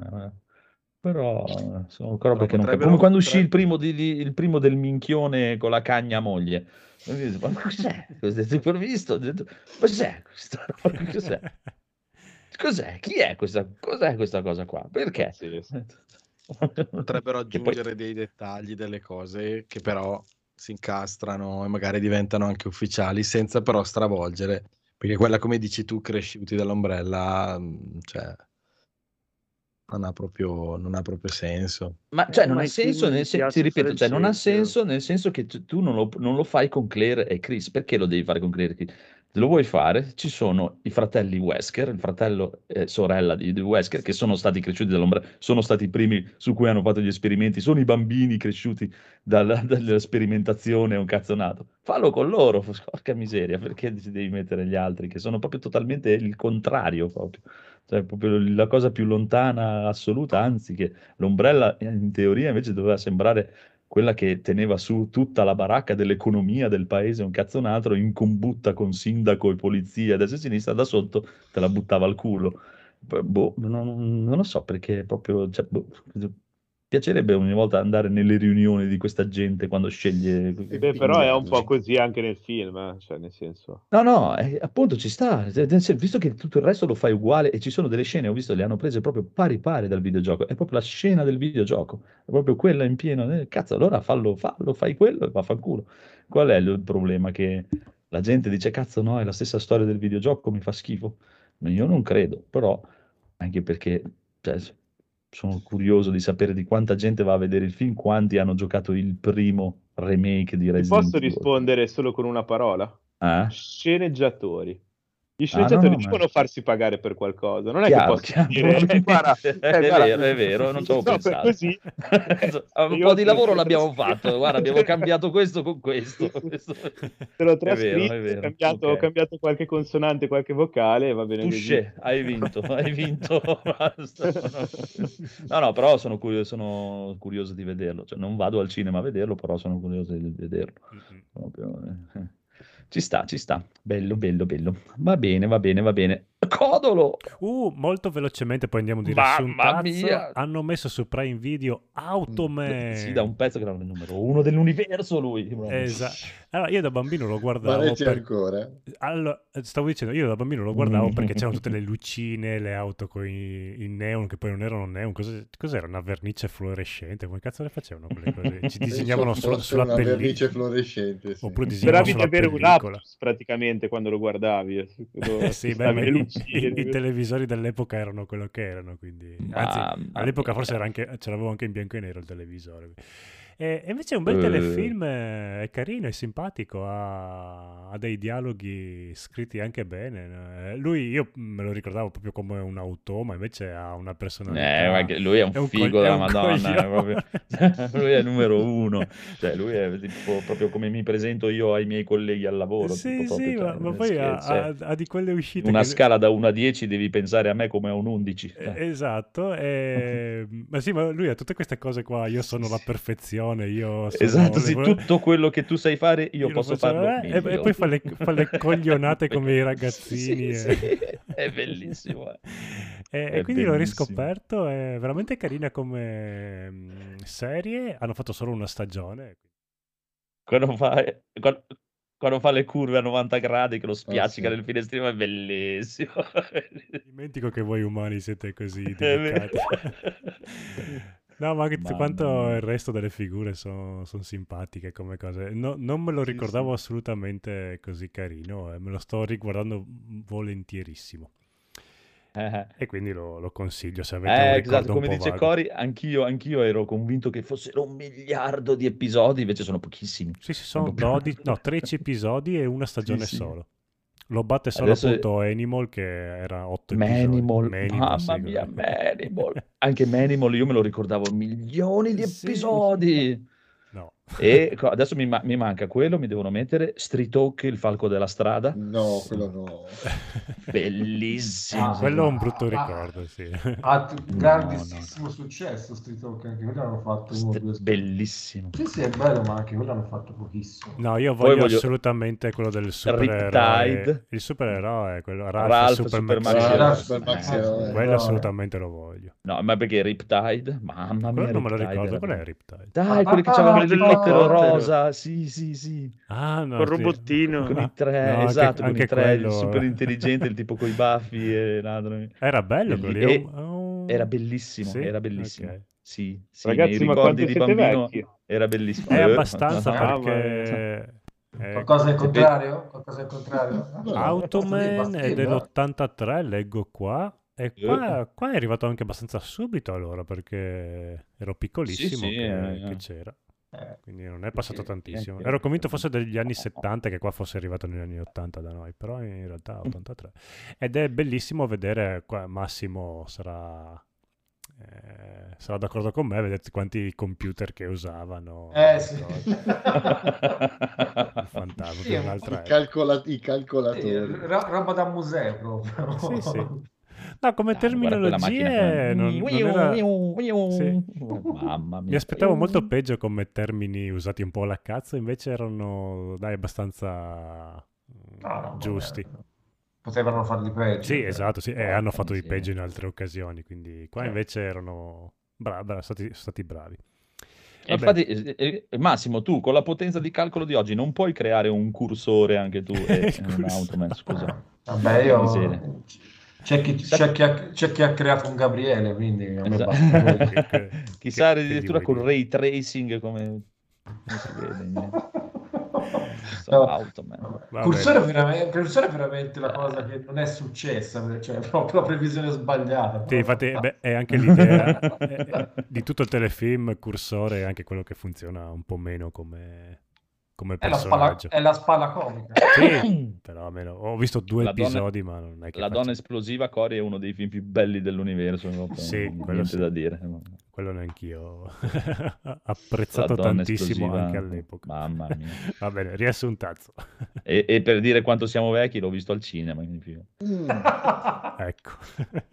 Però sono robe che non capisco. Come quando uscì il primo del minchione con la cagna moglie. Ma cos'è? Ho visto? Cos'è questa roba? Cos'è? Chi è questa? Cos'è questa cosa qua? Perché? Sì. Potrebbero aggiungere dei dettagli, delle cose che però si incastrano e magari diventano anche ufficiali senza però stravolgere, perché quella, come dici tu, cresciuti dall'ombrella, cioè non ha proprio senso. Ma cioè non ha senso, ti ripeto, cioè non ha senso nel senso che tu non lo fai con Claire e Chris. Perché lo devi fare con Claire e Chris? Lo vuoi fare? Ci sono i fratelli Wesker, il fratello e sorella di Wesker, che sono stati cresciuti dall'ombrella, sono stati i primi su cui hanno fatto gli esperimenti, sono i bambini cresciuti dalla sperimentazione, un cazzonato. Fallo con loro, porca miseria, perché ti devi mettere gli altri, che sono proprio totalmente il contrario, proprio. Cioè, proprio la cosa più lontana assoluta, anzi che l'ombrella in teoria invece doveva sembrare quella che teneva su tutta la baracca dell'economia del paese, un cazzo un altro, in combutta con sindaco e polizia, destra e sinistra, da sotto te la buttava al culo. Non lo so perché proprio... Cioè, piacerebbe ogni volta andare nelle riunioni di questa gente quando sceglie... però è un po' così anche nel film, cioè nel senso... No, appunto ci sta, visto che tutto il resto lo fai uguale e ci sono delle scene, ho visto, le hanno prese proprio pari dal videogioco, è proprio la scena del videogioco, è proprio quella in pieno, cazzo, allora fallo, fai quello e vaffanculo. Qual è il problema? Che la gente dice, cazzo no, è la stessa storia del videogioco, mi fa schifo. Io non credo, però, anche perché... Cioè, sono curioso di sapere di quanta gente va a vedere il film, quanti hanno giocato il primo remake di Resident Evil. Posso rispondere solo con una parola? Sceneggiatori. Gli sceneggiatori devono farsi pagare per qualcosa, non è che possono dire guarda, è vero, non ci avevo pensato. Così. Un po' di lavoro l'abbiamo fatto, guarda, abbiamo cambiato questo con questo. Te l'ho trascritto, ho cambiato qualche consonante, qualche vocale e va bene così. Hai vinto. No, però sono curioso di vederlo, cioè non vado al cinema a vederlo, però sono curioso di vederlo. Ci sta. Bello. Va bene. Codolo! Molto velocemente, poi andiamo di riassuntazzo. Hanno messo su Prime Video Automan. Sì, da un pezzo che era il numero 1 dell'universo lui. Esatto. Allora, io da bambino lo guardavo. Ancora? Allora, stavo dicendo, io da bambino lo guardavo perché c'erano tutte le lucine, le auto con i neon, che poi non erano neon. Cos'era? Una vernice fluorescente? Come cazzo le facevano quelle cose? Ci disegnavano sulla una vernice fluorescente, sì. Oppure disegnavano sulla avere un pellicola. lapsus praticamente quando lo guardavi. Sì, i televisori dell'epoca erano quello che erano, quindi anzi all'epoca forse ce l'avevo anche in bianco e nero il televisore. E invece è un bel telefilm, è carino, è simpatico, ha dei dialoghi scritti anche bene. Io me lo ricordavo proprio come un automa, invece ha una personalità. Lui è un figo della Madonna, lui è il numero 1, cioè lui è tipo, proprio come mi presento io ai miei colleghi al lavoro. Sì, ma poi ha di quelle uscite. Una scala da 1 a 10 devi pensare a me come a un 11. Esatto, ma lui ha tutte queste cose qua, io sono la perfezione. Esatto, tutto quello che tu sai fare io posso farlo e poi fa le coglionate come i ragazzini. Sì. È bellissimo. E quindi l'ho riscoperto, è veramente carina come serie. Hanno fatto solo una stagione. Quando quando fa le curve a 90 gradi che lo spiaccica nel finestrino è bellissimo. Dimentico che voi umani siete così delicati. No, ma anche quanto il resto delle figure sono simpatiche come cose. Non me lo ricordavo assolutamente così carino, me lo sto riguardando volentierissimo. E quindi lo consiglio se avete un ricordo esatto, come un po' dice vago. Cori, anch'io ero convinto che fossero 1 miliardo di episodi, invece sono pochissimi. Sì, sono 13 episodi e una stagione solo. Lo batte solo Adesso appunto Animal, che era 8 Manimal, episodi. mamma mia, Manimal. Anche Manimal io me lo ricordavo milioni di episodi. No. E adesso mi manca quello, mi devono mettere Street Hawk, il falco della strada. No, quello no. Bellissimo. Quello è un brutto ricordo, sì. Ha grandissimo successo Street Hawk, anche quello hanno fatto bellissimo. Sì, è bello, ma anche quello hanno fatto pochissimo. No, io voglio assolutamente quello del supereroe. Il supereroe, quello Ralph Super Max Hero. Quello assolutamente lo voglio. No, ma perché Riptide? Mamma mia, quello non me lo ricordo, qual è Riptide? Dai, quelli che c'avevano l'elicottero rosa, sì. Ah, no, col robottino. Con i tre, no, esatto, anche con i tre, quello... il super intelligente, il tipo con i baffi e ladroni. Era bello quello. Era bellissimo, sì? era bellissimo. Okay. Sì, ragazzi, ma quanto siete bambino vecchi? Era bellissimo. È abbastanza perché... Qualcosa in contrario? Automan è dell'83, leggo qua. E qua è arrivato anche abbastanza subito allora, perché ero piccolissimo che c'era. Quindi non è passato tantissimo. Ero convinto fosse degli anni 70, che qua fosse arrivato negli anni 80 da noi, però in realtà 83. Ed è bellissimo vedere, qua Massimo sarà d'accordo con me, vedete quanti computer che usavano. Sì. Fantasma, sì, un'altra i calcolatori. Roba da museo proprio. Sì. No, come terminologie non era... Sì. Mamma mia. Mi aspettavo molto peggio come termini usati un po' alla cazzo, invece erano abbastanza giusti. Potevano farli peggio. Sì, esatto, sì. Hanno fatto di peggio in altre occasioni, quindi qua invece erano stati bravi. Infatti, Massimo, tu con la potenza di calcolo di oggi non puoi creare un cursore anche tu e un Automan, scusa. Vabbè, io... C'è chi ha creato un Gabriele, quindi a me basta. Chissà addirittura con ray tracing come si vede. Automan. Cursore è veramente la cosa che non è successa, cioè è proprio la previsione sbagliata. Sì, infatti è anche l'idea di tutto il telefilm. Cursore è anche quello che funziona un po' meno come personaggio. È la spalla comica. Sì, però almeno ho visto 2 episodi, ma non è che Donna esplosiva, Cori, è uno dei film più belli dell'universo. Sì, quello da dire. Quello neanch'io apprezzato tantissimo anche all'epoca. Mamma mia. Va bene, riassuntazzo. E per dire quanto siamo vecchi, l'ho visto al cinema. Ecco.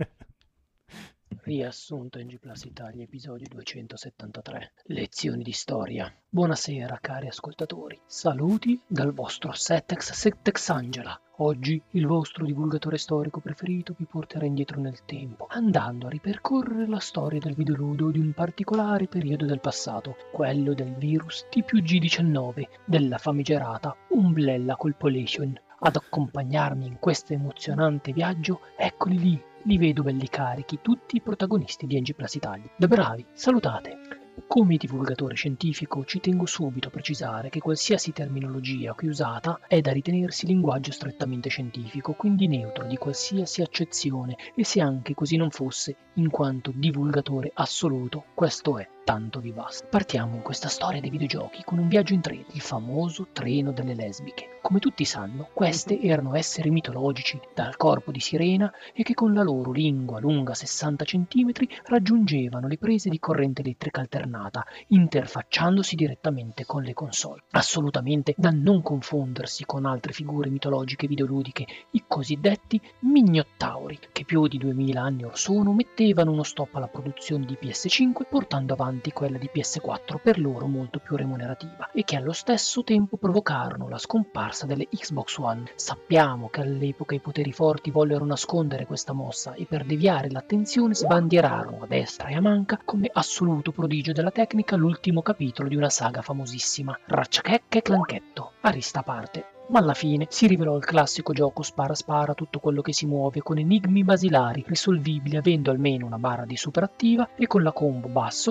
Riassunto in G Plus Italia, episodio 273. Lezioni di storia. Buonasera cari ascoltatori. Saluti dal vostro Settex Angela. Oggi il vostro divulgatore storico preferito vi porterà indietro nel tempo, andando a ripercorrere la storia del videoludo di un particolare periodo del passato, quello del virus T+G19, della famigerata Umbrella Corporation. Ad accompagnarmi in questo emozionante viaggio, eccoli lì. Li vedo belli carichi, tutti i protagonisti di NG Plus Italia. Da bravi, salutate! Come divulgatore scientifico ci tengo subito a precisare che qualsiasi terminologia qui usata è da ritenersi linguaggio strettamente scientifico, quindi neutro di qualsiasi accezione, e se anche così non fosse, in quanto divulgatore assoluto, questo è, tanto vi basta. Partiamo in questa storia dei videogiochi con un viaggio in treno, il famoso treno delle lesbiche. Come tutti sanno, queste erano esseri mitologici dal corpo di sirena e che con la loro lingua lunga 60 cm raggiungevano le prese di corrente elettrica alternata, interfacciandosi direttamente con le console. Assolutamente da non confondersi con altre figure mitologiche videoludiche, i cosiddetti mignottauri, che più di 2000 anni or sono mettevano uno stop alla produzione di PS5 portando avanti quella di PS4 per loro molto più remunerativa e che allo stesso tempo provocarono la scomparsa delle Xbox One. Sappiamo che all'epoca i poteri forti vollero nascondere questa mossa e per deviare l'attenzione sbandierarono a destra e a manca come assoluto prodigio della tecnica l'ultimo capitolo di una saga famosissima, Ratchet e Clanketto. Arista a parte, ma alla fine si rivelò il classico gioco spara spara tutto quello che si muove con enigmi basilari risolvibili avendo almeno una barra di super attiva e con la combo basso,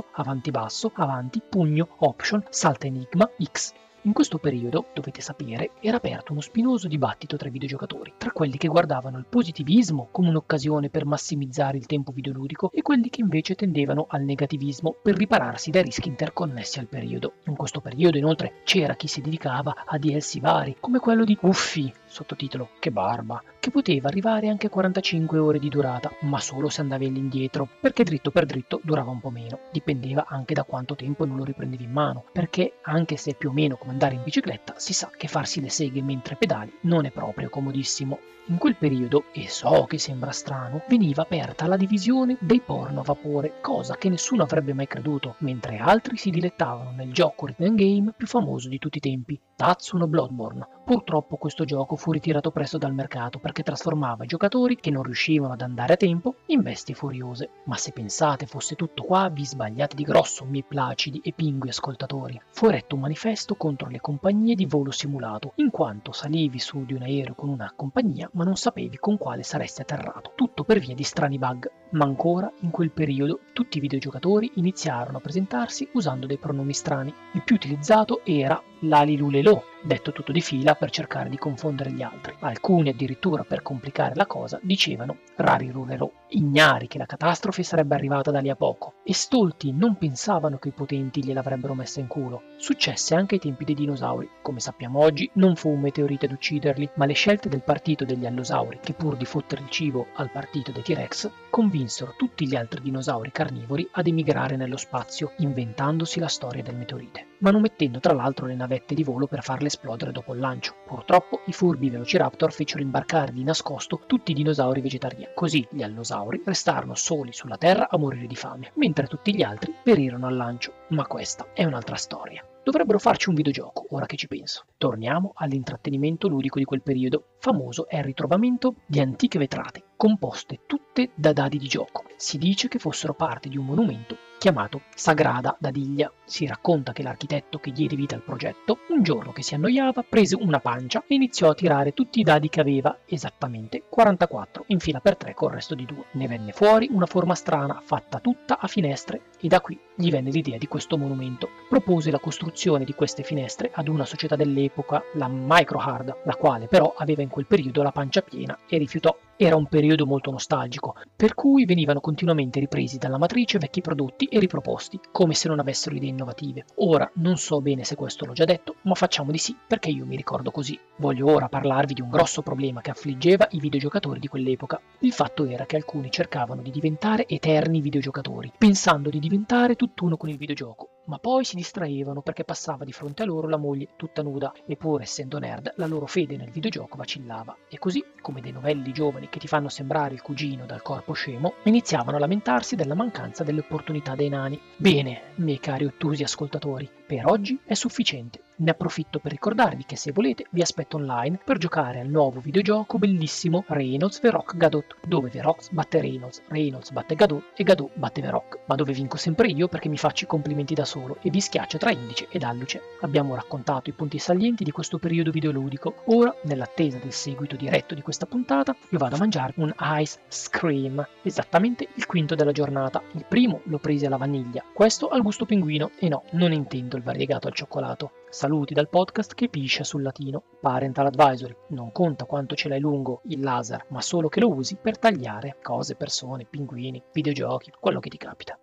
avanti, pugno, option, salta enigma, X. In questo periodo, dovete sapere, era aperto uno spinoso dibattito tra i videogiocatori, tra quelli che guardavano il positivismo come un'occasione per massimizzare il tempo videoludico e quelli che invece tendevano al negativismo per ripararsi dai rischi interconnessi al periodo. In questo periodo, inoltre, c'era chi si dedicava a DLC vari, come quello di Uffi, sottotitolo Che barba, che poteva arrivare anche a 45 ore di durata, ma solo se andavi all'indietro, perché dritto per dritto durava un po' meno. Dipendeva anche da quanto tempo non lo riprendevi in mano, perché anche se è più o meno come andare in bicicletta, si sa che farsi le seghe mentre pedali non è proprio comodissimo. In quel periodo, e so che sembra strano, veniva aperta la divisione dei porno a vapore, cosa che nessuno avrebbe mai creduto, mentre altri si dilettavano nel gioco rhythm game più famoso di tutti i tempi, Tatsunoko Bloodborne. Purtroppo questo gioco fu ritirato presto dal mercato perché trasformava i giocatori che non riuscivano ad andare a tempo in bestie furiose. Ma se pensate fosse tutto qua, vi sbagliate di grosso, miei placidi e pingui ascoltatori. Fu eretto un manifesto contro le compagnie di volo simulato, in quanto salivi su di un aereo con una compagnia ma non sapevi con quale saresti atterrato, tutto per via di strani bug. Ma ancora, in quel periodo, tutti i videogiocatori iniziarono a presentarsi usando dei pronomi strani. Il più utilizzato era l'alilulelo, detto tutto di fila per cercare di confondere gli altri. Alcuni addirittura, per complicare la cosa, dicevano rarirulero, ignari che la catastrofe sarebbe arrivata da lì a poco, e stolti non pensavano che i potenti gliel'avrebbero messa in culo. Successe anche ai tempi dei dinosauri. Come sappiamo oggi, non fu un meteorite ad ucciderli, ma le scelte del partito degli allosauri, che pur di fottere il cibo al partito dei T-Rex, convinsero tutti gli altri dinosauri carnivori ad emigrare nello spazio, inventandosi la storia del meteorite, manomettendo tra l'altro le navette di volo per farle esplodere dopo il lancio. Purtroppo i furbi Velociraptor fecero imbarcare di nascosto tutti i dinosauri vegetariani, così gli allosauri restarono soli sulla Terra a morire di fame, mentre tutti gli altri perirono al lancio. Ma questa è un'altra storia. Dovrebbero farci un videogioco, ora che ci penso. Torniamo all'intrattenimento ludico di quel periodo. Famoso è il ritrovamento di antiche vetrate, composte tutte da dadi di gioco. Si dice che fossero parte di un monumento chiamato Sagrada Dadiglia. Si racconta che l'architetto che diede vita al progetto, un giorno che si annoiava, prese una pancia e iniziò a tirare tutti i dadi che aveva, esattamente 44, in fila per 3 col resto di 2. Ne venne fuori una forma strana, fatta tutta a finestre, e da qui gli venne l'idea di questo monumento. Propose la costruzione di queste finestre ad una società dell'epoca, la Microhard, la quale però aveva in quel periodo la pancia piena e rifiutò. Era un periodo molto nostalgico, per cui venivano continuamente ripresi dalla matrice vecchi prodotti e riproposti, come se non avessero idee innovative. Ora, non so bene se questo l'ho già detto, ma facciamo di sì, perché io mi ricordo così. Voglio ora parlarvi di un grosso problema che affliggeva i videogiocatori di quell'epoca. Il fatto era che alcuni cercavano di diventare eterni videogiocatori, pensando di diventare tutt'uno con il videogioco, ma poi si distraevano perché passava di fronte a loro la moglie tutta nuda, e pur essendo nerd, la loro fede nel videogioco vacillava. E così, come dei novelli giovani che ti fanno sembrare il cugino dal corpo scemo, iniziavano a lamentarsi della mancanza delle opportunità dei nani. Bene, miei cari ottusi ascoltatori, per oggi è sufficiente. Ne approfitto per ricordarvi che se volete vi aspetto online per giocare al nuovo videogioco bellissimo Reynolds Veroc Gadot, dove Veroc batte Reynolds, Reynolds batte Gadot e Gadot batte Veroc, ma dove vinco sempre io perché mi faccio i complimenti da solo e vi schiaccio tra indice ed alluce. Abbiamo raccontato i punti salienti di questo periodo videoludico. Ora, nell'attesa del seguito diretto di questa puntata, io vado a mangiare un ice cream, esattamente il quinto della giornata. Il primo l'ho preso alla vaniglia, questo al gusto pinguino, e no, non intendo il variegato al cioccolato. Saluti dal podcast che piscia sul latino. Parental advisory: non conta quanto ce l'hai lungo il laser, ma solo che lo usi per tagliare cose, persone, pinguini, videogiochi, quello che ti capita.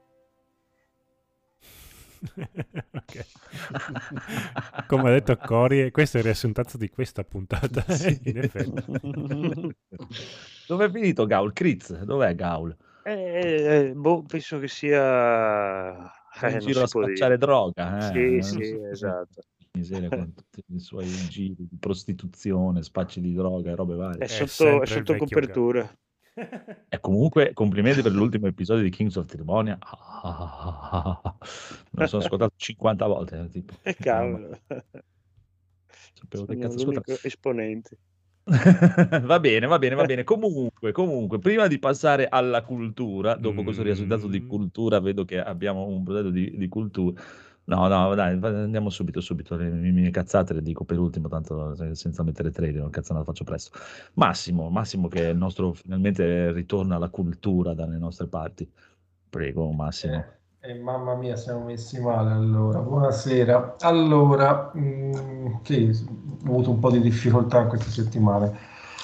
Okay. Come ha detto Cori, questo è il riassuntazzo di questa puntata. Sì. In effetti. Dove è finito Gaul? Critz? Dov'è Gaul? Penso che sia in giro a spacciare droga. Sì, esatto. Miseria, con tutti i suoi giri di prostituzione, spacci di droga e robe varie. È sotto copertura. E comunque complimenti per l'ultimo episodio di Kings of Trimonia. Me lo sono ascoltato 50 volte, tipo. Cavolo. Sapevo che Sono cazzo l'unico ascoltavo. esponente. Va bene. Comunque, prima di passare alla cultura, dopo questo risultato di cultura, vedo che abbiamo un progetto di cultura. No, dai, andiamo subito. Le mie cazzate le dico per ultimo, tanto senza mettere trailer, cazzo, la faccio presto. Massimo, che il nostro finalmente ritorna alla cultura dalle nostre parti. Prego, Massimo. Mamma mia, siamo messi male allora. Buonasera. Allora, che ho avuto un po' di difficoltà in queste settimane.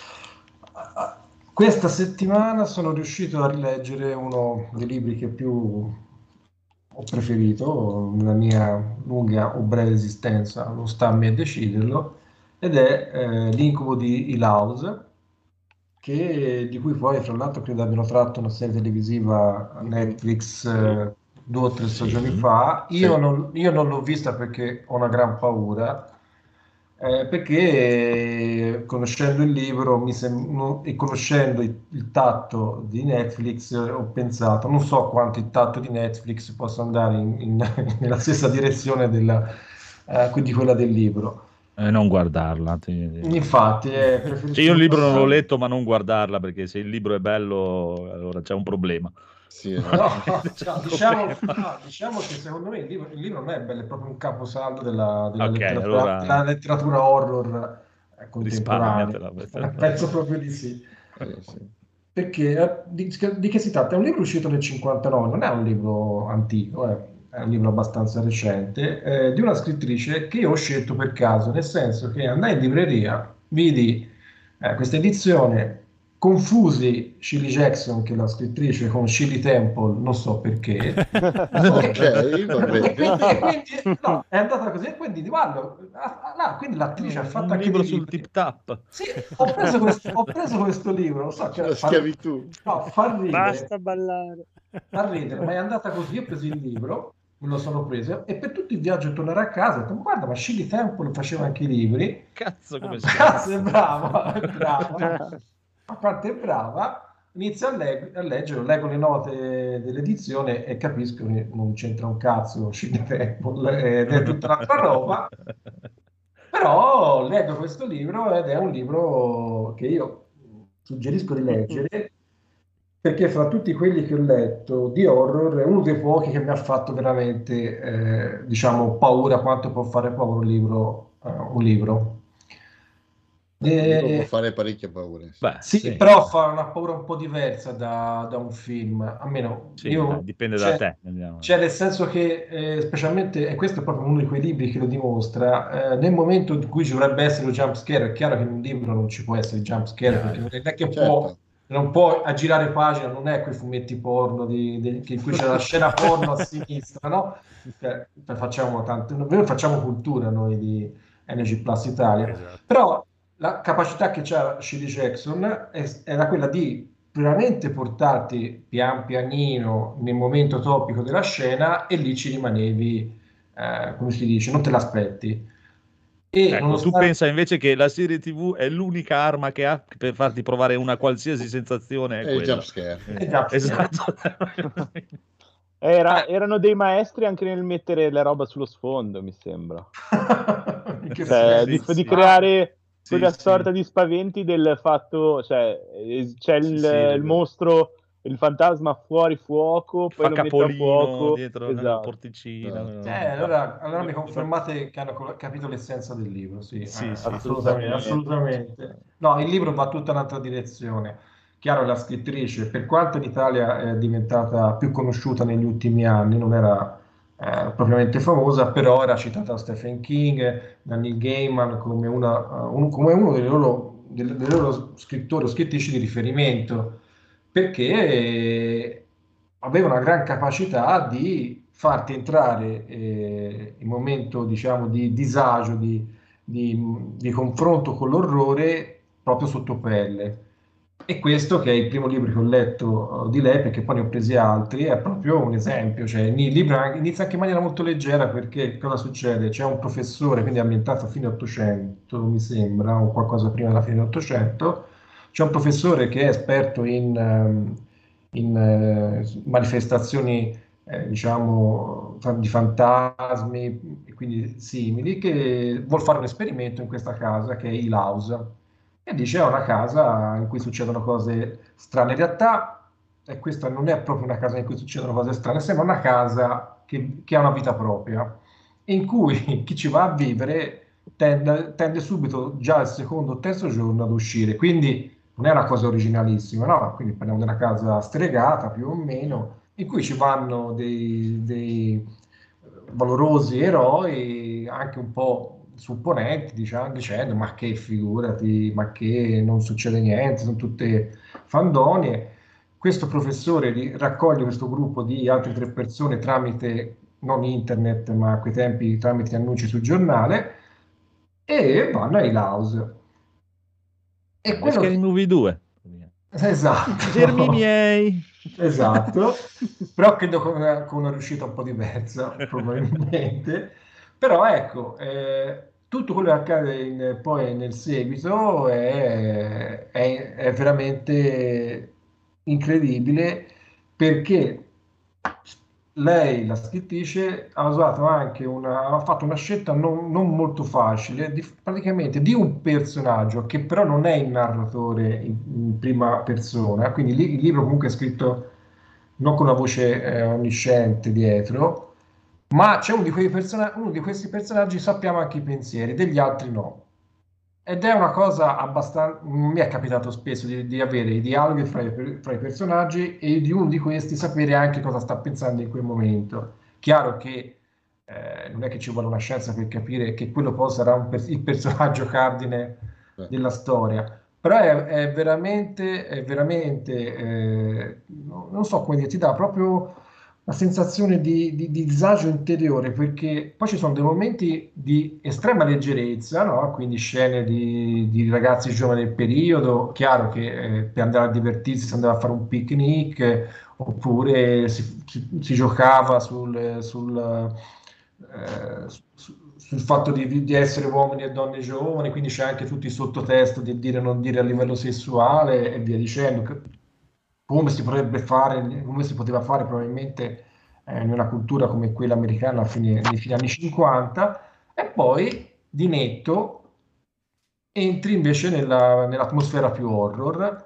Questa settimana sono riuscito a rileggere uno dei libri che più ho preferito nella mia lunga o breve esistenza, non sta a me deciderlo, ed è L'incubo di Hill House, di cui poi fra l'altro credo abbiano tratto una serie televisiva a Netflix 2 o 3 stagioni fa. Io non l'ho vista perché ho una gran paura, perché conoscendo il libro e conoscendo il tatto di Netflix, ho pensato, non so quanto il tatto di Netflix possa andare nella stessa direzione di quella del libro. Non guardarla. Infatti, io il libro non l'ho letto, ma non guardarla, perché se il libro è bello, allora c'è un problema. Sì, diciamo che secondo me il libro non è bello, è proprio un caposaldo della letteratura horror contemporanea. Penso proprio di sì. Perché di che si tratta? È un libro uscito nel 59, non è un libro antico, è un libro abbastanza recente, di una scrittrice che io ho scelto per caso, nel senso che andai in libreria, vidi questa edizione, confusi Shirley Jackson, che è la scrittrice, con Shirley Temple, non so perché. Ok, vabbè. Quindi, no, è andata così, e quindi guarda, quindi l'attrice ha fatto anche libro sul tip tap. Sì, ho preso questo libro, non so, la schiavitù. Fa ridere. Basta ballare. Fa ridere, ma è andata così, ho preso il libro, me lo sono preso, e per tutto il viaggio a tornare a casa ho detto, guarda, ma Shirley Temple faceva anche i libri. Cazzo, come Cazzo, è brava. A quanto è brava, inizio a leggere, leggo le note dell'edizione e capisco che non c'entra un cazzo Shirley Temple, ed è tutta un'altra roba. Però leggo questo libro ed è un libro che io suggerisco di leggere, perché fra tutti quelli che ho letto di horror è uno dei pochi che mi ha fatto veramente diciamo paura, quanto può fare paura un libro. Può fare parecchie paure. Sì, però fa una paura un po' diversa da un film, almeno dipende da te. Cioè, nel senso che specialmente, e questo è proprio uno di quei libri che lo dimostra, nel momento in cui ci dovrebbe essere lo jump scare, è chiaro che in un libro non ci può essere il jump scare, perché non è che non può a girare pagina, non è quei fumetti porno in cui c'è la scena porno a sinistra, no? Noi facciamo cultura noi di Energy Plus Italia, Esatto. Però la capacità che c'ha Shirley Jackson era quella di veramente portarti pian pianino nel momento topico della scena, e lì ci rimanevi, come si dice, non te l'aspetti. Tu pensa invece che la serie TV è l'unica arma che ha per farti provare una qualsiasi sensazione? È il jump scare. Esatto. Erano dei maestri anche nel mettere la roba sullo sfondo, mi sembra. Di creare quella sorta di spaventi del fatto, cioè c'è il mostro, il fantasma fuori fuoco, poi lo mette a fuoco dietro nel porticino. Allora mi confermate che hanno capito l'essenza del libro. Sì, assolutamente. No, il libro va tutta un'altra direzione. Chiaro, la scrittrice, per quanto in Italia è diventata più conosciuta negli ultimi anni, non era propriamente famosa, però era citata da Stephen King, da Neil Gaiman come uno dei loro scrittori o scrittrici di riferimento, perché aveva una gran capacità di farti entrare in momento, diciamo, di disagio, di confronto con l'orrore proprio sotto pelle. E questo, che è il primo libro che ho letto di lei, perché poi ne ho presi altri, è proprio un esempio. Cioè, il libro inizia anche in maniera molto leggera, perché cosa succede? C'è un professore, quindi ambientato a fine 800, mi sembra, o qualcosa prima della fine dell'Ottocento. C'è un professore che è esperto in manifestazioni, diciamo, di fantasmi e quindi simili, che vuol fare un esperimento in questa casa che è Hill House. E dice è una casa in cui succedono cose strane. In realtà, questa non è proprio una casa in cui succedono cose strane, sembra una casa che ha una vita propria. in cui chi ci va a vivere tende subito, già il secondo o terzo giorno, ad uscire. Quindi non è una cosa originalissima, no? Quindi parliamo di una casa stregata, più o meno, in cui ci vanno dei valorosi eroi, anche un po' supponenti, dicendo ma che figurati, ma che non succede niente, sono tutte fandonie. Questo professore raccoglie questo gruppo di altre 3 persone tramite, non internet, ma a quei tempi tramite annunci sul giornale, e vanno ai House. E quello Scary Movie 2. Esatto. Germi miei. Esatto. Però credo con una riuscita un po' diversa, probabilmente. Però ecco, tutto quello che accade poi nel seguito è veramente incredibile, perché lei, la scrittrice, ha usato anche ha fatto una scelta non molto facile, praticamente di un personaggio che però non è il narratore in prima persona, quindi il libro comunque è scritto non con una voce onnisciente dietro, ma c'è uno di questi personaggi, sappiamo anche i pensieri, degli altri no. Ed è una cosa abbastanza. Mi è capitato spesso di avere i dialoghi fra i personaggi e di uno di questi sapere anche cosa sta pensando in quel momento. Chiaro che non è che ci vuole una scienza per capire che quello poi sarà il personaggio cardine della storia. Però è veramente, non so come dire, ti dà proprio una sensazione di disagio interiore, perché poi ci sono dei momenti di estrema leggerezza, no? Quindi scene di ragazzi giovani del periodo, chiaro che per andare a divertirsi si andava a fare un picnic, oppure si giocava sul fatto di essere uomini e donne giovani, quindi c'è anche tutto il sottotesto di dire non dire a livello sessuale e via dicendo, come si potrebbe fare, come si poteva fare probabilmente in una cultura come quella americana nei fine anni 50, e poi di netto entri invece nell'atmosfera più horror,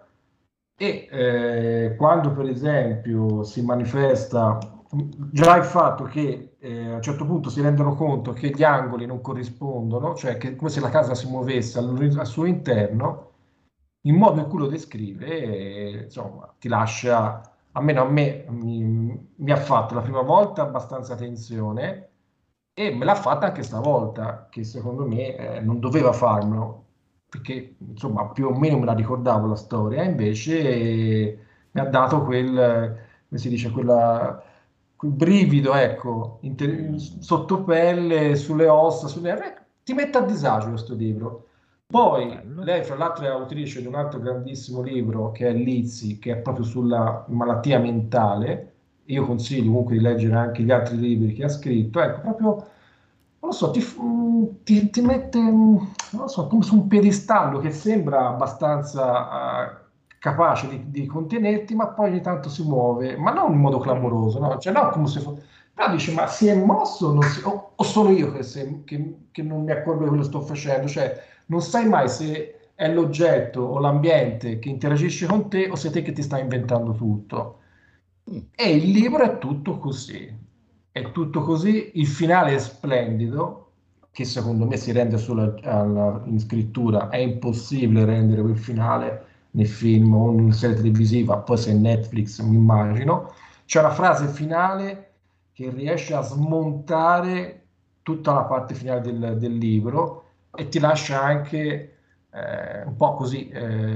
e quando per esempio si manifesta già il fatto che a un certo punto si rendono conto che gli angoli non corrispondono, cioè che come se la casa si muovesse al suo interno, il modo in cui lo descrive, insomma, ti lascia, almeno a me, mi ha fatto la prima volta abbastanza tensione, e me l'ha fatta anche stavolta, che secondo me non doveva farmelo, perché insomma più o meno me la ricordavo la storia, invece mi ha dato come si dice, quel brivido, ecco, sotto pelle, sulle ossa, ti mette a disagio questo libro. Poi lei, fra l'altro, è autrice di un altro grandissimo libro che è Lizzie, che è proprio sulla malattia mentale. Io consiglio comunque di leggere anche gli altri libri che ha scritto. Ecco, proprio, non lo so, ti mette, non lo so, come su un piedistallo che sembra abbastanza capace di contenerti, ma poi ogni tanto si muove, ma non in modo clamoroso, no? Cioè, no, come se fosse. Però dici, ma si è mosso o sono io che non mi accorgo di quello che sto facendo? Cioè, non sai mai se è l'oggetto o l'ambiente che interagisce con te o sei te che ti stai inventando tutto. E il libro è tutto così. È tutto così. Il finale è splendido, che secondo me si rende solo in scrittura. È impossibile rendere quel finale nel film o in una serie televisiva, poi se è Netflix, mi immagino. C'è una frase finale che riesce a smontare tutta la parte finale del libro e ti lascia anche un po' così,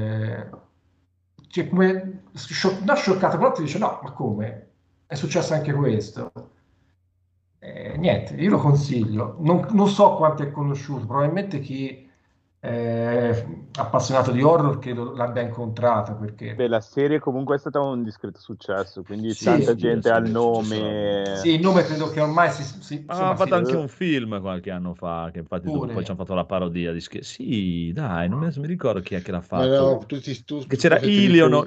cioè come non scioccato, però ti dice no, ma come? È successo anche questo? Niente, io lo consiglio. Non so quanto è conosciuto, probabilmente chi è appassionato di horror credo l'abbia incontrata, perché Beh, la serie comunque è stata un discreto successo, quindi sì, tanta gente ha il nome. Sì, il nome credo che ormai hanno fatto anche un film qualche anno fa, che infatti dopo poi ci hanno fatto la parodia di sì, dai, non mi ricordo chi è che l'ha fatto. Ma no, che c'era Iliono.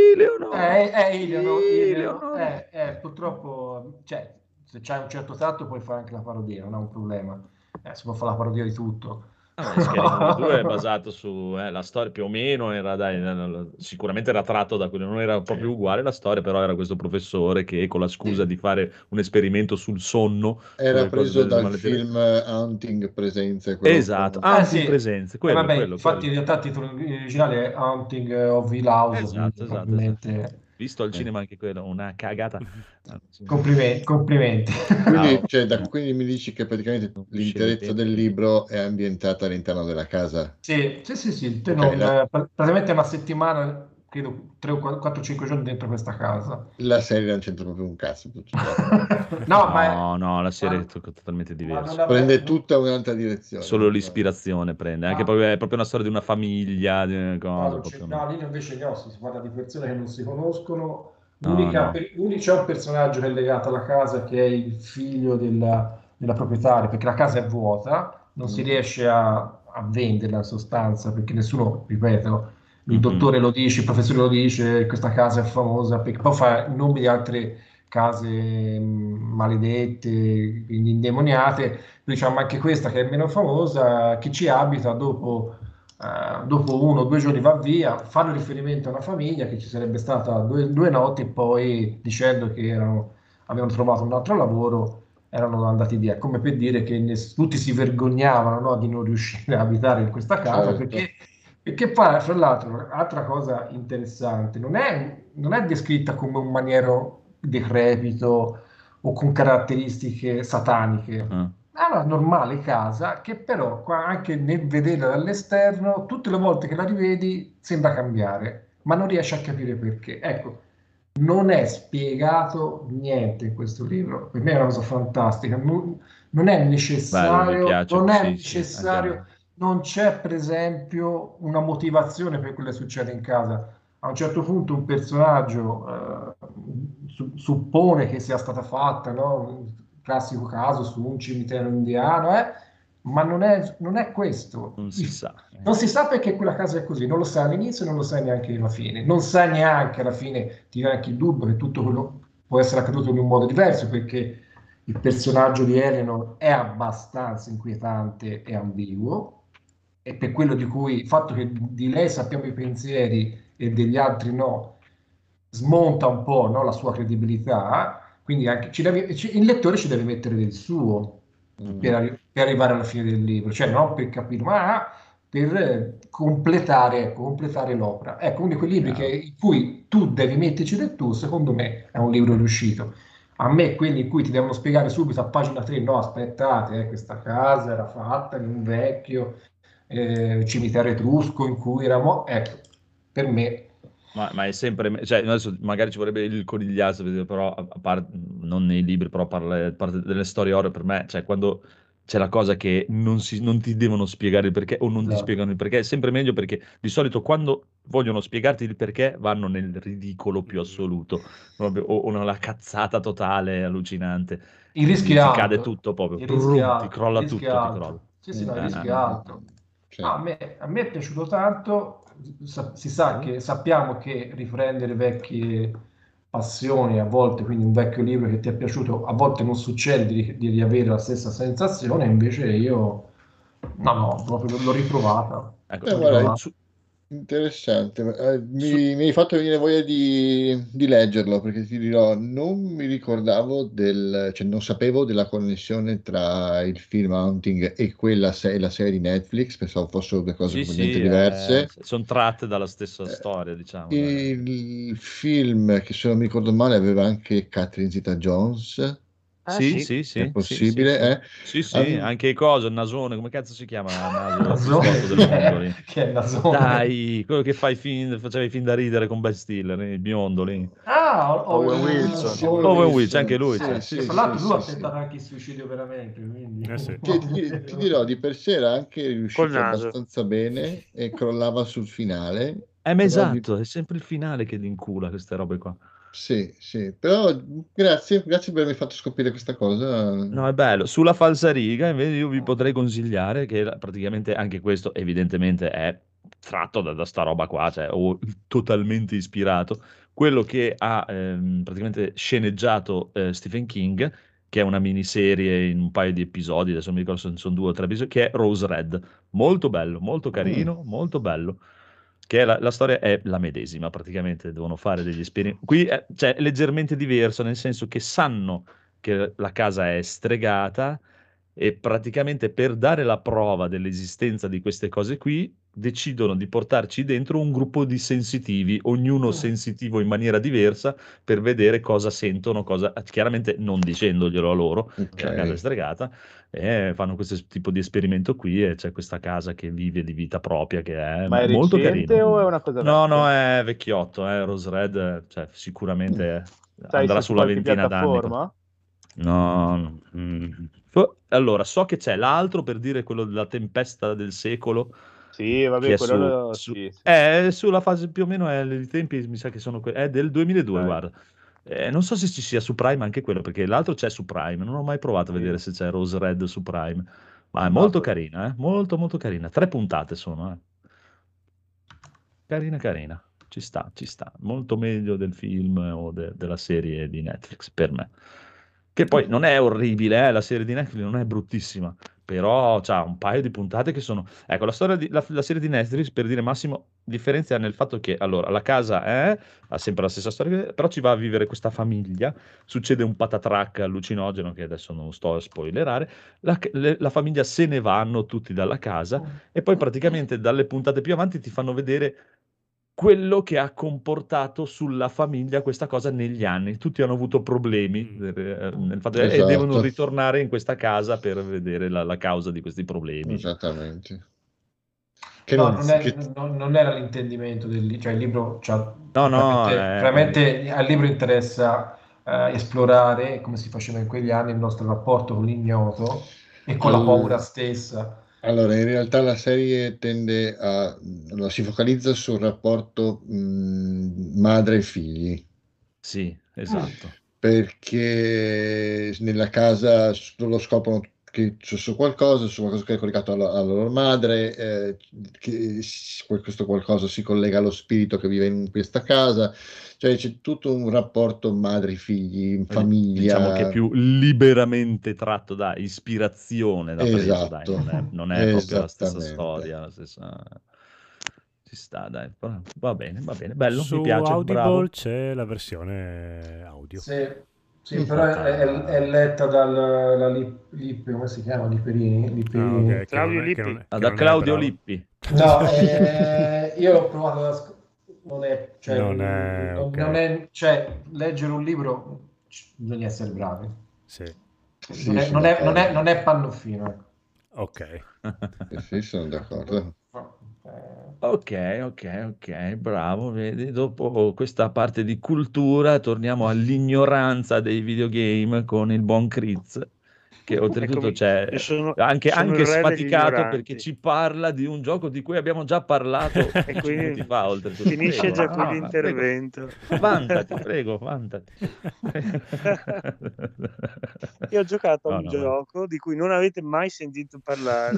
Purtroppo, cioè, se c'hai un certo tatto puoi fare anche la parodia, non è un problema. Si può fare la parodia di tutto. Scary Movie 2 è basato su la storia, più o meno era, sicuramente era tratto da quello, non era proprio uguale la storia, però era questo professore che con la scusa di fare un esperimento sul sonno era preso dal film Hunting Presenze, esatto, Hunting sì. Presenze, infatti in realtà il titolo originale è Hunting of Hill House, esatto. Visto al cinema anche quello, una cagata. Complimenti. Quindi mi dici che praticamente l'interezza del libro è ambientata all'interno della casa. Sì. Praticamente una settimana, credo 3 o 4-5 giorni dentro questa casa. La serie non c'entra proprio un cazzo. No, la serie è totalmente diversa. Prende tutta un'altra direzione. Solo l'ispirazione prende, anche è proprio una storia di una famiglia. Lì invece si parla di persone che non si conoscono. C'è un personaggio che è legato alla casa, che è il figlio della proprietaria, perché la casa è vuota, non si riesce a venderla in sostanza, perché nessuno, ripeto, il dottore lo dice, il professore lo dice, questa casa è famosa, perché poi fa i nomi di altre case maledette, quindi indemoniate, diciamo anche questa che è meno famosa, chi ci abita dopo 1 o 2 giorni va via, fanno riferimento a una famiglia che ci sarebbe stata 2 notti, poi dicendo che avevano trovato un altro lavoro, erano andati via, come per dire che tutti si vergognavano, no, di non riuscire a abitare in questa casa, perché poi, fra l'altro, altra cosa interessante, non è descritta come un maniero decrepito o con caratteristiche sataniche. È una normale casa che però anche nel vederla dall'esterno, tutte le volte che la rivedi sembra cambiare, ma non riesci a capire perché. Ecco, non è spiegato niente in questo libro. Per me è una cosa fantastica. Non è necessario, non c'è per esempio una motivazione per quello che succede in casa. A un certo punto un personaggio suppone che sia stata fatta, no? Classico caso su un cimitero indiano, ma non è questo. Non si sa. Non si sa perché quella casa è così, non lo sai all'inizio e non lo sai neanche alla fine. Non sai neanche alla fine, ti viene anche il dubbio che tutto quello può essere accaduto in un modo diverso, perché il personaggio di Eleanor è abbastanza inquietante e ambiguo, e per quello di cui il fatto che di lei sappiamo i pensieri e degli altri no, smonta un po', no, la sua credibilità. Quindi anche il lettore ci deve mettere del suo per arrivare alla fine del libro, cioè non per capire, ma per completare l'opera. Ecco, uno di quei libri in cui tu devi metterci del tuo, secondo me è un libro riuscito. A me quelli in cui ti devono spiegare subito a pagina 3, no, aspettate, questa casa era fatta in un vecchio cimitero etrusco in cui eravamo, ecco, per me... Ma è sempre, cioè adesso magari ci vorrebbe il conigliato, però a parte, non nei libri, però parte delle storie horror, per me, cioè quando c'è la cosa che non ti devono spiegare il perché o non ti spiegano il perché, è sempre meglio, perché di solito quando vogliono spiegarti il perché vanno nel ridicolo più assoluto, proprio, o nella cazzata totale, allucinante. Il rischio ti alto. Cade tutto proprio, ti crolla tutto, ti crolla. Sì, no, il rischio alto. A me è piaciuto tanto. Si sa che sappiamo che riprendere vecchie passioni a volte, quindi un vecchio libro che ti è piaciuto, a volte non succede di riavere la stessa sensazione, invece io proprio l'ho riprovata. Guarda, interessante, mi hai fatto venire voglia di leggerlo, perché ti dirò, non mi ricordavo cioè non sapevo della connessione tra il film Hunting e la serie di Netflix, pensavo fossero due cose completamente diverse. Sono tratte dalla stessa storia, diciamo. Il film, che se non mi ricordo male, aveva anche Catherine Zeta-Jones. Sì. È possibile, Sì, anche il coso, il nasone, come cazzo si chiama? Nasone, del mondo, lì. Che è Nasone? Dai, quello che faceva i film da ridere con Ben Stiller, il biondo lì. Owen Wilson. Owen Wilson, anche lui. Tra l'altro lui ha tentato anche il suicidio veramente, quindi... Ti dirò, di per sé era anche riuscito abbastanza bene e crollava sul finale. Ma esatto, è sempre il finale che incula queste robe qua. Sì, però grazie per avermi fatto scoprire questa cosa. No, è bello. Sulla falsariga, invece, io vi potrei consigliare che praticamente anche questo, evidentemente, è tratto da sta roba qua, cioè, o totalmente ispirato, quello che ha praticamente sceneggiato Stephen King, che è una miniserie in un paio di episodi, adesso non mi ricordo se sono 2 o 3 episodi, che è Rose Red, molto bello, molto carino, molto bello, che è la storia è la medesima, praticamente devono fare degli esperimenti, qui cioè, è leggermente diverso, nel senso che sanno che la casa è stregata, e praticamente per dare la prova dell'esistenza di queste cose qui decidono di portarci dentro un gruppo di sensitivi, ognuno sensitivo in maniera diversa, per vedere cosa sentono, chiaramente non dicendoglielo a loro, che la casa è stregata, e fanno questo tipo di esperimento qui, e c'è questa casa che vive di vita propria, che è Ma è molto recente carino. o è una cosa No, vecchia? no, è vecchiotto, Rose Red, cioè, sicuramente andrà Su sulla qualche ventina d'anni. piattaforma? No, allora so che c'è l'altro, per dire, quello della tempesta del secolo, Sì, vabbè, che è quello sì. sì. È sulla fase più o meno, i tempi mi sa che sono è del 2002, guarda. Non so se ci sia su Prime anche quello, perché l'altro c'è su Prime, non ho mai provato a vedere se c'è Rose Red su Prime, ma è molto carina, molto molto carina. 3 puntate sono, carina, ci sta, molto meglio del film o della serie di Netflix per me. Che poi non è orribile, la serie di Netflix non è bruttissima, però c'ha un paio di puntate che sono... Ecco, la serie di Netflix, per dire Massimo, differenzia nel fatto che, allora, la casa ha sempre la stessa storia, però ci va a vivere questa famiglia, succede un patatrac allucinogeno, che adesso non sto a spoilerare, la famiglia se ne vanno tutti dalla casa, e poi praticamente dalle puntate più avanti ti fanno vedere quello che ha comportato sulla famiglia questa cosa negli anni. Tutti hanno avuto problemi nel fatto e devono ritornare in questa casa per vedere la causa di questi problemi. Esattamente. Che non era l'intendimento del libro, cioè il libro veramente al libro interessa esplorare, come si faceva in quegli anni, il nostro rapporto con l'ignoto e con la paura stessa. Allora, in realtà la serie tende si focalizza sul rapporto madre e figli. Sì, esatto. Perché nella casa lo scoprono che c'è su qualcosa che è collegato alla loro madre, che questo qualcosa si collega allo spirito che vive in questa casa, cioè c'è tutto un rapporto madri-figli, in famiglia. Diciamo che è più liberamente tratto da ispirazione da preso, dai. Non è proprio la stessa storia, la stessa... Ci sta, dai. Va bene, bello, su mi piace, Audible bravo. c'è la versione audio. Sì, però è letta dalla Lippi, come si chiama? Lipperini? Okay, Claudio Lippi. Da Claudio Lippi. No, io ho provato non è, cioè, leggere un libro bisogna essere bravi. Sì. Non è pannoffino. Ok. Sì, sono d'accordo. Ok, bravo, vedi, dopo questa parte di cultura torniamo all'ignoranza dei videogame con il buon Kriz, che oltretutto c'è anche sfaticato perché ci parla di un gioco di cui abbiamo già parlato 15 minuti fa, oltretutto. Finisce già qui l'intervento. Vantati, prego. Io ho giocato a un gioco di cui non avete mai sentito parlare.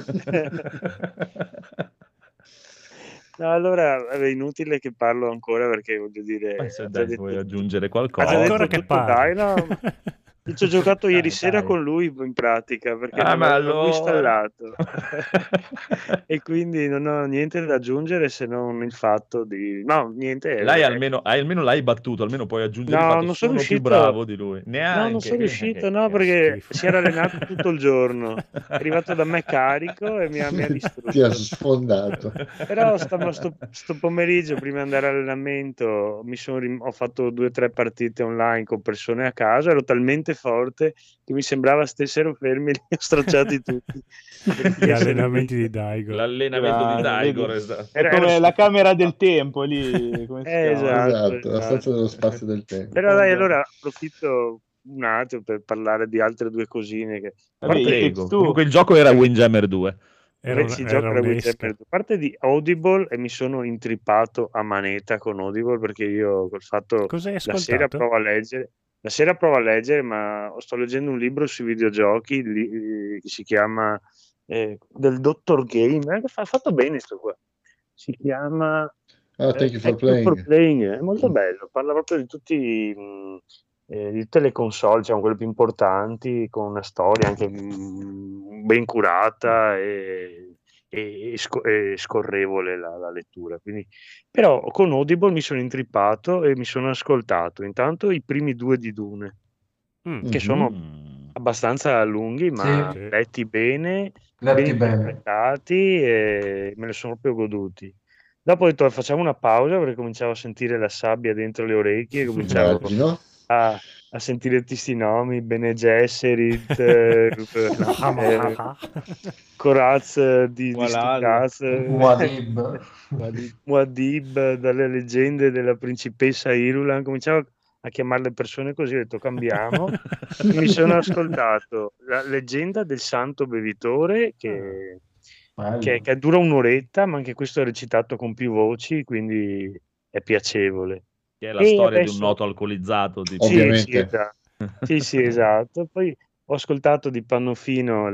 No, allora è inutile che parlo ancora, perché voglio dire... vuoi aggiungere qualcosa? Ancora che parli. Io ci ho giocato ieri sera con lui in pratica, perché non l'avevo installato. E quindi non ho niente da aggiungere, se non il fatto di... No, niente. Almeno l'hai battuto, almeno puoi aggiungere il fatto non sono più bravo di lui. No, non sono riuscito, perché si era allenato tutto il giorno. È arrivato da me carico e mi ha distrutto. Ti ha sfondato. Però sto pomeriggio, prima di andare all'allenamento, ho fatto 2 o 3 partite online con persone a caso. Ero talmente forte che mi sembrava stessero fermi e li ho stracciati tutti. Gli allenamenti di Daigor. L'allenamento di Daigor è come la camera del tempo lì, come si chiama? Esatto, la stanza dello spazio del tempo. Però dai, allora approfitto un attimo per parlare di altre 2 cosine comunque il gioco era Windjammer 2. A parte di Audible, e mi sono intrippato a manetta con Audible, perché io col fatto la sera provo a leggere, ma sto leggendo un libro sui videogiochi che si chiama del Dottor Game, ha fatto bene sto qua, si chiama Thank you for playing. È molto bello, parla proprio di tutti di tutte le console, diciamo quelle più importanti, con una storia anche ben curata e scorrevole la lettura. Quindi, però con Audible mi sono intrippato e mi sono ascoltato intanto i primi 2 di Dune, che sono abbastanza lunghi, ma Sì. letti bene, Letti ben bene. interpretati, e me li sono proprio goduti. Dopo ho detto facciamo una pausa perché cominciavo a sentire la sabbia dentro le orecchie e cominciavo Immagino. a sentire tutti questi nomi, Bene Gesserit, Coraz di Walhalla. Stugaz, Muad'Dib. Muad'Dib, dalle leggende della principessa Irulan. Cominciavo a chiamare le persone così, ho detto cambiamo. E mi sono ascoltato la leggenda del santo bevitore che dura un'oretta, ma anche questo è recitato con più voci, quindi è piacevole. Che è la E storia di un adesso noto alcolizzato. Tipo. sì, Ovviamente. esatto. Sì, esatto. Poi ho ascoltato di Pannofino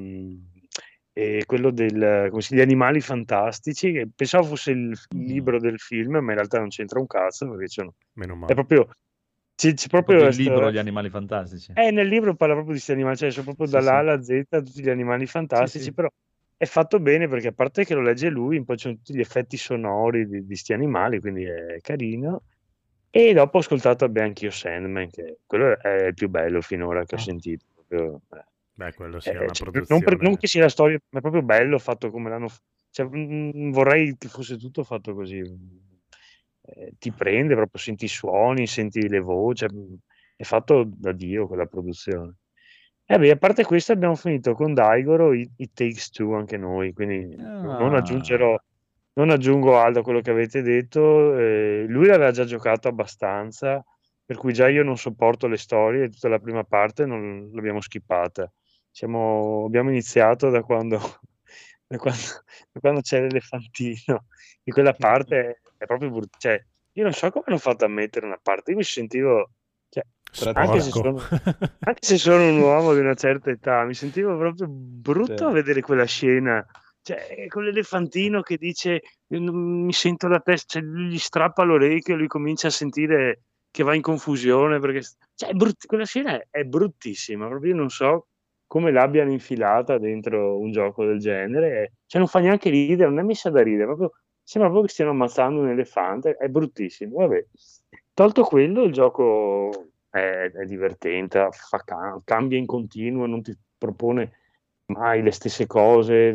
quello gli animali fantastici, che pensavo fosse il libro del film, ma in realtà non c'entra un cazzo, perché Meno è male. proprio c'è Proprio proprio il libro Gli animali fantastici. nel libro parla proprio di questi animali, cioè sono proprio dall'A alla Z tutti gli animali fantastici, però è fatto bene perché, a parte che lo legge lui, poi c'è tutti gli effetti sonori di sti animali, quindi è carino. E dopo ho ascoltato anch'io Sandman, che quello è il più bello finora che ho sentito. Proprio, Beh, quello sia una cioè, produzione. non che sia la storia, ma è proprio bello fatto come l'hanno cioè, vorrei che fosse tutto fatto così. Ti prende proprio, senti i suoni, senti le voci, è fatto da Dio quella produzione. E beh, a parte questo abbiamo finito con Daigoro It Takes Two anche noi, quindi non aggiungo altro a quello che avete detto. Lui l'aveva già giocato abbastanza, per cui già io non sopporto le storie, tutta la prima parte non l'abbiamo skippata. Abbiamo iniziato da quando, da quando c'è l'elefantino, e quella parte è proprio brutta. Cioè, io non so come hanno fatto a mettere una parte, io mi sentivo, cioè, anche se sono un uomo di una certa età, mi sentivo proprio brutto a vedere quella scena. Cioè, con l'elefantino che dice mi sento la testa, cioè, gli strappa l'orecchio e lui comincia a sentire che va in confusione perché cioè, quella scena è bruttissima, proprio io non so come l'abbiano infilata dentro un gioco del genere, cioè non fa neanche ridere, non è messa da ridere, sembra proprio che stiano ammazzando un elefante, è bruttissimo. Vabbè, tolto quello, il gioco è divertente, cambia in continuo, non ti propone mai le stesse cose.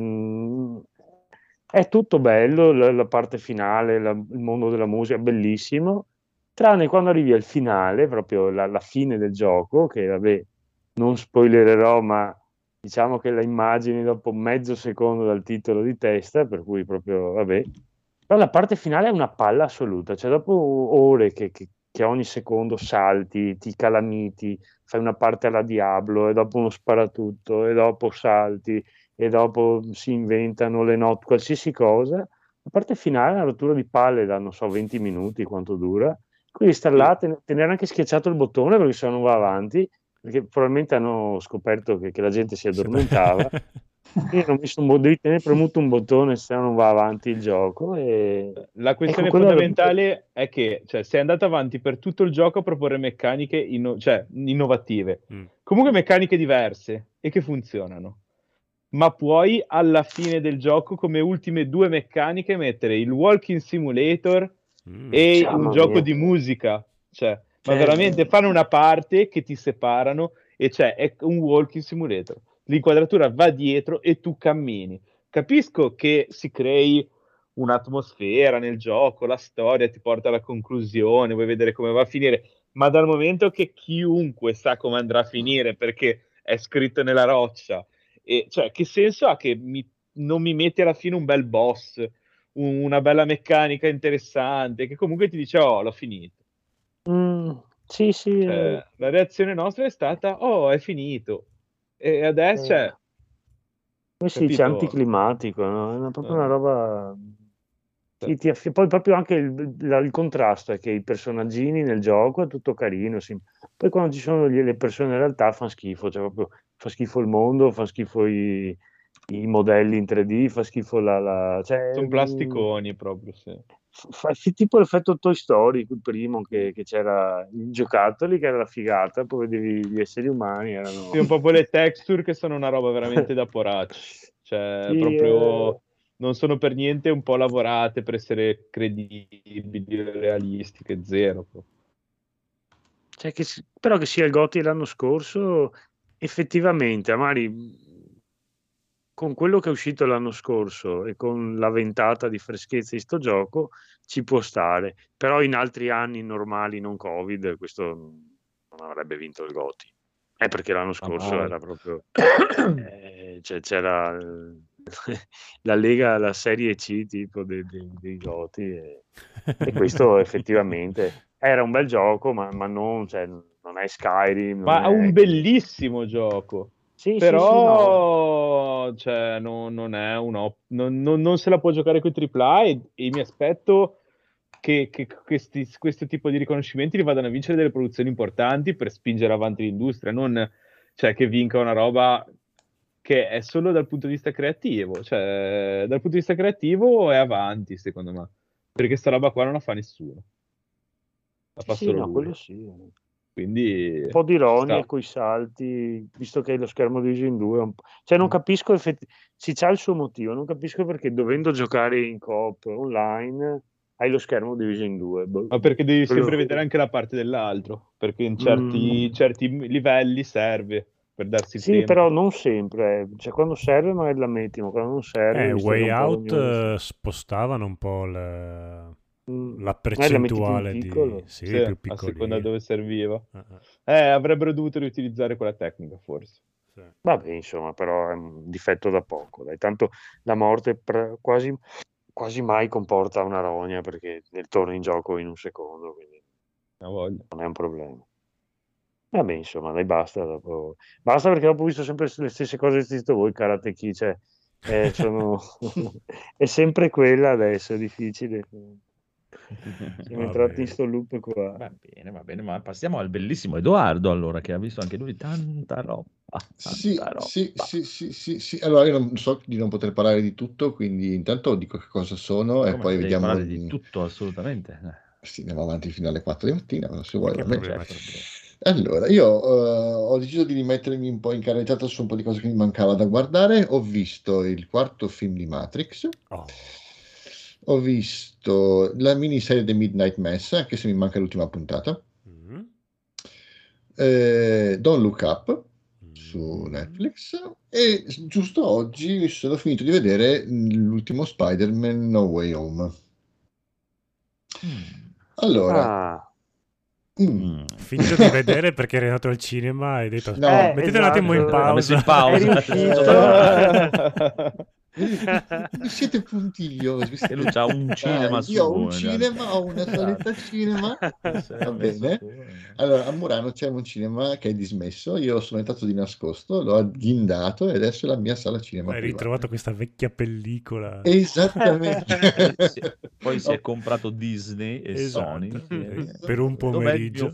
È tutto bello, la parte finale, il mondo della musica è bellissimo, tranne quando arrivi al finale, proprio la fine del gioco, che vabbè, non spoilererò, ma diciamo che la immagini dopo mezzo secondo dal titolo di testa, per cui proprio vabbè. Però la parte finale è una palla assoluta, cioè dopo ore che ogni secondo salti, ti calamiti, fai una parte alla Diablo e dopo uno sparatutto e dopo salti e dopo si inventano le notti, qualsiasi cosa. La parte finale è una rottura di palle da, non so, 20 minuti, quanto dura. Quindi star là, tenere anche schiacciato il bottone perché se no non va avanti, perché probabilmente hanno scoperto che la gente si addormentava. Io non mi sono devi tenere premuto un bottone, se no non va avanti il gioco. La questione fondamentale è che sei andato avanti per tutto il gioco a proporre meccaniche innovative, comunque meccaniche diverse e che funzionano. Ma puoi alla fine del gioco, come ultime 2 meccaniche, mettere il walking simulator e un gioco di musica. Ma veramente fanno una parte che ti separano e è un walking simulator. L'inquadratura va dietro e tu cammini. Capisco che si crei un'atmosfera nel gioco, la storia ti porta alla conclusione, vuoi vedere come va a finire, ma dal momento che chiunque sa come andrà a finire perché è scritto nella roccia, e che senso ha che non mi metti alla fine un bel boss, una bella meccanica interessante, che comunque ti dice l'ho finito. Sì. La reazione nostra è stata è finito. E adesso come si dice, anticlimatico, no? È proprio una roba. Poi proprio anche il contrasto è che i personaggini nel gioco è tutto carino, poi quando ci sono le persone in realtà fanno schifo, cioè proprio fa schifo il mondo, fa schifo i modelli in 3D, fa schifo sono plasticoni proprio, sì. fa tipo l'effetto Toy Story, il primo che c'era i giocattoli, che era la figata, poi vedevi gli esseri umani, erano... Sì, un po' le texture che sono una roba veramente da poracci, cioè Sì, proprio non sono per niente un po' lavorate per essere credibili, realistiche, zero. Cioè però che sia il GOTY l'anno scorso, effettivamente, magari con quello che è uscito l'anno scorso e con la ventata di freschezza di sto gioco ci può stare, però in altri anni normali, non Covid, questo non avrebbe vinto il GOTY. Perché l'anno scorso era proprio... cioè c'era la Lega, la Serie C tipo dei GOTY e questo effettivamente era un bel gioco, ma non, cioè, non è Skyrim, non Ma è è... un bellissimo gioco. Sì, Però cioè, non è non se la può giocare con i AAA e mi aspetto che questo tipo di riconoscimenti li vadano a vincere delle produzioni importanti per spingere avanti l'industria, non cioè, che vinca una roba che è solo dal punto di vista creativo. Cioè, dal punto di vista creativo è avanti, secondo me, perché sta roba qua non la fa nessuno. La fa solo lui. quello sì. Quindi Un po' di ironia coi salti, visto che hai lo schermo Division 2, cioè non capisco se c'ha il suo motivo, non capisco perché dovendo giocare in coop online hai lo schermo Division 2. Ma perché devi sempre vedere anche la parte dell'altro, perché in certi livelli serve per darsi il tempo. Sì, però non sempre, cioè quando serve magari la metti, ma quando non serve... Way Out spostavano un po' la percentuale di... Sì, più a seconda dove serviva. Avrebbero dovuto riutilizzare quella tecnica, forse. Sì. Vabbè, insomma, però è un difetto da poco, dai. Tanto la morte quasi mai comporta una rogna, perché torna in gioco in un secondo, quindi non è un problema. Vabbè, insomma, dai, basta. Basta, perché dopo ho visto sempre le stesse cose che dite voi, Karate Kid, cioè, è sempre quella adesso, è difficile. Siamo entrati in sto loop qua. Va bene, ma passiamo al bellissimo Edoardo, allora, che ha visto anche lui tanta roba. Sì. Allora, io non so di non poter parlare di tutto, quindi intanto dico che cosa sono e poi vediamo. Parlare di tutto, assolutamente. Sì, andiamo avanti fino alle 4 di mattina, se vuoi. Certo. Allora, io ho deciso di rimettermi un po' in carreggiata su un po' di cose che mi mancava da guardare. Ho visto il quarto film di Matrix. Ho visto la miniserie The Midnight Mass, anche se mi manca l'ultima puntata. Don't Look Up su Netflix. E giusto oggi mi sono finito di vedere l'ultimo Spider-Man No Way Home. Allora... Finito di vedere perché eri andato al cinema e hai detto mettete un attimo in pausa. L'ho messo in pausa. Siete puntigliosi. E lui c'ha un cinema io ho un cinema, ho una saletta cinema, va bene. Allora a Murano c'è un cinema che è dismesso, io sono entrato di nascosto, l'ho agghindato e adesso è la mia sala cinema. Hai ritrovato questa vecchia pellicola. Esattamente. Poi si è comprato Disney e Sony per un pomeriggio.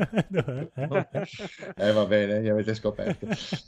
Va bene, mi avete scoperto.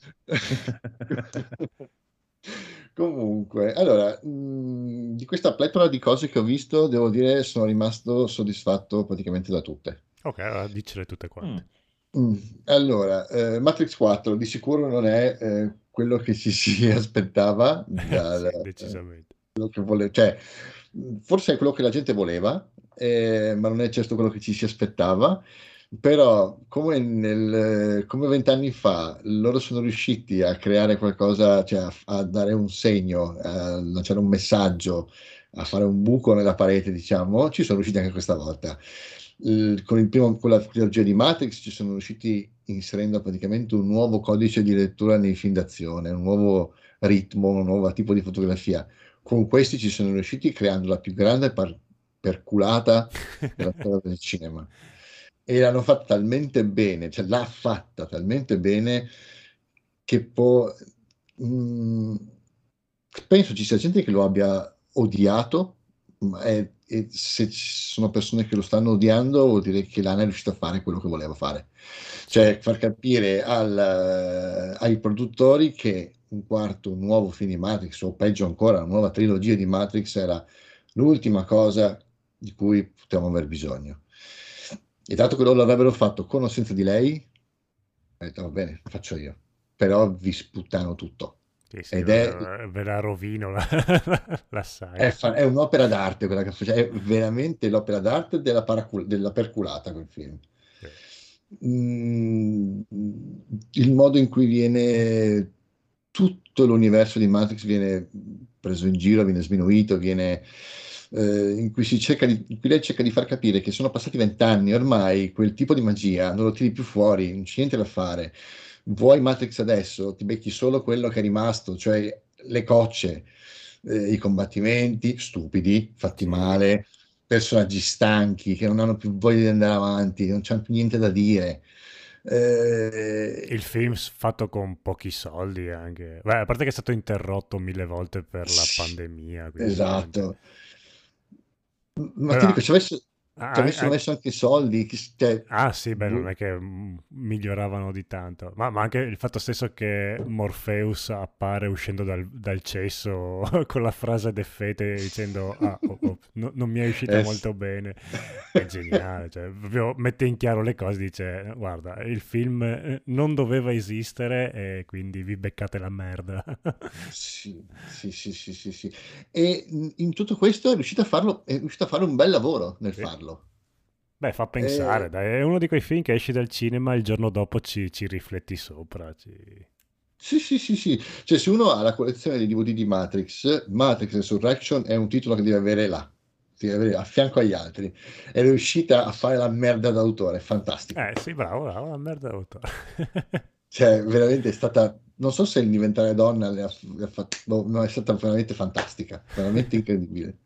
Comunque, allora, di questa pletora di cose che ho visto, devo dire, sono rimasto soddisfatto praticamente da tutte. Ok, allora dicele tutte quante. Allora, Matrix 4 di sicuro non è quello che ci si aspettava. Sì, decisamente. Quello che cioè, forse è quello che la gente voleva, ma non è certo quello che ci si aspettava. Però come 20 anni fa loro sono riusciti a creare qualcosa, cioè a dare un segno, a lanciare un messaggio, a fare un buco nella parete, diciamo, ci sono riusciti anche questa volta. Con la trilogia di Matrix ci sono riusciti inserendo praticamente un nuovo codice di lettura nei film d'azione, un nuovo ritmo, un nuovo tipo di fotografia. Con questi ci sono riusciti creando la più grande perculata della storia del cinema. E l'hanno fatta talmente bene, cioè l'ha fatta talmente bene che penso ci sia gente che lo abbia odiato, e se ci sono persone che lo stanno odiando vuol dire che l'hanno riuscito a fare quello che voleva fare, cioè far capire ai produttori che un nuovo film di Matrix, o peggio ancora una nuova trilogia di Matrix era l'ultima cosa di cui potevamo aver bisogno. E dato che loro l'avrebbero fatto con o senza di lei, ho detto va bene, lo faccio io, però vi sputtano tutto. Sì, ed ve la rovino la saga. È un'opera d'arte quella che faccio, è veramente l'opera d'arte della perculata quel film. Il modo in cui viene tutto l'universo di Matrix viene preso in giro, viene sminuito, in cui lei cerca di far capire che sono passati 20 anni, ormai quel tipo di magia non lo tiri più fuori, non c'è niente da fare. Vuoi Matrix adesso, ti becchi solo quello che è rimasto, cioè le cocce, i combattimenti stupidi, fatti male, personaggi stanchi che non hanno più voglia di andare avanti, non c'hanno più niente da dire. Il film fatto con pochi soldi anche. Beh, a parte che è stato interrotto 1000 volte per la pandemia. Esatto. Ma ti dico, ci avessero messo anche soldi. Sì, beh, non è che miglioravano di tanto. Ma anche il fatto stesso che Morpheus appare uscendo dal cesso con la frase d'effete dicendo non mi è uscita molto bene. È geniale. Cioè, proprio mette in chiaro le cose, dice guarda, il film non doveva esistere e quindi vi beccate la merda. Sì. E in tutto questo è riuscito a fare un bel lavoro nel farlo. Beh, fa pensare, dai, è uno di quei film che esci dal cinema e il giorno dopo ci rifletti sopra. Sì. Cioè, se uno ha la collezione dei DVD di Matrix Resurrection è un titolo che deve avere là, a fianco agli altri. È riuscita a fare la merda d'autore, è fantastico. Sì, bravo, la merda d'autore. Cioè, veramente è stata... Non so se il diventare donna no, è stata veramente fantastica, veramente incredibile.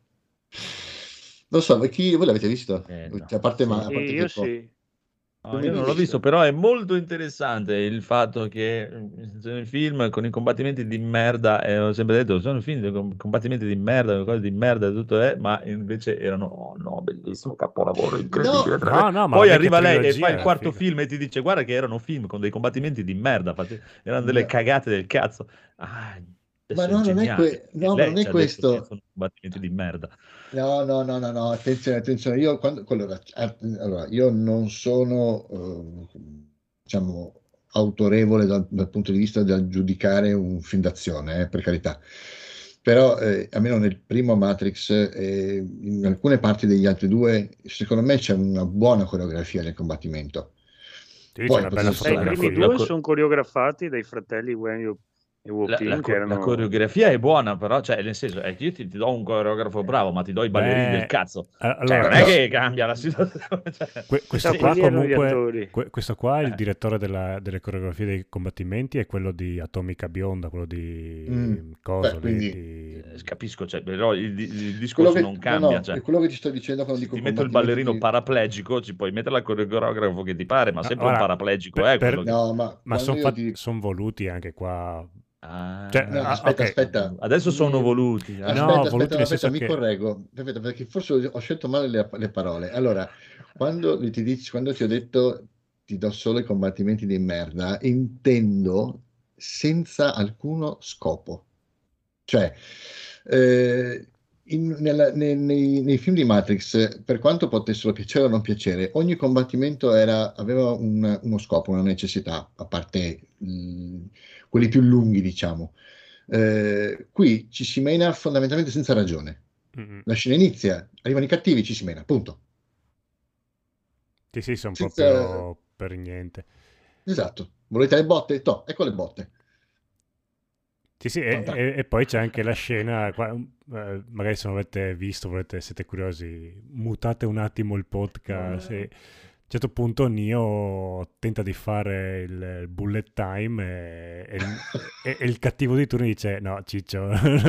Non so, voi l'avete visto? No. A parte io sì. No, io non l'ho visto, però è molto interessante il fatto che sono i film con i combattimenti di merda, ho sempre detto, sono film con combattimenti di merda, cose di merda, tutto ma invece erano, bellissimo, capolavoro, incredibile. No, poi arriva lei e fa il quarto film e ti dice, guarda che erano film con dei combattimenti di merda, erano delle cagate del cazzo. Ma no, non è questo. Sono combattimenti di merda. No, attenzione, io non sono, diciamo, autorevole dal punto di vista del giudicare un film d'azione, per carità. Però, almeno nel primo Matrix e in alcune parti degli altri due, secondo me c'è una buona coreografia nel combattimento. Poi, una bella i primi due sono coreografati dai fratelli Wen e Woping, la coreografia è buona, però, cioè, nel senso, io ti do un coreografo bravo, ma ti do i ballerini del cazzo. Allora, non è che cambia la situazione. Questo qua, comunque, questo qua, il direttore delle coreografie dei combattimenti è quello di Atomica Bionda, quello di capisco, cioè, però il discorso non cambia. Cioè, è quello che ti sto dicendo quando dico ti metto il ballerino paraplegico, ci puoi mettere la coreografo che ti pare, ma sempre un paraplegico ma sono voluti anche qua. Aspetta. Adesso sono voluti. Aspetta, mi correggo. Aspetta, perché forse ho scelto male le parole. Allora, quando ti ho detto ti do solo i combattimenti di merda, intendo senza alcuno scopo. Cioè, nei film di Matrix, per quanto potessero piacere o non piacere, ogni combattimento aveva uno scopo, una necessità, a parte quelli più lunghi, diciamo. Qui ci si mena fondamentalmente senza ragione. La scena inizia, arrivano i cattivi, ci si mena, punto. Sì, sono proprio per niente. Esatto. Volete le botte? Ecco le botte. Sì, e poi c'è anche la scena, magari se non avete visto, siete curiosi, mutate un attimo il podcast. A un certo punto Neo tenta di fare il bullet time e il cattivo di turno dice no, ciccio,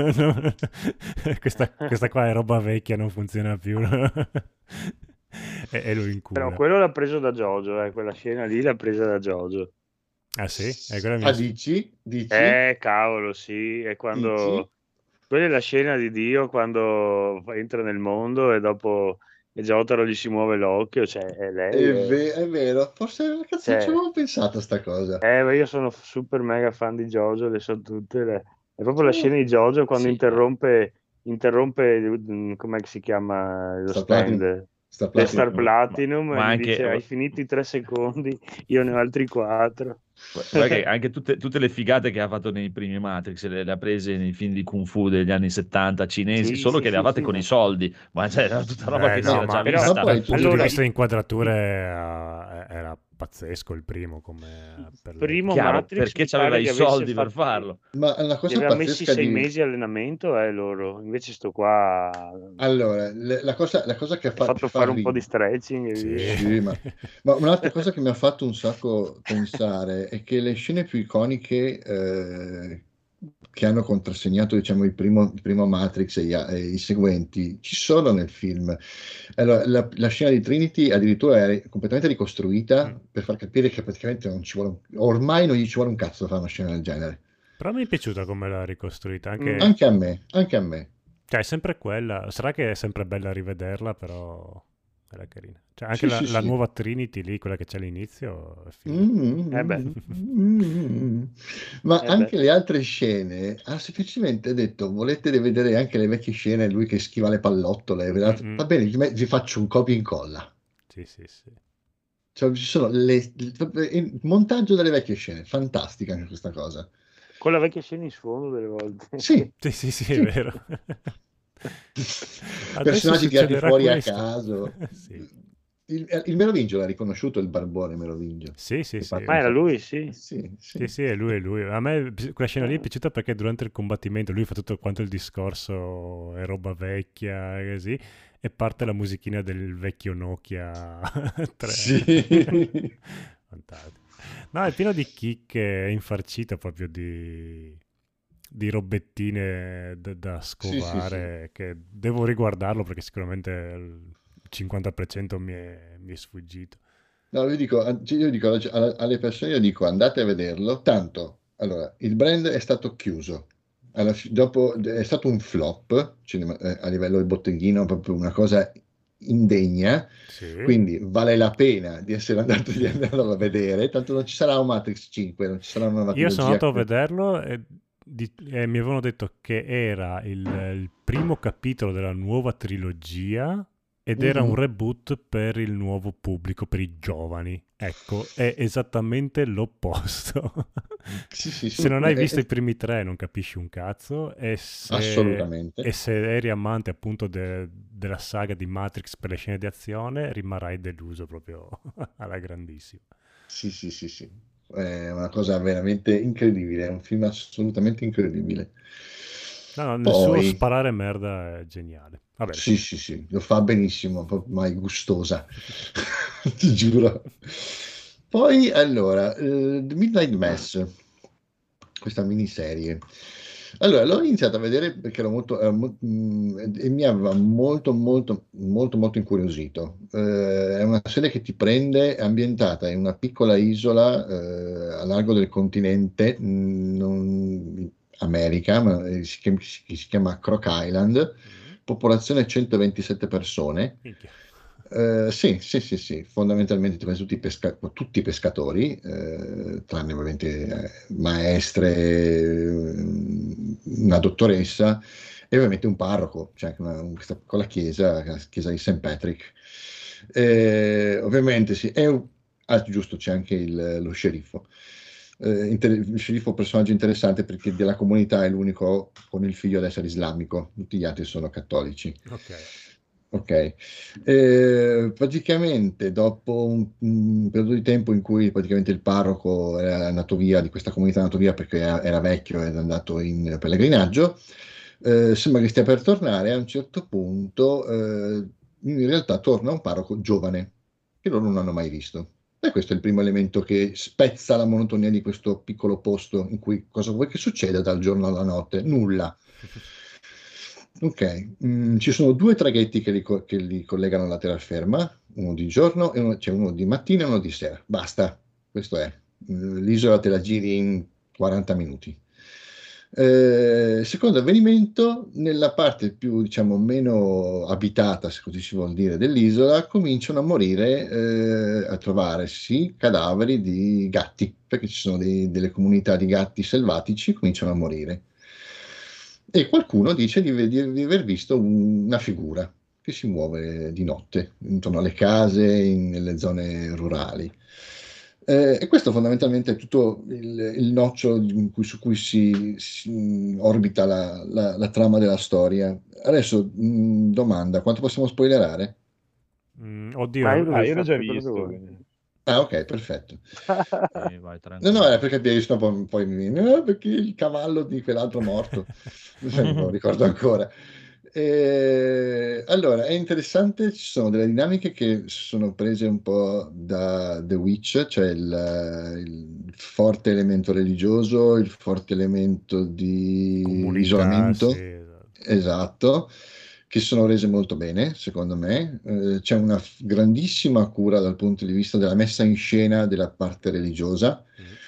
questa qua è roba vecchia, non funziona più. e lo incula. Però quello l'ha preso da Jojo, quella scena lì l'ha presa da Jojo. Ah sì? Dici? Cavolo, sì, è quando... Quella è la scena di Dio quando entra nel mondo e dopo che Jotaro gli si muove l'occhio, cioè è lei. È vero, forse ci avevo pensato a sta cosa. Ma io sono super mega fan di Jojo, le so tutte. È proprio la scena di Jojo quando interrompe interrompe, com'è che si chiama lo Star stand? Platinum. Star Platinum, Ma e gli anche- dice hai finito i 3 secondi, io ne ho altri 4. Guarda che anche tutte le figate che ha fatto nei primi Matrix le ha prese nei film di Kung Fu degli anni 70 cinesi, Sì, solo sì, che le ha sì, fatte sì, con ma- i soldi, ma cioè, era tutta roba che si no, era ma già però- vista. dal punto di allora, vista inquadrature era pazzesco il primo per primo Chiaro, Matrix perché mi c'aveva pare i che avesse soldi per fatto- farlo. Ma la Gli cosa aveva messi pazzesca 6 di... mesi allenamento loro, invece sto qua Allora, la cosa che ha fatto fare un po' di stretching e via. Sì, ma un'altra cosa che mi ha fatto un sacco pensare è che le scene più iconiche che hanno contrassegnato, diciamo, il primo Matrix e i seguenti ci sono nel film. Allora, la scena di Trinity addirittura è completamente ricostruita per far capire che praticamente non ci vuole ormai non gli ci vuole un cazzo da fare una scena del genere. Però mi è piaciuta come l'ha ricostruita, Anche a me. Cioè, è sempre quella. Sarà che è sempre bella rivederla, però era carina. Cioè, anche Sì, la sì. nuova Trinity lì, quella che c'è all'inizio, è figa. Ma anche le altre scene ha semplicemente detto volete vedere anche le vecchie scene, lui che schiva le pallottole, va bene, vi faccio un copia e incolla. Sì. Cioè, ci sono il montaggio delle vecchie scene, fantastica anche questa cosa. Con la vecchia scena in sfondo delle volte. Sì, è vero. Personaggi tirati fuori questo. a caso. Sì. Il Merovingio l'ha riconosciuto, il barbone Merovingio. Sì. Ma era lui, sì. Sì, è lui. A me quella scena lì è piaciuta perché durante il combattimento lui fa tutto quanto il discorso, è roba vecchia e così, e parte la musichina del vecchio Nokia 3. Sì. Fantastico. No, è pieno di chicche, è infarcito proprio di robettine da scovare, Sì. che devo riguardarlo perché sicuramente il 50% mi è sfuggito. No, io dico alle persone, io dico andate a vederlo, tanto, allora, il brand è stato chiuso, dopo è stato un flop a livello di botteghino, proprio una cosa indegna, quindi vale la pena di andarlo a vedere, tanto non ci sarà un Matrix 5, non ci sarà una nuova Io sono trilogia. andato a vederlo e mi avevano detto che era il primo capitolo della nuova trilogia ed era un reboot per il nuovo pubblico, per i giovani. Ecco, è esattamente l'opposto. Sì, se non hai visto i primi 3 non capisci un cazzo, assolutamente. E se eri amante appunto della saga di Matrix per le scene di azione rimarrai deluso proprio alla grandissima. Sì. È una cosa veramente incredibile, è un film assolutamente incredibile. No, il suo sparare merda è geniale. Vabbè. Sì, lo fa benissimo, ma è gustosa, ti giuro. Poi, allora, The Midnight Mass, questa miniserie. Allora, l'ho iniziato a vedere perché ero e mi aveva molto incuriosito. È una serie che ti prende, è ambientata in una piccola isola a largo del continente, America, ma si chiama Croc Island, popolazione 127 persone. Sì, fondamentalmente tutti pescatori, tranne ovviamente maestre, una dottoressa e ovviamente un parroco, c'è anche questa piccola chiesa, la chiesa di St. Patrick. Ovviamente sì, giusto, c'è anche lo sceriffo. Il sceriffo è un personaggio interessante perché della comunità è l'unico con il figlio ad essere islamico, tutti gli altri sono cattolici. Ok. Praticamente dopo un periodo di tempo in cui praticamente il parroco era andato via, di questa comunità è andato via perché era vecchio ed è andato in pellegrinaggio, sembra che stia per tornare. A un certo punto in realtà torna un parroco giovane che loro non hanno mai visto. E questo è il primo elemento che spezza la monotonia di questo piccolo posto in cui cosa vuoi che succeda dal giorno alla notte? Nulla. Ok, ci sono 2 traghetti che li collegano alla terraferma, uno di giorno e uno di mattina e uno di sera. Basta, questo è. L'isola te la giri in 40 minuti. Secondo avvenimento, nella parte più, diciamo, meno abitata, se così si vuol dire, dell'isola, cominciano a morire, a trovarsi cadaveri di gatti, perché ci sono delle comunità di gatti selvatici, cominciano a morire. E qualcuno dice di aver visto una figura che si muove di notte intorno alle case, nelle zone rurali. E questo fondamentalmente è tutto il nocciolo su cui si orbita la trama della storia. Adesso, domanda, quanto possiamo spoilerare? Oddio, io l'ho già visto. Ah, ok, perfetto. Vai, No, era per capire, sennò poi mi viene, perché il cavallo di quell'altro morto, non lo ricordo ancora. Allora, è interessante, ci sono delle dinamiche che sono prese un po' da The Witch, cioè il forte elemento religioso, il forte elemento di comunità, isolamento, sì, esatto. esatto, che sono rese molto bene, secondo me. C'è una grandissima cura dal punto di vista della messa in scena della parte religiosa,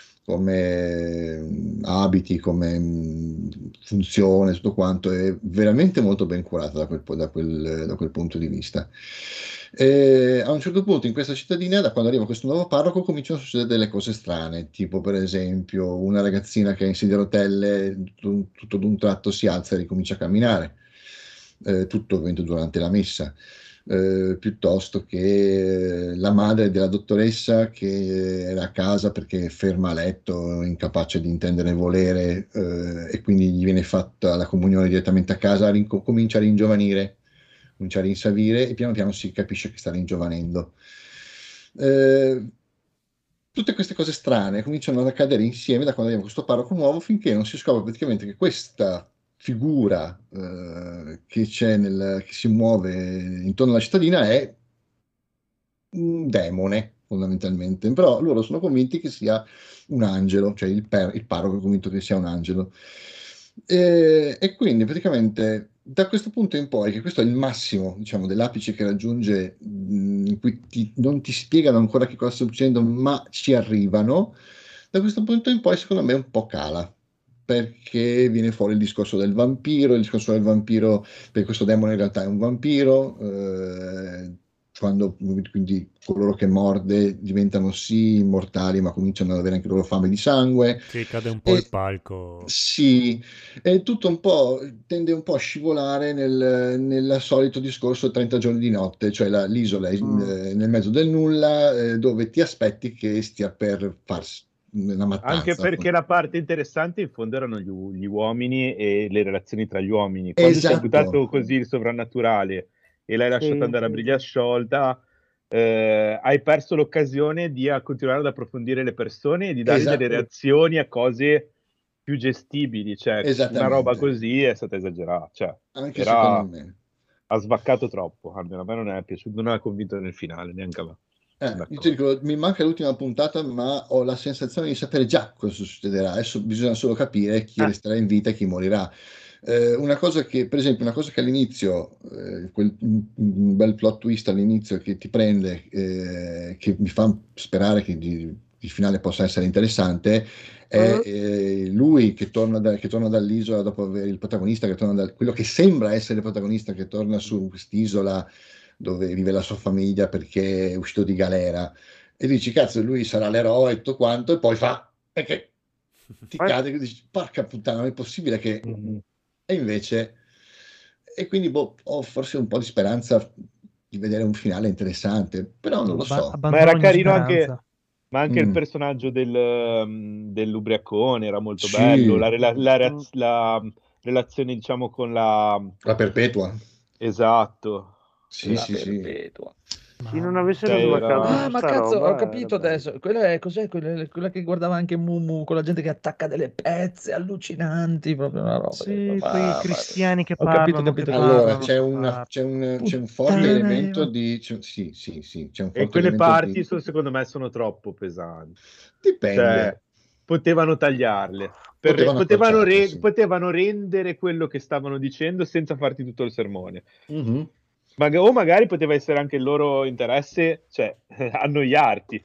come abiti, come funzione, tutto quanto è veramente molto ben curato da quel punto di vista. A un certo punto in questa cittadina, da quando arriva questo nuovo parroco, cominciano a succedere delle cose strane, tipo per esempio una ragazzina che è in sedia a rotelle, tutto d'un tratto si alza e ricomincia a camminare, tutto ovviamente durante la messa. Piuttosto che la madre della dottoressa che era a casa perché è ferma a letto, incapace di intendere e volere, e quindi gli viene fatta la comunione direttamente a casa, comincia a ringiovanire, comincia a rinsavire e piano piano si capisce che sta ringiovanendo. Tutte queste cose strane cominciano ad accadere insieme da quando abbiamo questo parroco nuovo, finché non si scopre praticamente che questa figura che che si muove intorno alla cittadina è un demone, fondamentalmente. Però loro sono convinti che sia un angelo, cioè il parroco è convinto che sia un angelo. E quindi praticamente da questo punto in poi, che questo è il massimo, diciamo, dell'apice che raggiunge, in cui non ti spiegano ancora che cosa sta succedendo, ma ci arrivano, da questo punto in poi secondo me un po' cala, perché viene fuori il discorso del vampiro, perché questo demone in realtà è un vampiro, quando quindi coloro che morde diventano sì immortali, ma cominciano ad avere anche loro fame di sangue. Sì, cade un po' il palco. Sì, e tutto un po' tende un po' a scivolare nel solito discorso 30 giorni di notte, cioè l'isola è nel mezzo del nulla, dove ti aspetti che stia per farsi una mattanza. Anche perché la parte interessante in fondo erano gli uomini e le relazioni tra gli uomini. Quando ti hai buttato così il sovrannaturale e l'hai lasciato andare a briglia sciolta, hai perso l'occasione di continuare ad approfondire le persone e di dargli delle reazioni a cose più gestibili. Cioè, una roba così è stata esagerata. Cioè, anche secondo me. Ha svaccato troppo. Almeno a me non è piaciuto, non ha convinto nel finale, neanche a me. Io ti dico, mi manca l'ultima puntata, ma ho la sensazione di sapere già cosa succederà. Adesso bisogna solo capire chi resterà in vita e chi morirà. Una cosa che, per esempio, all'inizio, un bel plot twist all'inizio che ti prende, che mi fa sperare che il finale possa essere interessante, è lui che torna dall'isola dopo avere il protagonista che torna quello che sembra essere il protagonista che torna su quest'isola dove vive la sua famiglia perché è uscito di galera, e dici cazzo lui sarà l'eroe e tutto quanto, e poi perché ti cade e dici porca puttana, non è possibile che e invece, e quindi ho forse un po' di speranza di vedere un finale interessante, però non lo so. Ma era carino anche il personaggio dell'ubriacone era molto bello, la relazione diciamo con la Perpetua. Esatto. Sì. Chi non avessero svaccato ma cazzo, ho capito adesso. Quella è quella che guardava anche Mumu, con la gente che attacca delle pezze allucinanti, proprio una roba. Sì, quei cristiani che parlano. Ho capito. Allora, c'è un forte elemento di sì, c'è un forte e quelle elemento parti secondo me sono troppo pesanti. Dipende. Cioè, potevano tagliarle. Potevano rendere quello che stavano dicendo senza farti tutto il sermone. O magari poteva essere anche il loro interesse, cioè annoiarti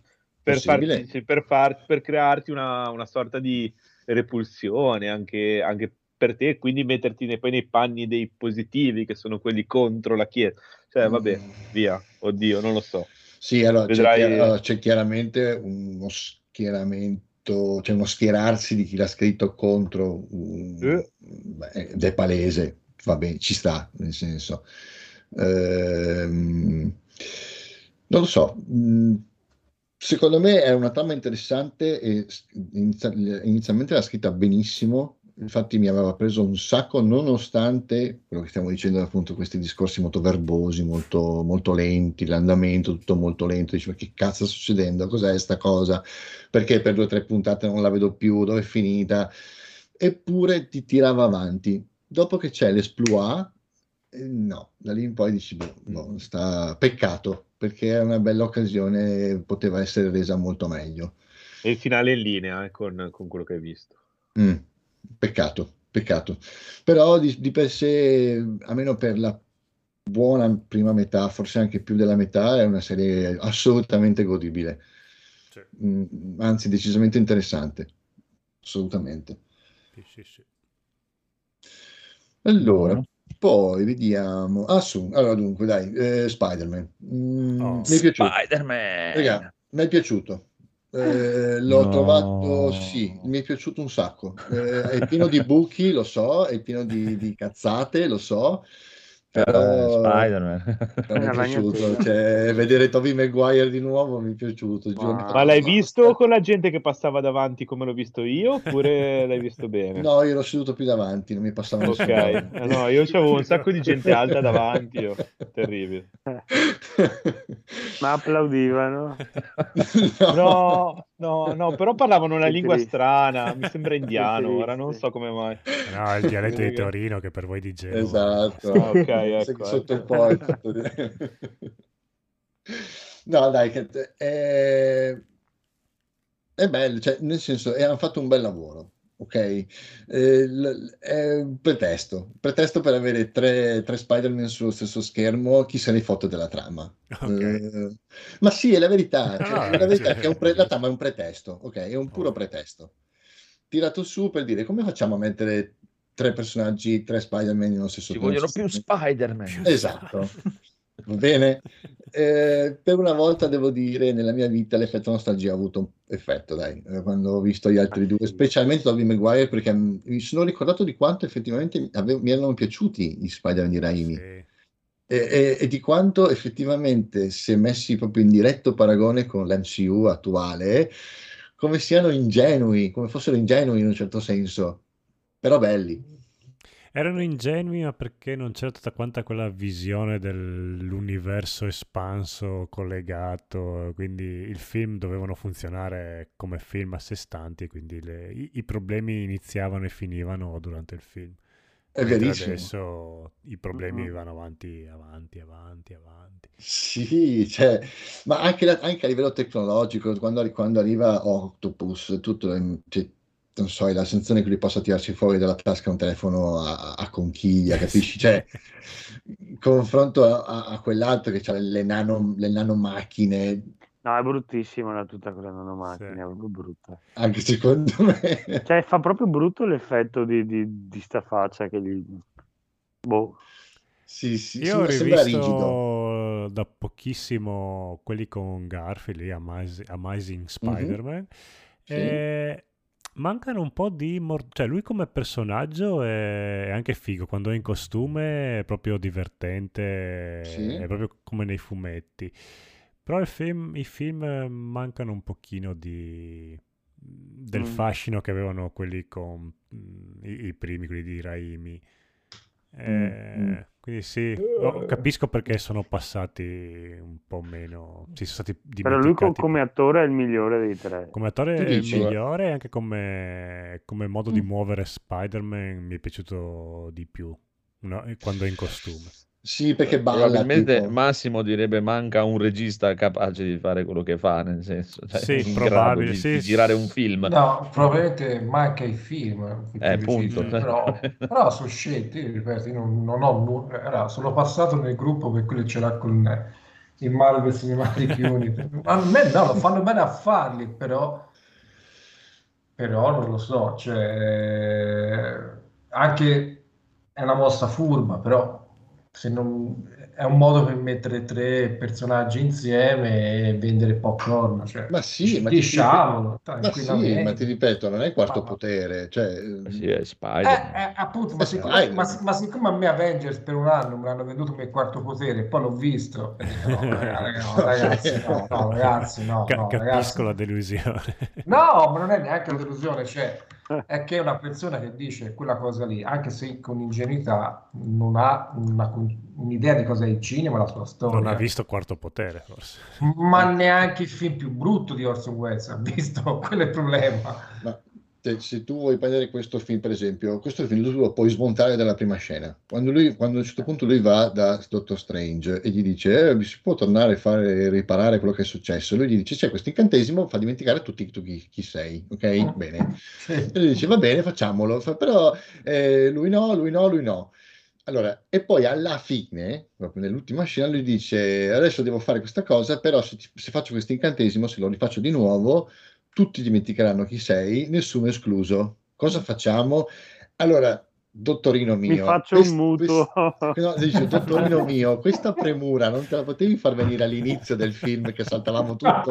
per crearti una sorta di repulsione anche per te, quindi metterti poi nei panni dei positivi che sono quelli contro la Chiesa. Cioè, vabbè, via, oddio, non lo so. Sì, allora c'è chiaramente uno schieramento scritto, c'è uno schierarsi di chi l'ha scritto contro, ed è palese, va bene, ci sta, nel senso. Non lo so, secondo me è una trama interessante e inizialmente l'ha scritta benissimo, infatti mi aveva preso un sacco, nonostante quello che stiamo dicendo, appunto, questi discorsi molto verbosi, molto, molto lenti, l'andamento tutto molto lento, dici ma che cazzo sta succedendo, cos'è sta cosa, perché per 2 o 3 puntate non la vedo più, dove è finita, eppure ti tirava avanti. Dopo che c'è l'esploit, no, da lì in poi dici peccato, perché è una bella occasione, poteva essere resa molto meglio. E il finale in linea con quello che hai visto. Peccato. Però di per sé, almeno per la buona prima metà, forse anche più della metà, è una serie assolutamente godibile. Sì. Anzi, decisamente interessante. Assolutamente. Sì. Allora, poi vediamo. Allora, dunque, dai, Spider-Man. Mi è piaciuto. Spider-Man! Raga, mi è piaciuto. L'ho trovato, sì, mi è piaciuto un sacco. È pieno di buchi, lo so, è pieno di cazzate, lo so, però Spider-Man. mi è piaciuto. Cioè, vedere Tobey Maguire di nuovo mi è piaciuto. Ma l'hai visto con la gente che passava davanti come l'ho visto io, oppure l'hai visto bene? No, io ero seduto più davanti, non mi passava nessuno davanti. No, io c'avevo un sacco di gente alta davanti, terribile. Ma applaudivano? No, però parlavano una Che lingua triste. strana, mi sembra indiano, triste. ora non so come mai. No, è il dialetto di Torino che per voi di Genova. Esatto. Ok, ecco. Sotto il poi. No, dai, è bello, cioè, nel senso, hanno fatto un bel lavoro, ok? È un pretesto per avere tre Spider-Man sullo stesso schermo, chi se ne fotte della trama. Okay. Ma sì, è la verità, No, la verità è che la cioè, trama è un pretesto, ok? È un puro ovvio. pretesto. Tirato su per dire come facciamo a mettere 3 personaggi, 3 Spider-Man nello stesso Ci vogliono stesso più Spider-Man. Esatto. Va bene? Per una volta devo dire, nella mia vita l'effetto nostalgia ha avuto un effetto, dai, quando ho visto gli altri due, specialmente Tobey Maguire, perché mi sono ricordato di quanto effettivamente mi erano piaciuti gli Spider-Man di Raimi. Sì. E di quanto effettivamente, se messi proprio in diretto paragone con l'MCU attuale, come siano ingenui, come fossero ingenui in un certo senso, però belli. Erano ingenui, ma perché non c'era tutta quanta quella visione dell'universo espanso, collegato, quindi il film dovevano funzionare come film a sé stanti, quindi i problemi iniziavano e finivano durante il film. È Mentre verissimo. adesso i problemi vanno avanti. Sì, cioè, ma anche a livello tecnologico, quando arriva Octopus, tutto, cioè, non so, è la sensazione che lui possa tirarsi fuori dalla tasca un telefono a conchiglia, capisci? Cioè, in confronto a quell'altro che ha le nanomacchine, No, è bruttissima tutta quella nanomacchina, Sì. è proprio brutta. anche secondo me. Cioè, fa proprio brutto l'effetto di sta faccia che gli... Boh. Sì, Io ho sembra rigido. rivisto da pochissimo quelli con Garfield, lì, Amazing Spider-Man, Sì. e mancano un po' di... cioè lui come personaggio è anche figo, quando è in costume è proprio divertente, Sì. è proprio come nei fumetti. Però i film mancano un pochino del fascino che avevano quelli con i primi, quelli di Raimi. Quindi sì, capisco perché sono passati un po' meno, si sono stati Però lui dimenticati. come attore è il migliore dei tre. Come attore Tu è il dici? migliore, e anche come modo di muovere Spider-Man mi è piaciuto di più quando è in costume. Sì, perché balla, Probabilmente tipo. Massimo direbbe manca un regista capace di fare quello che fa, nel senso, cioè, Sì, in probabile, grado sì. di girare un film. No, probabilmente manca il film, Punto. però sono scelte, io ripeto, io non ho nulla, allora, sono passato nel gruppo per quello che ce l'ha con il Marvel Cinematic Universe. A me no, lo fanno bene a farli, però non lo so, cioè, anche è una mossa furba, però Se non, è un modo per mettere 3 personaggi insieme e vendere popcorn, cioè Ma sì, diciamolo ma sì, ma ti tranquillamente. ripeto, non è il quarto Ma- potere, cioè, Sì, è Spider-Man. appunto, è ma Spider-Man. siccome a me Avengers per un anno me l'hanno venduto come quarto potere, poi l'ho visto e dico, no, ragazzi, no, ragazzi, no, Capisco ragazzi. la delusione. No, ma non è neanche una delusione, cioè è che è una persona che dice quella cosa lì, anche se con ingenuità non ha un'idea di cosa è il cinema, la sua storia. Non ha visto Quarto Potere, forse. Ma neanche il film più brutto di Orson Welles ha visto, quello è il problema. Ma se tu vuoi prendere questo film, per esempio, questo film tu lo puoi smontare dalla prima scena. Quando a un certo punto lui va da Doctor Strange e gli dice si può tornare a riparare quello che è successo. Lui gli dice c'è questo incantesimo, fa dimenticare a tutti tu chi sei, ok? Bene. Sì. E lui dice va bene, facciamolo. Però lui no. Allora, e poi alla fine, proprio nell'ultima scena, lui dice adesso devo fare questa cosa, però se faccio questo incantesimo, se lo rifaccio di nuovo, tutti dimenticheranno chi sei, nessuno escluso. Cosa facciamo? Allora, dottorino mio, Mi faccio un mutuo. No, dice, dottorino mio, questa premura non te la potevi far venire all'inizio del film che saltavamo tutto?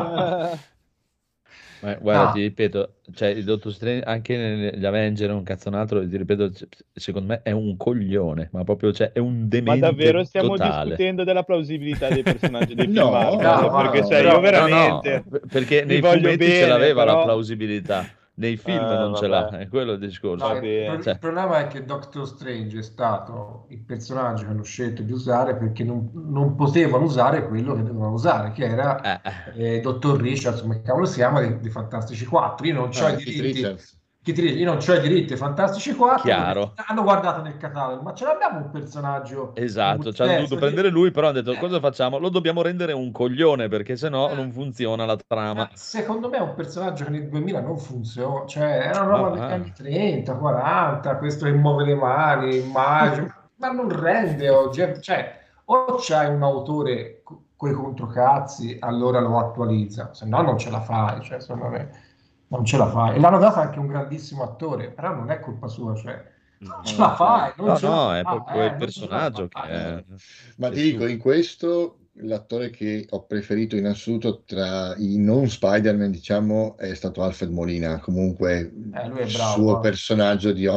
Ma guarda, ti ripeto, cioè il Dottor Strange anche negli Avenger, un cazzonaltro, ti ripeto, secondo me è un coglione, ma proprio cioè, è un demente Ma davvero stiamo totale. discutendo della plausibilità dei personaggi dei film No, Marvel? Perché cioè, però- io veramente perché nei voglio fumetti ce bene, l'aveva la però- plausibilità, nei film non ce l'ha, vabbè. è quello il discorso. Va bene. Il problema è che Doctor Strange è stato il personaggio che hanno scelto di usare perché non potevano usare quello che dovevano usare, che era Dottor Richards, come cavolo si chiama, di Fantastici 4. Io non ho i Keith diritti. Richards. Io non ho i diritti ai Fantastici 4. Chiaro. Hanno guardato nel catalogo, ma ce l'abbiamo un personaggio. Esatto, ci hanno dovuto prendere lui, però hanno detto cosa facciamo? Lo dobbiamo rendere un coglione perché sennò non funziona la trama. Secondo me è un personaggio che nel 2000 non funziona, cioè era una roba degli anni 30, 40, questo che muove le mani, immagino, ma non rende oggi, cioè o c'hai un autore coi controcazzi, allora lo attualizza, se no non ce la fai, cioè secondo me non ce la fai. E l'hanno dato anche un grandissimo attore, però non è colpa sua, cioè non ce la fai. No, è proprio il personaggio che è... Ma ti dico, in questo l'attore che ho preferito in assoluto tra i non Spider-Man, diciamo, è stato Alfred Molina. Comunque lui è il bravo, suo personaggio di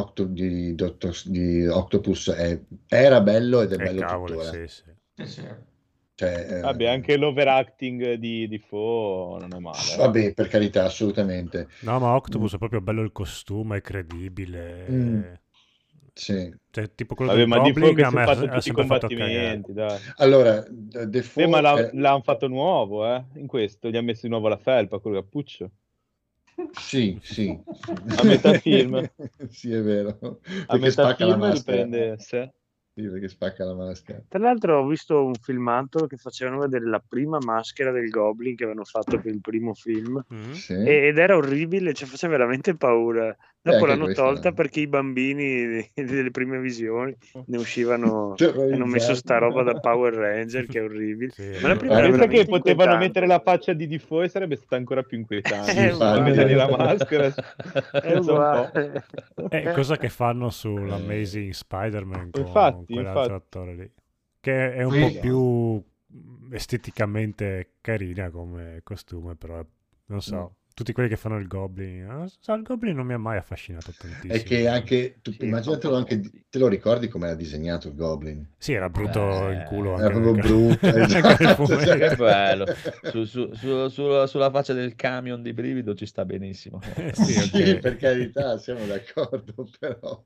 Octopus era bello ed è bello tuttora. Sì. Cioè, vabbè, anche l'overacting di Defoe non è male. Vabbè, per carità, assolutamente. No, ma Octopus è proprio bello il costume, è credibile. Sì. Cioè, tipo quello vabbè, del ma Goblin Defoe che a si me è fatto ha tutti i sempre fatto combattimenti, dai. Allora, Defoe ma l'hanno fatto nuovo, in questo. Gli ha messo di nuovo la felpa, col cappuccio. Sì. A metà film. Sì, è vero. A metà film maschera. riprende sé. Sì, perché spacca la maschera. Tra l'altro ho visto un filmato che facevano vedere la prima maschera del Goblin che avevano fatto per il primo film Sì. ed era orribile, cioè faceva veramente paura. Dopo l'hanno questa, tolta perché i bambini delle prime visioni ne uscivano e hanno messo sta roba da Power Ranger che è orribile. Ma la prima era pensa che veramente potevano inquietante. mettere la faccia di Defoe e sarebbe stata ancora più inquietante. uguale. Mettergli la maschera. È uguale. Cosa che fanno sull'Amazing Spider-Man con Infatti. quell'altro attore lì, che è un po' più esteticamente carina come costume, però non so, tutti quelli che fanno il Goblin, il Goblin non mi ha mai affascinato tantissimo. È che anche tu immaginatelo, anche te lo ricordi come era disegnato il Goblin? Sì, era brutto in culo, era anche proprio brutto, Che bello. Sulla faccia del camion di brivido ci sta benissimo. Sì, per carità, siamo d'accordo, però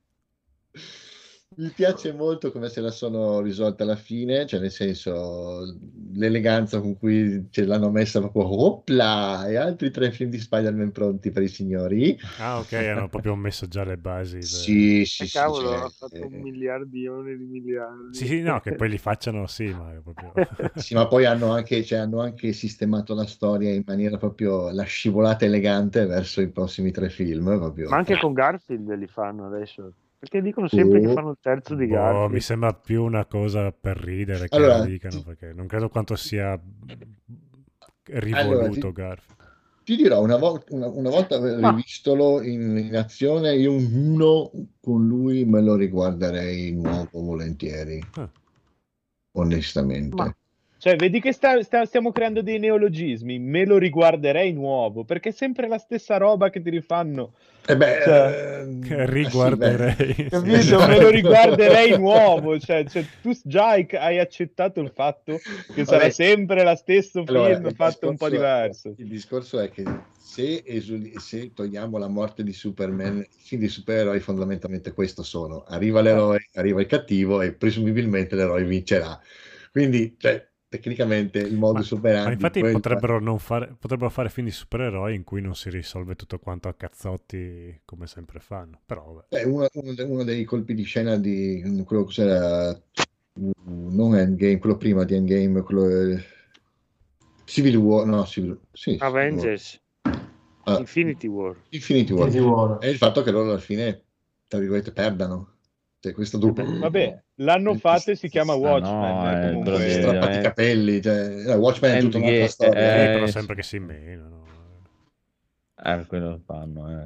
mi piace molto come se la sono risolta alla fine, cioè nel senso l'eleganza con cui ce l'hanno messa proprio opla, e altri 3 film di Spider-Man pronti per i signori. Ah, ok, hanno proprio messo già le basi. Sì, cavolo, ha fatto un miliardione di miliardi. Sì, no, che poi li facciano, sì, ma proprio... Sì, ma poi hanno anche sistemato la storia in maniera proprio la scivolata elegante verso i prossimi 3 film. Proprio. Ma anche con Garfield li fanno adesso. Perché dicono sempre che fanno il terzo di Garfield. Mi sembra più una cosa per ridere che allora, lo dicano, perché non credo quanto sia rivoluto Garfield. Ti dirò, una volta rivistolo in azione, io un 1 con lui me lo riguarderei nuovo volentieri, onestamente. Cioè, vedi che stiamo creando dei neologismi, me lo riguarderei nuovo, perché è sempre la stessa roba che ti rifanno. Riguarderei. Sì, capito? Me lo riguarderei nuovo, cioè tu già hai accettato il fatto che sarà sempre lo stesso film fatto un po' diverso. Il discorso è che se togliamo la morte di Superman, i film di supereroi fondamentalmente questo sono: arriva l'eroe, arriva il cattivo e presumibilmente l'eroe vincerà. Quindi, tecnicamente il modus operandi. Ma infatti potrebbero fare film di supereroi in cui non si risolve tutto quanto a cazzotti come sempre fanno. Però uno dei colpi di scena di quello che c'era, non Endgame, quello prima di Endgame, quello Civil War, no, Avengers, Infinity War. È il fatto che loro alla fine, tra virgolette, perdano. Questo vabbè, l'hanno fatto e si chiama Watchmen. Comunque strappati i capelli, Watchmen è tutta un'altra storia. Però sempre che si menano. Quello fanno.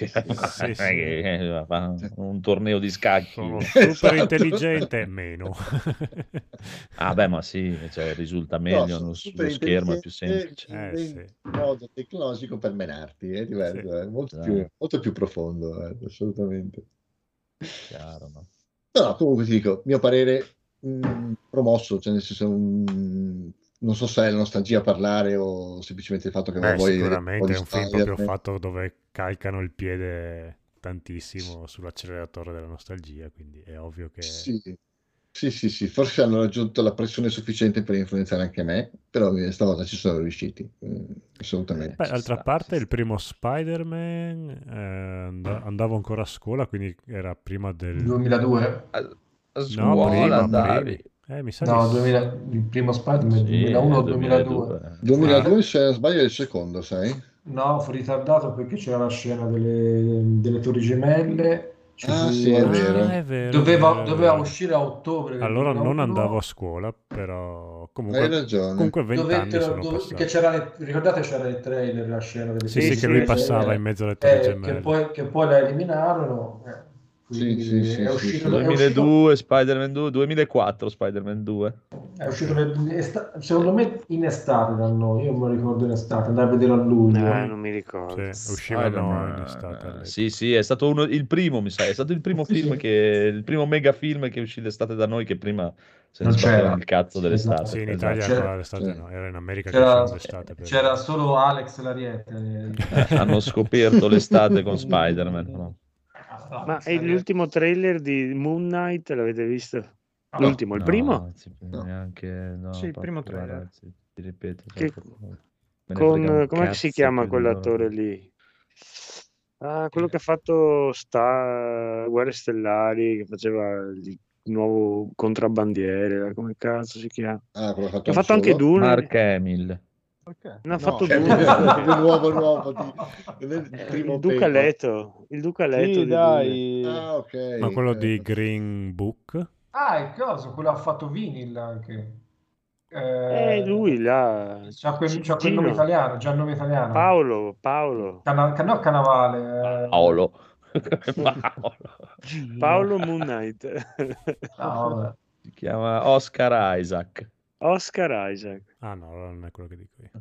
Sì. Un torneo di scacchi. Sono super intelligente, meno. Ma sì, risulta meglio, lo schermo è più semplice. In modo tecnologico per menarti, è diverso, è molto più profondo, assolutamente. Chiaro, no? No, comunque ti dico, mio parere promosso, cioè nel senso, non so se è la nostalgia a parlare o semplicemente il fatto che vuoi sicuramente è un film proprio fatto dove calcano il piede tantissimo sull'acceleratore della nostalgia, quindi è ovvio che sì, forse hanno raggiunto la pressione sufficiente per influenzare anche me, però stavolta ci sono riusciti, assolutamente. D'altra parte il primo Spider-Man andavo ancora a scuola, quindi era prima del 2002? Prima. Mi sa il primo Spider-Man 2001 o 2002. 2002 se non sbaglio è il secondo, sai? No, fu ritardato perché c'era la scena delle Torri Gemelle. Sì, è vero. Doveva uscire a ottobre. Allora non andavo a scuola, però comunque, hai ragione. Comunque 20 anni sono passati. Perché ricordate c'era il trailer, la scena delle Sì, che lui passava in mezzo alle Torri Gemelle. che poi la eliminarono. Sì. È uscito 2002 Spider-Man 2, 2004 Spider-Man 2. È uscito secondo me in estate da noi, io me lo ricordo in estate, andai a vedere a luglio. Non mi ricordo. Uscivano in estate. Sì, è stato il primo, mi sa, è stato il primo film il primo mega film che uscì d'estate da noi, che prima se ne sbatteva il cazzo dell'estate. Sì, in Italia ancora l'estate no, era in America c'era solo Alex Lariette. Hanno scoperto l'estate con Spider-Man, no? Ma è l'ultimo trailer di Moon Knight, l'avete visto? L'ultimo, il primo? Neanche, sì, il primo trailer. Ti ripeto. Come si chiama quell'attore lì? Quello che ha fatto Guerre Stellari, che faceva il nuovo contrabbandiere, come cazzo si chiama? Ha fatto anche Dune. Mark Hamill. Ne ha fatto Dune. nuovo il Duca Leto. Sì, dai. Ma quello di Green Book? Il coso, quello ha fatto Vinyl anche. Lui là. C'ha quel nome italiano, già il nome italiano. Paolo. Cannavale. Paolo Moon Knight. Si chiama Oscar Isaac. No, non è quello che dico io.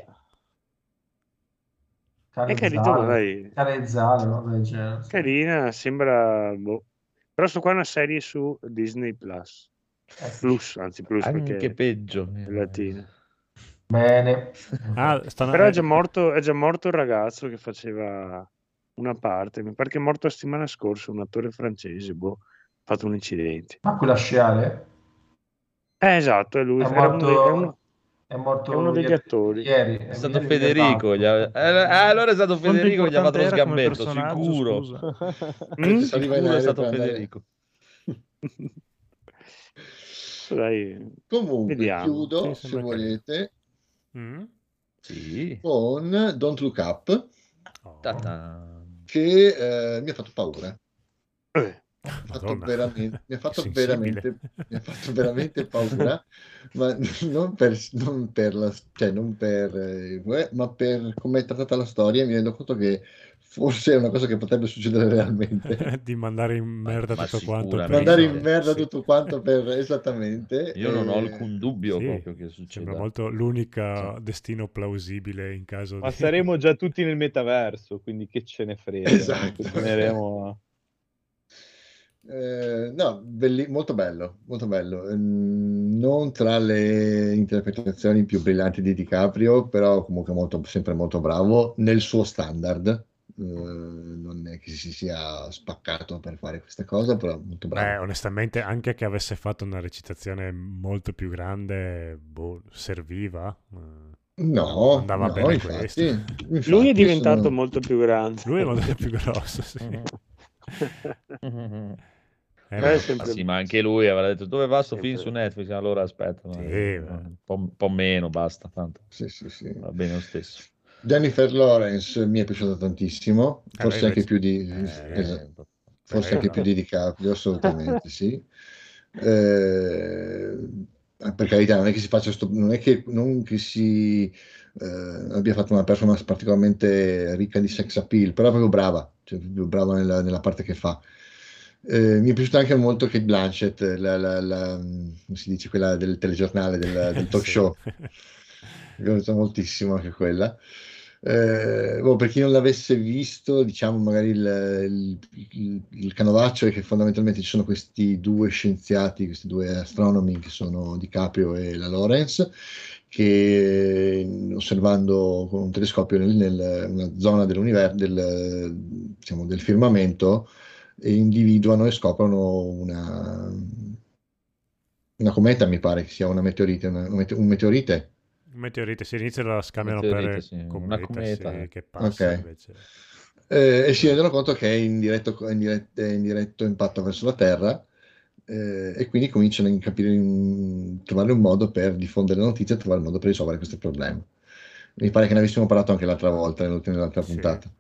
È carino, dai. Carina, sembra. Però sto qua è una serie su Disney Plus. Anzi, Plus anche perché peggio. È latina. Bene. Però è già morto il ragazzo che faceva una parte. Mi pare che è morto la settimana scorsa, un attore francese, ha fatto un incidente. Ma quella sciale? Esatto, è lui. È morto uno degli attori. Ieri. È stato Federico. Allora è stato Federico che gli ha fatto lo sgambetto, sicuro. Sicuro è stato Federico. Dai, comunque vediamo. Chiudo se volete sì. con Don't Look Up che mi ha fatto paura. Mi ha fatto veramente paura, ma non per come è trattata la storia. Mi rendo conto che forse è una cosa che potrebbe succedere realmente. Di mandare in merda tutto quanto esattamente. Io non ho alcun dubbio sì, proprio che succeda. Sembra molto l'unico destino plausibile in caso Ma saremo già tutti nel metaverso, quindi che ce ne frega. Esatto. No, molto bello, molto bello. Non tra le interpretazioni più brillanti di DiCaprio, però comunque sempre molto bravo nel suo standard. Non è che si sia spaccato per fare questa cosa, però molto bravo. Onestamente, anche che avesse fatto una recitazione molto più grande, serviva. No, andava bene questo. Infatti, lui è diventato molto più grande. Lui è molto più grosso, sì. Sì, ma anche lui aveva detto dove va sto film su Netflix, allora aspetta, un po' meno, basta tanto. Sì. Va bene lo stesso. Jennifer Lawrence mi è piaciuta tantissimo, forse anche più di DiCaprio, assolutamente sì. Per carità, non è che si faccia non che si abbia fatto una performance particolarmente ricca di sex appeal, però è proprio brava, cioè proprio brava nella parte che fa. Mi è piaciuta anche molto Cate Blanchett, come si dice, quella del telegiornale, del talk show. Mi è piaciuta moltissimo anche quella. Per chi non l'avesse visto, diciamo magari il canovaccio è che fondamentalmente ci sono questi due scienziati, questi due astronomi che sono DiCaprio e la Lawrence, che osservando con un telescopio una zona del firmamento individuano e scoprono una cometa, mi pare che sia una meteorite, un meteorite. Un meteorite, si inizia la scambiano per una cometa che passa invece. E si rendono conto che è in diretto impatto verso la Terra, e quindi cominciano a trovare un modo per diffondere la notizia e trovare un modo per risolvere questo problema. Mi pare che ne avessimo parlato anche l'altra volta, nell'altra puntata.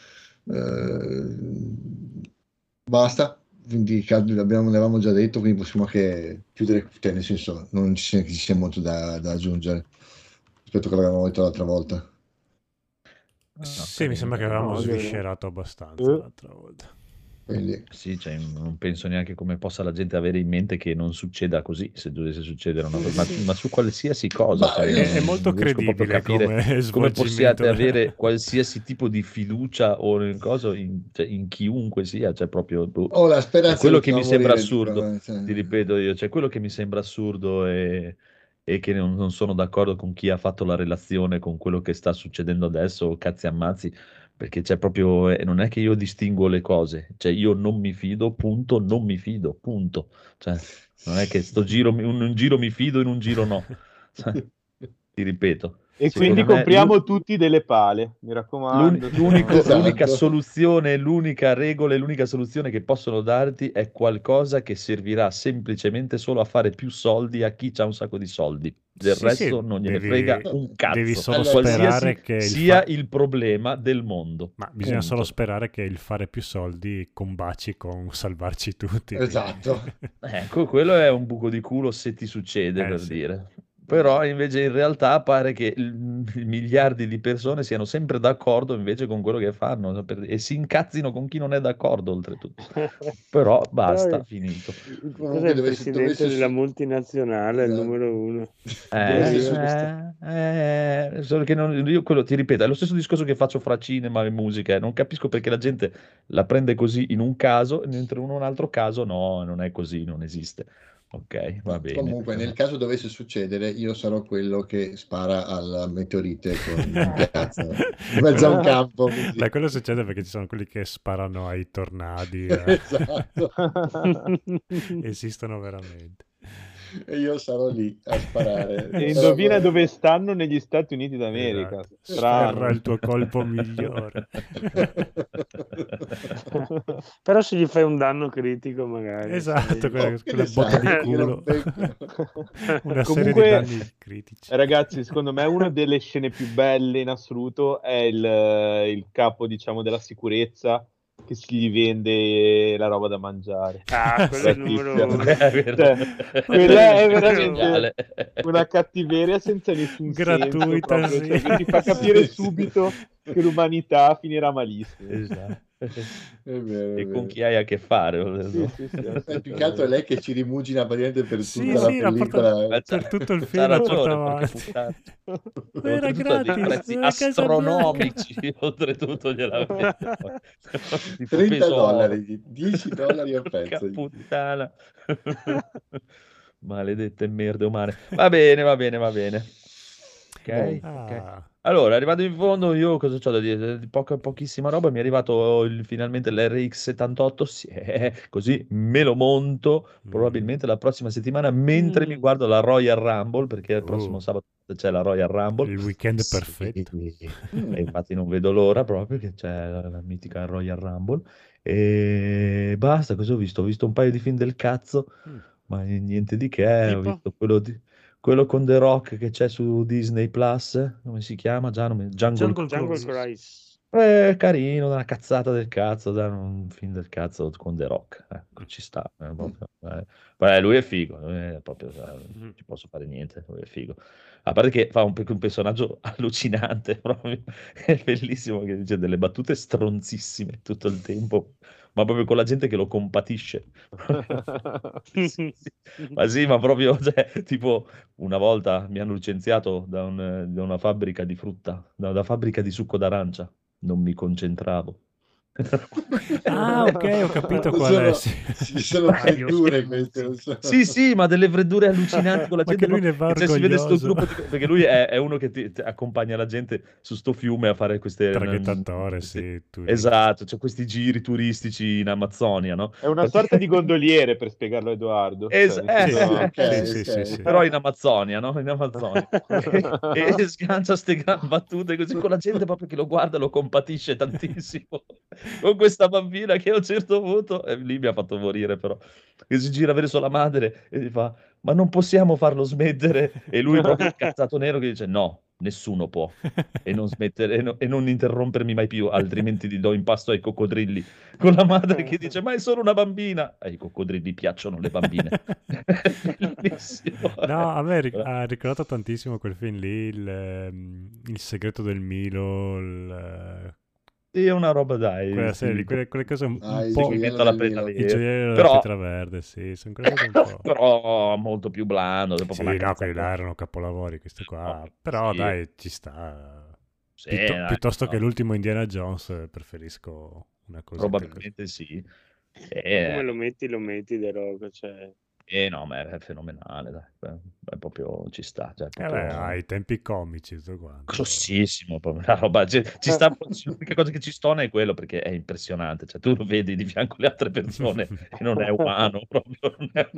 Basta, quindi l'avevamo già detto, quindi possiamo anche chiudere, nel senso non ci sia molto da aggiungere rispetto a quello che avevamo detto l'altra volta. Sì, mi sembra che avevamo sviscerato abbastanza l'altra volta. Quindi. Sì, cioè, non penso neanche come possa la gente avere in mente che non succeda così, se dovesse succedere una cosa, ma su qualsiasi cosa. È molto credibile come possiate avere qualsiasi tipo di fiducia o in chiunque sia, cioè proprio la speranza quello che mi sembra assurdo, ti ripeto io, cioè quello che mi sembra assurdo e che non sono d'accordo con chi ha fatto la relazione con quello che sta succedendo adesso, cazzi ammazzi, perché c'è proprio, non è che io distinguo le cose, cioè io non mi fido, punto, non mi fido, punto. Cioè, non è che in un giro mi fido, in un giro no. Cioè, ti ripeto. E quindi compriamo tutti delle pale, mi raccomando. L'unica soluzione, l'unica regola e l'unica soluzione che possono darti è qualcosa che servirà semplicemente solo a fare più soldi a chi ha un sacco di soldi. Del resto non gliene frega un cazzo. Devi solo sperare che sia il problema del mondo. Ma bisogna solo sperare che il fare più soldi combaci con salvarci tutti. Esatto. Ecco, quello è un buco di culo se ti succede, per dire. Però invece in realtà pare che miliardi di persone siano sempre d'accordo invece con quello che fanno e si incazzino con chi non è d'accordo oltretutto. Però basta, finito. Cos'è il presidente della multinazionale, il numero uno? Solo che io quello ti ripeto, è lo stesso discorso che faccio fra cinema e musica, non capisco perché la gente la prende così in un caso, mentre in un altro caso no, non è così, non esiste. Ok, va bene. Comunque, nel caso dovesse succedere, io sarò quello che spara alla meteorite in piazza, in mezzo a un campo. Beh, quello succede perché ci sono quelli che sparano ai tornadi. Esatto. Esistono veramente. E io sarò lì a sparare. E indovina dove stanno negli Stati Uniti d'America. Esatto. Sferra il tuo colpo migliore. Però se gli fai un danno critico magari. Esatto, quella botta di culo. Una serie di danni critici. Ragazzi, secondo me una delle scene più belle in assoluto è il capo, diciamo, della sicurezza che si vende la roba da mangiare. Quello è il numero uno. Quella è veramente una cattiveria senza nessun gratuita, senso, cioè, che ti fa capire subito che l'umanità finirà malissimo. Esatto. È vero, è E con vero. chi hai a che fare? Più che altro è lei che ci rimugina praticamente per Sì, tutta sì, la pellicola. per tutto il C'ha film la porta ragione, avanti. Era Oltretutto a dei gratis, prezzi era Casa astronomici, oltretutto gliela vedo. Tipo $30, peso oro. $10 a pezzo. Porca puttana. Maledette merde umane. Va bene, va bene, va bene. Ok, ok. Allora, arrivato in fondo, io cosa c'ho da dire? Pochissima roba. Mi è arrivato finalmente l'RX 78. Così me lo monto probabilmente la prossima settimana mentre mi guardo la Royal Rumble, perché il prossimo sabato c'è la Royal Rumble. Il weekend perfetto. E infatti non vedo l'ora proprio che c'è la mitica Royal Rumble. E basta, cosa ho visto? Ho visto un paio di film del cazzo, ma niente di che. Ho visto quello con The Rock che c'è su Disney Plus, come si chiama? Jungle Cruise. Carino, una cazzata del cazzo, un film del cazzo con The Rock, ci sta. Beh, lui è figo, proprio, non ci posso fare niente, lui è figo. A parte che fa un personaggio allucinante, proprio, è bellissimo, che dice delle battute stronzissime tutto il tempo, ma proprio con la gente che lo compatisce. Sì. Ma sì, ma proprio, cioè, tipo, una volta mi hanno licenziato da una fabbrica di frutta, da una fabbrica di succo d'arancia, non mi concentravo. Ah, ok, ho capito qual è. Ci sono freddure queste. Sì, ma delle freddure allucinanti con la gente. Che lui ne va cioè, si vede sto orgoglioso. gruppo perché lui è uno che ti accompagna la gente su sto fiume a fare queste traghettatore, sì, esatto, cioè questi giri turistici in Amazzonia, no? È una sorta di gondoliere, per spiegarlo a Edoardo. Sì. Però in Amazzonia, no? In Amazzonia. e sgancia ste gran battute così con la gente proprio che lo guarda, lo compatisce tantissimo. Con questa bambina che a un certo punto, lì mi ha fatto morire però, che si gira verso la madre e gli fa, ma non possiamo farlo smettere, e lui proprio cazzato nero che dice no, nessuno può, e non smettere e non interrompermi mai più, altrimenti ti do in pasto ai coccodrilli, con la madre che dice ma è solo una bambina, ai coccodrilli piacciono le bambine. Bellissimo. No, a me ha ricordato tantissimo quel film lì, il segreto del Milo, Sì, è una roba, dai. Quella serie, quelle cose un po'. Il gioiello della pietra verde, sì, sono quelle cose un po'. Però molto più blando. Sì, no, quelli là erano capolavori, questi qua. Però sì. dai, ci sta. Sì, piuttosto che l'ultimo Indiana Jones, preferisco una cosa. Probabilmente sì. Come lo metti The Rock, cioè... No, ma è fenomenale, dai. È proprio ci sta. Cioè, proprio... ai tempi comici, tutto quanto. Grossissimo, proprio la roba. Ci sta, l'unica cosa che ci stona è quello, perché è impressionante. Cioè, tu lo vedi di fianco alle altre persone e non è umano, proprio. Non è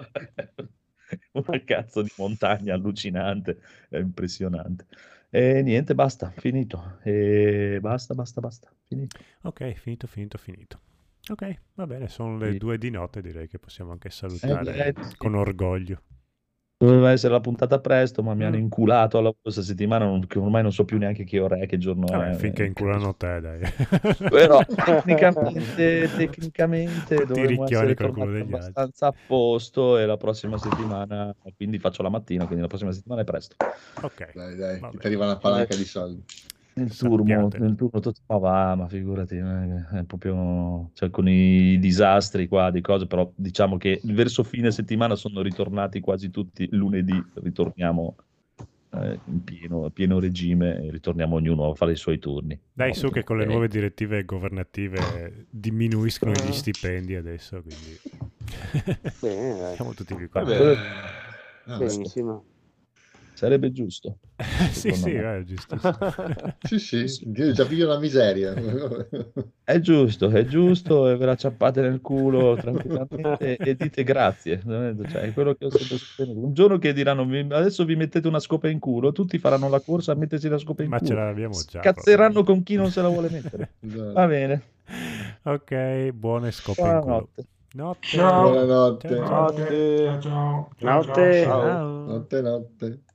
una cazzo di montagna allucinante, è impressionante. E niente, basta, finito. E basta, finito. Ok, finito. Ok, va bene, sono le 2 di notte, direi che possiamo anche salutare con orgoglio. Doveva essere la puntata presto, ma mi hanno inculato alla questa settimana, ormai non so più neanche che ora è, che giorno è. Finché inculano te, dai. Però tecnicamente dovremmo essere tornati abbastanza a posto, e la prossima settimana, quindi faccio la mattina, quindi la prossima settimana è presto. Ok. Dai, ti arriva una palanca di soldi. Nel turno ma figurati, è proprio, cioè, con i disastri qua di cose, però diciamo che verso fine settimana sono ritornati quasi tutti, lunedì ritorniamo in pieno regime e ritorniamo ognuno a fare i suoi turni. Dai, su che con le nuove direttive governative diminuiscono gli stipendi adesso, quindi siamo tutti più contenti. Benissimo. Sarebbe giusto. Sì, è giusto. Sì, già piglio la miseria. È giusto, e ve la ciappate nel culo tranquillamente e dite grazie. Cioè, è quello che ho sempre sostenuto. Un giorno che diranno adesso vi mettete una scopa in culo, tutti faranno la corsa a mettersi la scopa in culo. Ma ce l'abbiamo già. Cazzeranno con chi non se la vuole mettere. Va bene. Ok, buone scope in culo. Buonanotte. Notte. Notte.